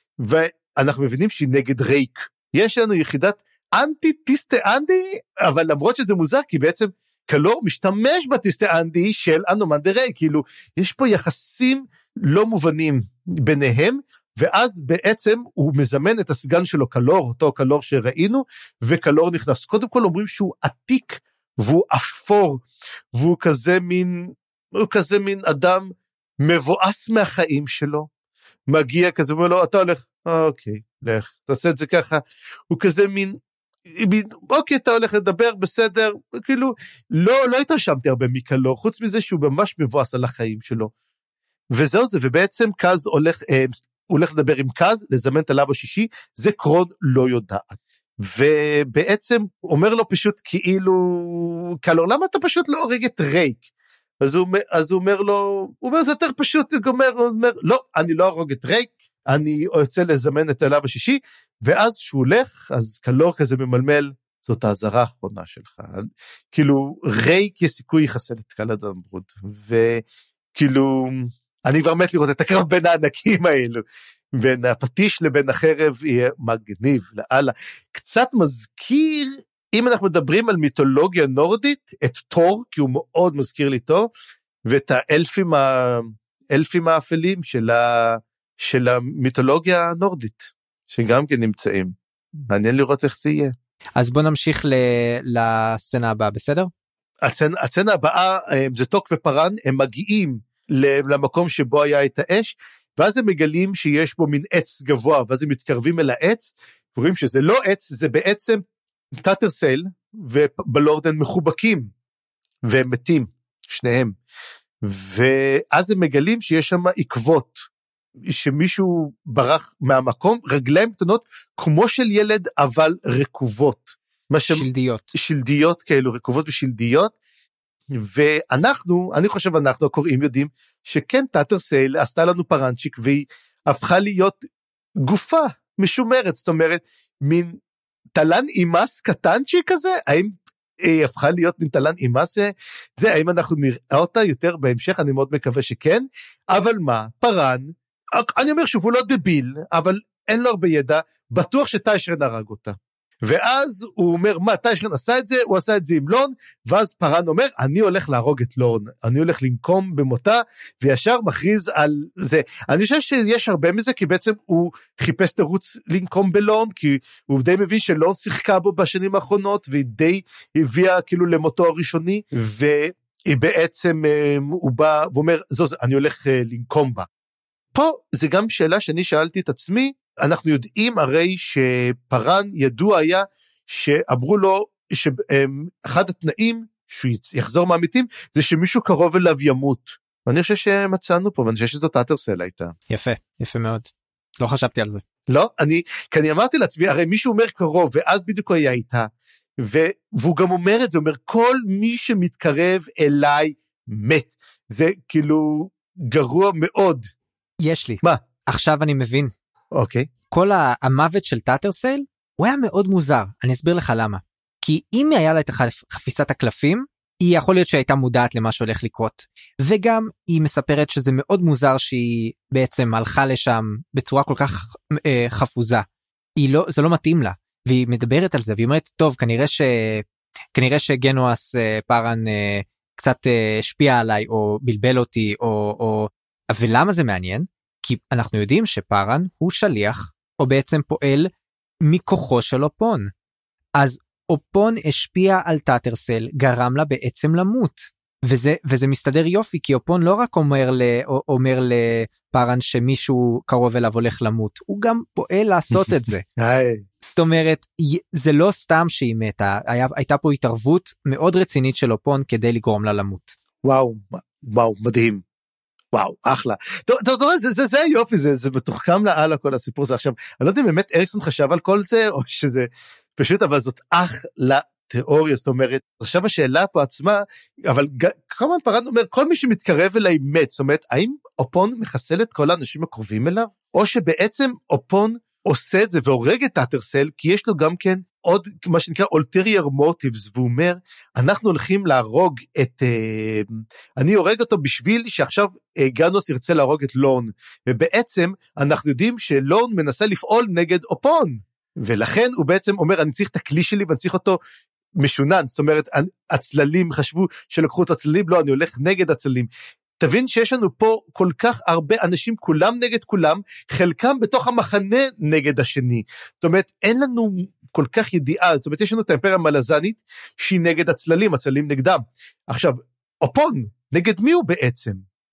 ואנחנו מבינים שהיא נגד רייק. יש לנו יחידת אנטי-טיסטי אנדי, אבל למרות שזה מוזר, כי בעצם קלור משתמש בטיסטי אנדי של הנומנדרק, כאילו יש פה יחסים לא מובנים ביניהם, ואז בעצם הוא מזמן את הסגן שלו קלור, אותו קלור שראינו, וקלור נכנס. קודם כל אומרים שהוא עתיק, והוא אפור, והוא כזה מין אדם מבואס מהחיים שלו, מגיע כזה, אומר לו, אתה הולך, אוקיי, לך, תעשה את זה ככה, הוא כזה מין, אוקיי, אתה הולך לדבר, בסדר, כאילו, לא התרשמתי הרבה מקלור, חוץ מזה שהוא ממש מבואס על החיים שלו, וזהו זה, ובעצם קאז הולך לדבר עם קאז, לזמן את הלהב השישי, זה קרון לא יודעת. ובעצם אומר לו פשוט כאילו, קלור, למה אתה פשוט לא הורג את רייק? אז הוא אומר לו, הוא אומר, זה יותר פשוט, הוא אומר, לא, אני לא הורג את רייק, אני יוצא לזמן את הלהב השישי, ואז שהוא הולך, אז קלור כזה ממלמל, זאת ההזרה האחרונה שלך. כאילו, רייק יש סיכוי יחסל את קלאדן ברוד, וכאילו, אני כבר מת לראות את הקרב בין הענקים האלו, בין הפטיש לבין החרב יהיה מגניב, לאללה. קצת מזכיר, אם אנחנו מדברים על מיתולוגיה נורדית, את תור, כי הוא מאוד מזכיר לי תור, ואת האלפים האפלים של המיתולוגיה הנורדית, שגם כן נמצאים. מעניין לראות איך זה יהיה. אז בוא נמשיך לסצנה הבאה, בסדר? הסצנה הבאה, זה טוק ופרן, הם מגיעים למקום שבו היה את האש, ואז הם מגלים שיש בו מין עץ גבוה, ואז הם מתקרבים אל העץ, ורואים שזה לא עץ, זה בעצם טאטרסל ובלורדן מחובקים, והם מתים, שניהם. ואז הם מגלים שיש שם עקבות, שמישהו ברח מהמקום, רגליים קטנות, כמו של ילד, אבל רקובות. שלדיות. שלדיות כאלו, רקובות ושלדיות, ואנחנו, אני חושב אנחנו הקוראים יודעים, שכן טאטרסל עשתה לנו פרנצ'יק, והיא הפכה להיות גופה משומרת, זאת אומרת, מין תלן אימס קטנצ'יק כזה, האם היא הפכה להיות מין תלן אימס, זה, האם אנחנו נראה אותה יותר בהמשך, אני מאוד מקווה שכן, אבל מה, פרן, אני אומר שוב, הוא לא דביל, אבל אין לו הרבה ידע, בטוח שטיישרן הרג אותה. ואז הוא אומר, מה, טיישרן עשה את זה? הוא עשה את זה עם לורן, ואז פרן אומר, אני הולך להרוג את לורן, אני הולך לנקום במותה, וישר מכריז על זה. אני חושב שיש הרבה מזה, כי בעצם הוא חיפש תירוץ לנקום בלורן, כי הוא די מבין שלורן שיחקה בו בשנים האחרונות, והיא די הביאה כאילו למותו הראשוני, והיא בעצם, הוא בא ואומר, אני הולך לנקום בה. פה זה גם שאלה שאני שאלתי את עצמי, אנחנו יודעים הרי שפרן ידוע היה שאמרו לו שאחד התנאים שהוא יחזור מהמתים זה שמישהו קרוב אליו ימות. ואני חושב שמצאנו פה, ואני חושב שזאת טאטרסל הייתה. יפה, יפה מאוד. לא חשבתי על זה. לא, כי אני אמרתי לעצמי, הרי מישהו אומר קרוב, ואז בדיוק היה איתה, והוא גם אומר את זה, אומר, כל מי שמתקרב אליי מת. זה כאילו גרוע מאוד. יש לי. מה? עכשיו אני מבין. אוקיי. כל המוות של טאטרסל, הוא היה מאוד מוזר. אני אסביר לך למה. כי אם היה לה את חפיסת הקלפים, היא יכול להיות שהייתה מודעת למה שהולך לקרות. וגם היא מספרת שזה מאוד מוזר שהיא בעצם הלכה לשם בצורה כל כך חפוזה. זה לא מתאים לה. והיא מדברת על זה, והיא אומרת, טוב, כנראה שגנואס פארן קצת השפיע עליי, או בלבל אותי, ולמה זה מעניין? כי אנחנו יודעים שפארן הוא שליח, או בעצם פועל מכוחו של אופון. אז אופון השפיע על טאטרסל, גרם לה בעצם למות. וזה מסתדר יופי, כי אופון לא רק אומר לפארן שמישהו קרוב אליו הולך למות, הוא גם פועל לעשות את זה. זאת אומרת, זה לא סתם שהיא מתה, הייתה פה התערבות מאוד רצינית של אופון כדי לגרום לה למות. וואו, מדהים. וואו, אחלה. טוב, זה יופי, זה מתוחכם לעלה כל הסיפור הזה. עכשיו, אני לא יודע אם באמת אריקסון חשב על כל זה, או שזה פשוט, אבל זאת אחלה תיאוריה, זאת אומרת, עכשיו השאלה פה עצמה, אבל כמובן פרן אומר, כל מי שמתקרב אליי מת, זאת אומרת, האם אופון מחסל את כל האנשים הקרובים אליו, או שבעצם אופון עושה את זה והורג את טאטרסל, כי יש לו גם כן עוד, מה שנקרא, ulterior motives, והוא אומר, אנחנו הולכים להרוג אני הורג אותו בשביל שעכשיו גנוס ירצה להרוג את לורן, ובעצם אנחנו יודעים שלורן מנסה לפעול נגד אופון, ולכן הוא בעצם אומר, אני צריך את הכלי שלי, ואני צריך אותו משונן, זאת אומרת, הצללים חשבו שלקחו את הצללים, לא, אני הולך נגד הצללים, תבין שיש לנו פה כל כך הרבה אנשים, כולם נגד כולם, חלקם בתוך המחנה נגד השני, זאת אומרת, אין לנו כל כך ידיעה, זאת אומרת, יש לנו את האימפריה המלזנית, שהיא נגד הצללים, הצללים נגדם, עכשיו, אופון, נגד מי הוא בעצם?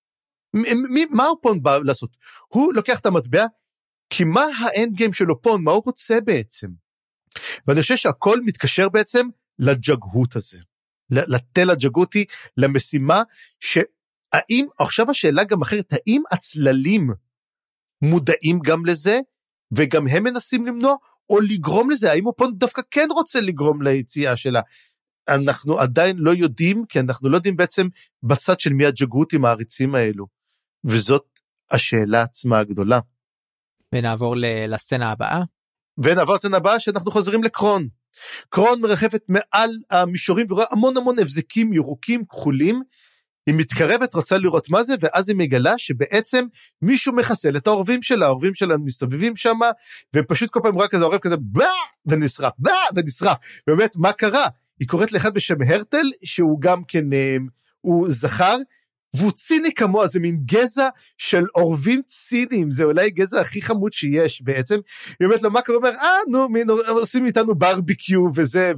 מה אופון בא לעשות? הוא לוקח את המטבע, כי מה האנד גיים של אופון, מה הוא רוצה בעצם? ואני חושב שהכל מתקשר בעצם לג'גהות הזה, לתל הג'גהותי, למשימה האם, עכשיו השאלה גם אחרת, האם הצללים מודעים גם לזה, וגם הם מנסים למנוע, או לגרום לזה, האם אופון דווקא כן רוצה לגרום ליציאה שלה? אנחנו עדיין לא יודעים, כי אנחנו לא יודעים בעצם בצד של מי הג'גהותים העריצים האלו, וזאת השאלה עצמה הגדולה. ונעבור לסצנה הבאה. ונעבור לסצנה הבאה שאנחנו חוזרים לקרון. קרון מרחפת מעל המישורים ורואה המון המון הבזקים ירוקים כחולים, היא מתקרבת, רוצה לראות מה זה, ואז היא מגלה שבעצם מישהו מחסל את העורבים שלה, העורבים שלה מסתובבים שם, ופשוט כל פעם רואה כזה עורב כזה, ונשרף, ונשרף, באמת מה קרה? היא קוראת לאחד בשם הרטל, שהוא גם כן, הוא זכר, והוא ציני כמוה, זה מין גזע של עורבים ציניים, זה אולי גזע הכי חמוד שיש בעצם, היא אומרת לו מה קורה, הוא אומר, נו, עושים איתנו ברביקיו וזה,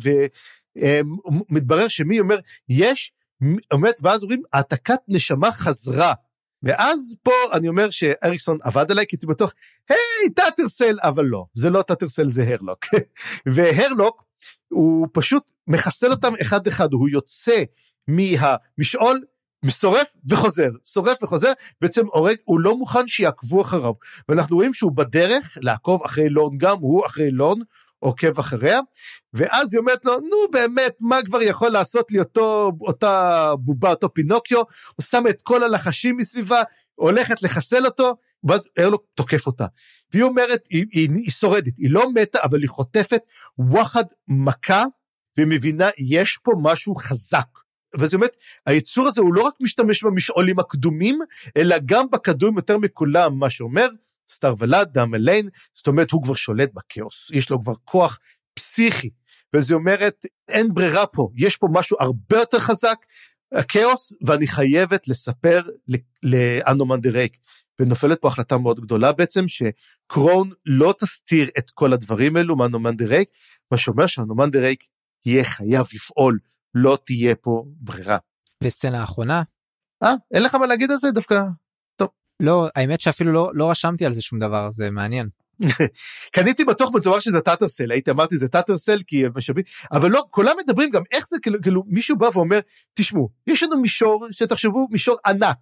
ומתברר שמי אומר, יש, אומרת, ואז אומרים, העתקת נשמה חזרה, ואז פה אני אומר שאריקסון עבד עליי, כי הייתי בטוח, היי, טאטרסל, אבל לא, זה לא טאטרסל, זה הרלוק, והרלוק, הוא פשוט מחסל אותם אחד אחד, הוא יוצא מהמשעול, שורף וחוזר, שורף וחוזר, בעצם הורג, הוא לא מוכן שיעקבו אחריו, ואנחנו רואים שהוא בדרך לעקוב אחרי לורן, גם הוא אחרי לורן, עוקב אחריה, ואז היא אומרת לו, נו באמת, מה כבר יכול לעשות לי אותה בובה, אותו פינוקיו, הוא שם את כל הלחשים מסביבה, הולכת לחסל אותו, ואז הרלוק תוקף אותה, והיא אומרת, היא שורדת, היא לא מתה, אבל היא חוטפת ווחד מכה, ומבינה, יש פה משהו חזק, וזאת אומרת, היצור הזה הוא לא רק משתמש במשעולים הקדומים, אלא גם בקדום יותר מכולם, מה שאומר, סטאר ולד, דם אליין, זאת אומרת, הוא כבר שולט בקאוס, יש לו כבר כוח פסיכי, וזאת אומרת, אין ברירה פה, יש פה משהו הרבה יותר חזק, הקאוס, ואני חייבת לספר לאנומנדרייק, ונופלת פה החלטה מאוד גדולה בעצם, שקרון לא תסתיר את כל הדברים האלו מאנומנדרייק, מה שאומר שאנומנדרייק יהיה חייב לפעול, לא תהיה פה ברירה. וסצנה האחרונה? אין לך מה להגיד על זה דווקא? טוב. לא, האמת שאפילו לא רשמתי על זה שום דבר, זה מעניין. קניתי בטוח בטוח שזה טאטרסל, אמרתי זה טאטרסל כי משאבים, אבל לא, כולם מדברים גם איך זה, כאילו מישהו בא ואומר, תשמעו, יש לנו מישור, שתחשבו מישור ענק,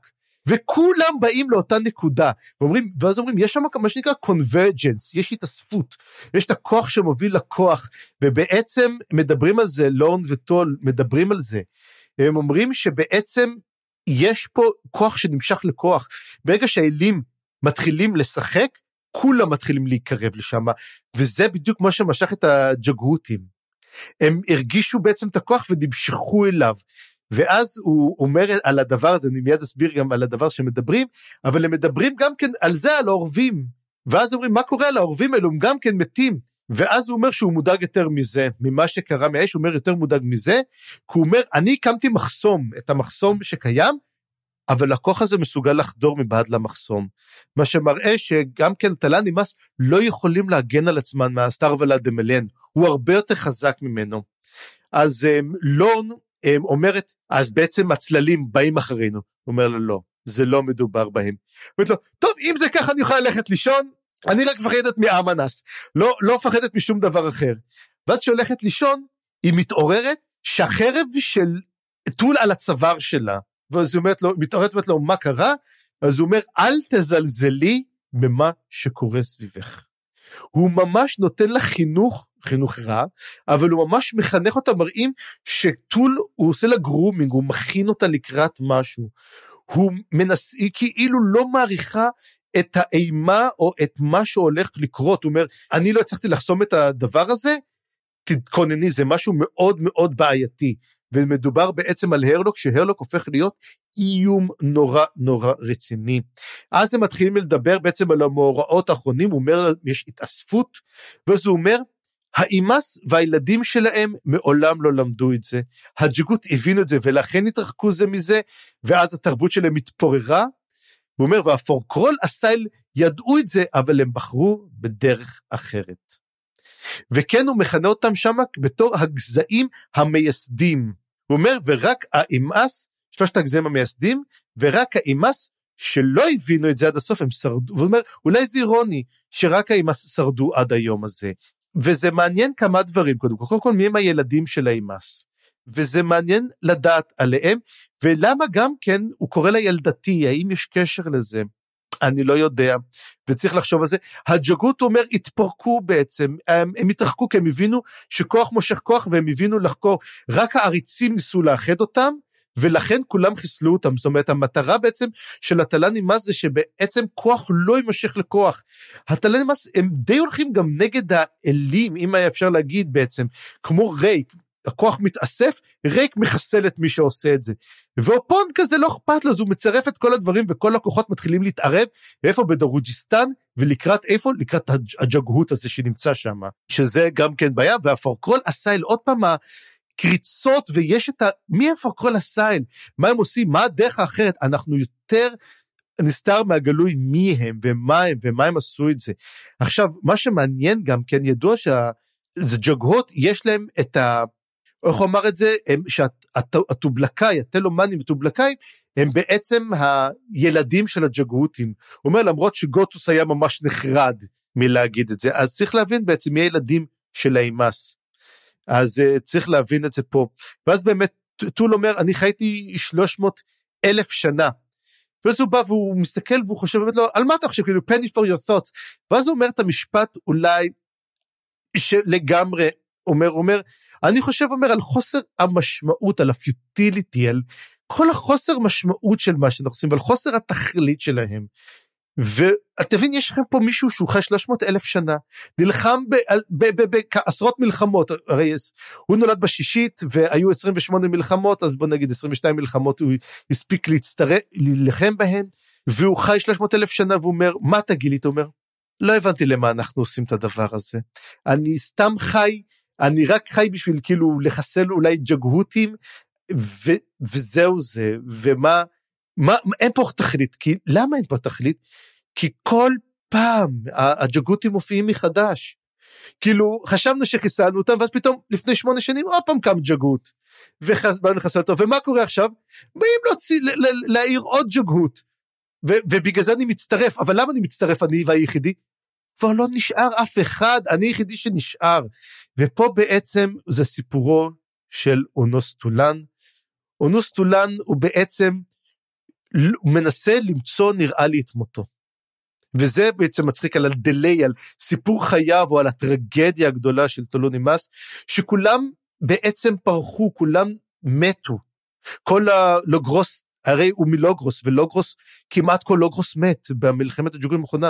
וכולם באים לאותה נקודה, ואז אומרים, יש שם מה שנקרא convergence, יש התאספות, יש את הכוח שמוביל לכוח, ובעצם מדברים על זה, לורן וטול מדברים על זה, הם אומרים שבעצם יש פה כוח שנמשך לכוח, ברגע שהאלים מתחילים לשחק, כולם מתחילים להיקרב לשם, וזה בדיוק מה שמשך את הג'גהותים, הם הרגישו בעצם את הכוח ונמשכו אליו, ואז הוא אומר על הדבר הזה, אני מיד אסביר גם על הדבר שמדברים, אבל הם מדברים גם כן על זה, על העורבים, ואז אומרים, מה קורה על העורבים האלו, הם גם כן מתים, ואז הוא אומר שהוא מודאג יותר מזה, ממה שקרה מהאש, הוא אומר יותר מודאג מזה, כי הוא אומר, אני הקמתי מחסום, את המחסום שקיים, אבל הכוח הזה מסוגל לחדור מבעד למחסום, מה שמראה שגם כן טלנימאס לא יכולים להגן על עצמן מהסטאר ולדמלן, הוא הרבה יותר חזק ממנו, אז לורן, אומרת, אז בעצם הצללים באים אחרינו, הוא אומר לו לא, זה לא מדובר בהם, אומרת לו, טוב אם זה ככה אני יכול ללכת לישון, אני רק מפחדת מאמנס, לא מפחדת משום דבר אחר, ואז שהולכת לישון, היא מתעוררת שהחרב של טול על הצוואר שלה, ואז היא אומרת לו, מתעוררת לו מה קרה, אז הוא אומר אל תזלזלי במה שקורה סביבך, הוא ממש נותן לה חינוך רע, אבל הוא ממש מחנך אותה, מראים שטול, הוא עושה לה גרומינג, הוא מכין אותה לקראת משהו, הוא מנסה, כאילו לא מעריכה את האימה, או את מה שהולך לקרות, הוא אומר, אני לא הצלחתי לחסום את הדבר הזה, תתכונני, זה משהו מאוד מאוד בעייתי, ומדובר בעצם על הרלוק, שהרלוק הופך להיות איום נורא נורא רציני. אז הם מתחילים לדבר בעצם על המאורעות האחרונים, הוא אומר, יש התאספות, ואז הוא אומר, האימאס והילדים שלהם מעולם לא למדו את זה, הג'גות הבינו את זה, ולכן התרחקו זה מזה, ואז התרבות שלהם התפוררה, הוא אומר, והפורקרול הסייל ידעו את זה, אבל הם בחרו בדרך אחרת. וכן הוא מכנה אותם שם בתור הגזעים המייסדים, הוא אומר, ורק האימאס, שלושת הגזעים המייסדים, ורק האימאס שלא הבינו את זה עד הסוף, הם שרדו, והוא אומר, אולי זה אירוני, שרק האימאס שרדו עד היום הזה, וזה מעניין כמה דברים, קודם כל מי הם הילדים של האימאס, וזה מעניין לדעת עליהם, ולמה גם כן הוא קורא לילדתי, האם יש קשר לזה, אני לא יודע, וצריך לחשוב על זה, הג'גות אומר, התפרקו בעצם, הם התרחקו כי הם הבינו שכוח מושך כוח, והם הבינו לחקור, רק העריצים ניסו לאחד אותם, ולכן כולם חיסלו אותם, זאת אומרת, המטרה בעצם של התל"נימאס זה שבעצם כוח לא יימשך לכוח. התל"נימאס הם די הולכים גם נגד האלים, אם היה אפשר להגיד בעצם, כמו רייק, הכוח מתאסף, רייק מחסל את מי שעושה את זה. ואופון כזה לא אכפת לו, אז הוא מצרף את כל הדברים, וכל הכוחות מתחילים להתערב, ואיפה בדרוג'יסטן, ולקראת איפה? לקראת הג'גהות הזה שנמצא שם, שזה גם כן בעיה, והפרקרול הסייל, עוד פעם הקריצות, ויש את מי הפרקרול הסייל? מה הם עושים? מה הדרך האחרת? אנחנו יותר נסתר מהגלוי מי הם, ומה הם עשו את זה. עכשיו, מה שמעניין גם כן, ידוע שהג'גהות, יש להם את איך הוא אמר את זה? שהטובלקאי, הטלומנים וטובלקאים, הם בעצם הילדים של הג'גהותים. הוא אומר, למרות שגוטוס היה ממש נחרד מלהגיד את זה, אז צריך להבין בעצם מי הילדים של האימאס. אז צריך להבין את זה פה. ואז באמת, טול אומר, אני חייתי 300,000 שנה. ואז הוא בא והוא מסתכל והוא חושב באמת לו, על מה אתה חושב? כאילו, penny for your thoughts. ואז הוא אומר את המשפט אולי שלגמרי, אומר, אני חושב, על חוסר המשמעות, על הפיוטיליטי, על כל החוסר משמעות של מה שאנחנו עושים, ועל חוסר התכלית שלהם. ואת תבין, יש לכם פה מישהו שהוא חי 300,000 שנה, נלחם בעשרות מלחמות, הרי הוא נולד בשישית, והיו 28 מלחמות, אז בוא נגיד 22 מלחמות, הוא הספיק להילחם בהן, והוא חי 300,000 שנה, והוא אומר, מה תגילית? הוא אומר, לא הבנתי למה אנחנו עושים את הדבר הזה, אני סתם חי, אני רק חי בשביל כאילו לחסל אולי ג'גהותים, וזהו זה, ומה, אין פה תכלית, למה אין פה תכלית? כי כל פעם הג'גהותים מופיעים מחדש, כאילו חשבנו שחיסלנו אותם, ואז פתאום לפני 8 שנים, עוד פעם קם ג'גהות, ובאנו לחסל אותו, ומה קורה עכשיו? באים להעיר עוד ג'גהות, ובגלל זה אני מצטרף, אבל למה אני מצטרף אני והיחידי? כבר לא נשאר אף אחד, אני היחידי שנשאר, ופה בעצם זה סיפורו של אונוס טולן, אונוס טולן הוא בעצם מנסה למצוא נראה לי את מותו, וזה בעצם מצחיק על הדלי, על סיפור חייו או על הטרגדיה הגדולה של טולונימאס, שכולם בעצם פרחו, כולם מתו, כל הלוגרוס, הרי הוא מלוגרוס, ולוגרוס, כמעט כל לוגרוס מת, במלחמת הג'גהות האחרונה,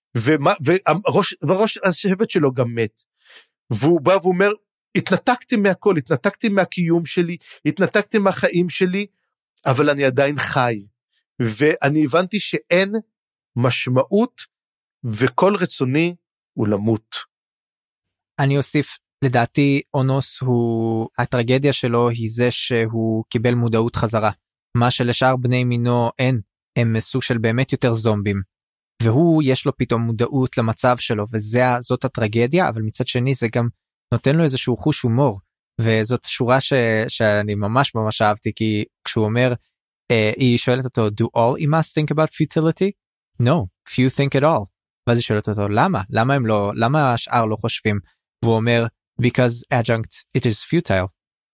וראש השבט שלו גם מת, והוא בא ואומר, התנתקתי מהכל, התנתקתי מהקיום שלי, התנתקתי מהחיים שלי, אבל אני עדיין חי, ואני הבנתי שאין משמעות, וכל רצוני הוא למות. אני אוסיף, לדעתי אונוס הוא, הטרגדיה שלו היא זה שהוא קיבל מודעות חזרה, מה שלשאר בני מינו אין, הם סוג של באמת יותר זומבים, והוא יש לו פתאום מודעות למצב שלו, וזאת הטרגדיה, אבל מצד שני זה גם נותן לו איזשהו חוש הומור, וזאת שורה שאני ממש ממש אהבתי, כי כשהוא אומר, היא שואלת אותו, do all Imas think about futility? No, few think at all. ואז היא שואלת אותו, למה? למה השאר לא חושבים? והוא אומר, because adjunct, it is futile.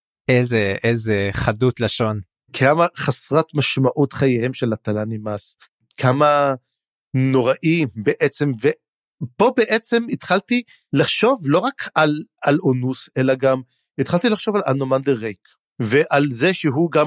איזה חדות לשון. כמה חסרת משמעות חייהם של התל"נימאס, כמה נוראים בעצם, ופה בעצם התחלתי לחשוב לא רק על אונוס, אלא גם התחלתי לחשוב על אנומנדר רייק, ועל זה שהוא גם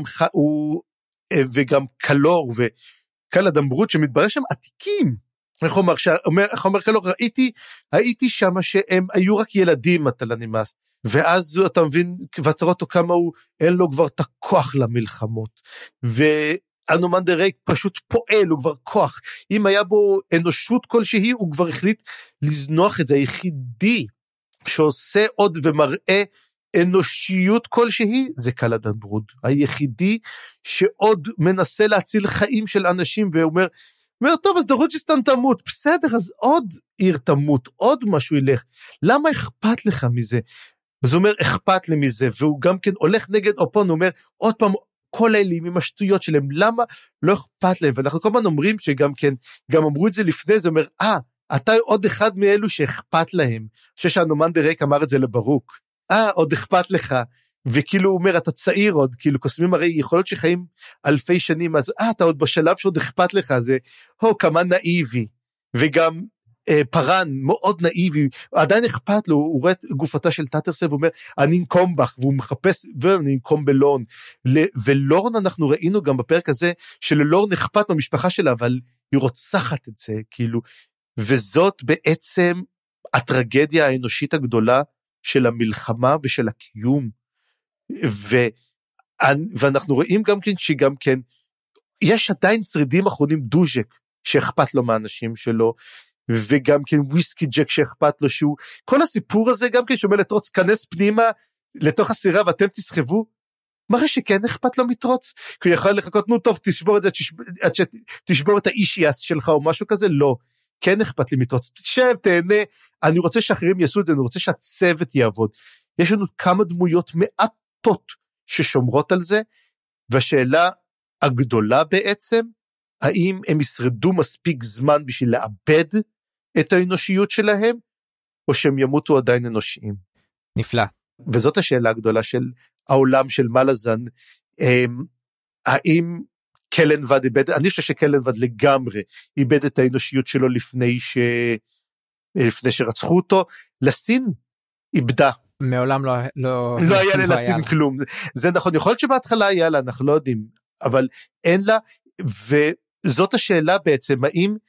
וגם קלור וקלדמברות שמתברר שם עתיקים, איך אומר קלור, הייתי שם שהם היו רק ילדים התל"נימאס, ואז אתה מבין, ואתה רואה אותו כמה אין לו כבר את הכוח למלחמות, ואנומנדר רייק פשוט פועל, הוא כבר כוח, אם היה בו אנושות כלשהי, הוא כבר החליט לזנוח את זה, היחידי שעושה עוד ומראה אנושיות כלשהי, זה קלדמברות, היחידי שעוד מנסה להציל חיים של אנשים, ואומר, טוב, אז דרוג'יסטן תמות, בסדר, אז עוד עיר תמות, עוד משהו ילך, למה אכפת לך מזה? אז הוא אומר, אכפת לי מזה, והוא גם כן הולך נגד אופון, הוא אומר, עוד פעם, כל האלים עם השטויות שלהם, למה לא אכפת להם? ואנחנו כל הזמן אומרים שגם כן, גם אמרו את זה לפני, זה אומר, אתה עוד אחד מאלו שאכפת להם, אני חושב שהנומנדר רייק אמר את זה לברוק, עוד אכפת לך, וכאילו הוא אומר, אתה צעיר עוד, כאילו קוסמים הרי יכול להיות שחיים אלפי שנים, אז אתה עוד בשלב שעוד אכפת לך, זה כמה נאיבי, וגם פרן מאוד נאיבי, עדיין אכפת לו, הוא רואה את גופתה של טאטרסל ואומר, אני אנקום בך, והוא מחפש, ואני אנקום בלורן, ולורן אנחנו ראינו גם בפרק הזה, שללורן אכפת מהמשפחה שלה, אבל היא רוצחת את זה, כאילו, וזאת בעצם הטרגדיה האנושית הגדולה, של המלחמה ושל הקיום, ואנחנו רואים גם כן, שגם כן, יש עדיין שרידים אחרונים דוז'ק, שאכפת לו מהאנשים שלו, וגם כן וויסקי ג'ק שאכפת לו שהוא, כל הסיפור הזה גם כן שאומר לטרוץ, כנס פנימה לתוך הסירה ואתם תסחבו, מראה שכן אכפת לו מטרוץ, כי הוא יכול לחכות, נו טוב תשבור את זה, תשבור את האישיאס שלך או משהו כזה, לא, כן אכפת לי מטרוץ, תשב, תהנה, אני רוצה שאחרים יעשו את זה, אני רוצה שהצוות יעבוד, יש לנו כמה דמויות מעטות ששומרות על זה, והשאלה הגדולה בעצם, האם הם ישרדו מספיק זמן בשביל לאבד את האנושיות שלהם, או שהם ימותו עדיין אנושיים. נפלא. וזאת השאלה הגדולה של העולם של מלאזן, האם קלנבד איבד, אני חושב שקלנבד לגמרי איבד את האנושיות שלו לפני שרצחו אותו, לסין איבדה. מעולם לא היה לה לסין כלום, זה נכון, יכול להיות שבהתחלה היה לה, אנחנו לא יודעים, אבל אין לה, וזאת השאלה בעצם,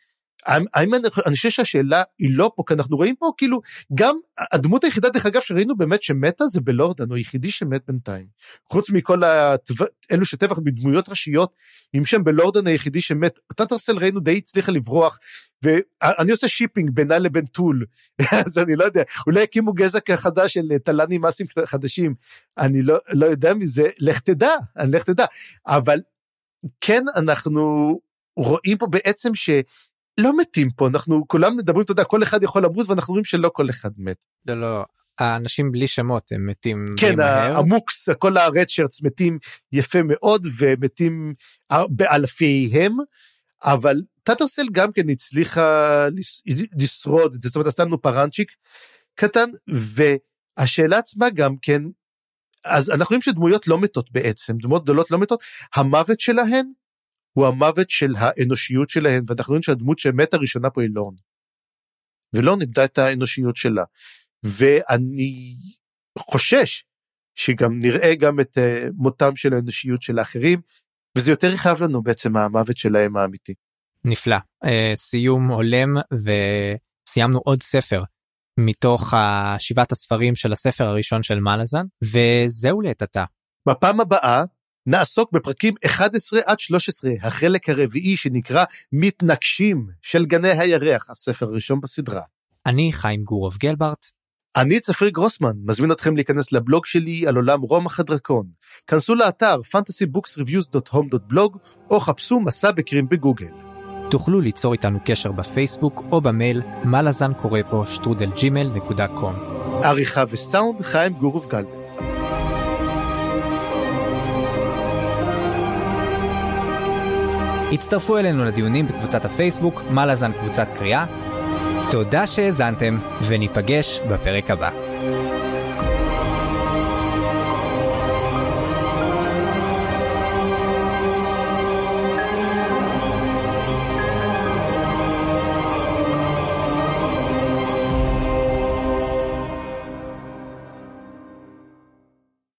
אני חושב שהשאלה היא לא פה, כי אנחנו רואים פה כאילו, גם הדמות היחידה דרך אגב שראינו באמת שמתה זה בלורדן, הוא היחידי שמת בינתיים, חוץ מכל אלו שטבח בדמויות ראשיות, עם שם בלורדן היחידי שמת, טאטרסל ראינו די הצליחה לברוח, ואני עושה שיפינג בינה לבין טול, אז אני לא יודע, אולי הקימו גזע חדש של טלנים מסים חדשים, אני לא יודע מזה, לך תדע, אבל כן אנחנו רואים פה בעצם לא מתים פה, אנחנו כולם מדברים, אתה יודע, כל אחד יכול למות, ואנחנו רואים שלא כל אחד מת. לא, האנשים בלי שמות, הם מתים כן, המוקס, כל הרדשרטס מתים יפה מאוד, ומתים באלפיהם, אבל טאטרסל גם כן הצליחה לשרוד את זה, זאת אומרת, עשתה לנו פרנצ'יק קטן, והשאלה עצמה גם כן, אז אנחנו רואים שדמויות לא מתות בעצם, דמויות גדולות לא מתות, המוות שלהן, הוא המוות של האנושיות שלהן, ואנחנו רואים שהדמות שמתה הראשונה פה היא לורן, ולורן איבדה את האנושיות שלה, ואני חושש, שגם נראה גם את מותם של האנושיות של האחרים, וזה יותר יכאב לנו בעצם המוות שלהם האמיתי. נפלא, סיום הולם, וסיימנו עוד ספר, מתוך 7 הספרים של הספר הראשון של מלאזן, וזהו לעת עתה. בפעם הבאה, נעסוק בפרקים 11 עד 13, החלק הרביעי שנקרא מתנגשים של גני הירח, הספר הראשון בסדרה. אני חיים גורוב גלברט. אני צפריר גרוסמן, מזמין אתכם להיכנס לבלוג שלי על עולם רומח הדרקון. כנסו לאתר fantasybooksreviews.home.blog או חפשו מסע בקרים בגוגל. תוכלו ליצור איתנו קשר בפייסבוק או במייל malazan-korepo@gmail.com. עריכה וסאונד חיים גורוב גלברט. הצטרפו אלינו לדיונים בקבוצת הפייסבוק, מלאזן קבוצת קריאה. תודה שהאזנתם, וניפגש בפרק הבא.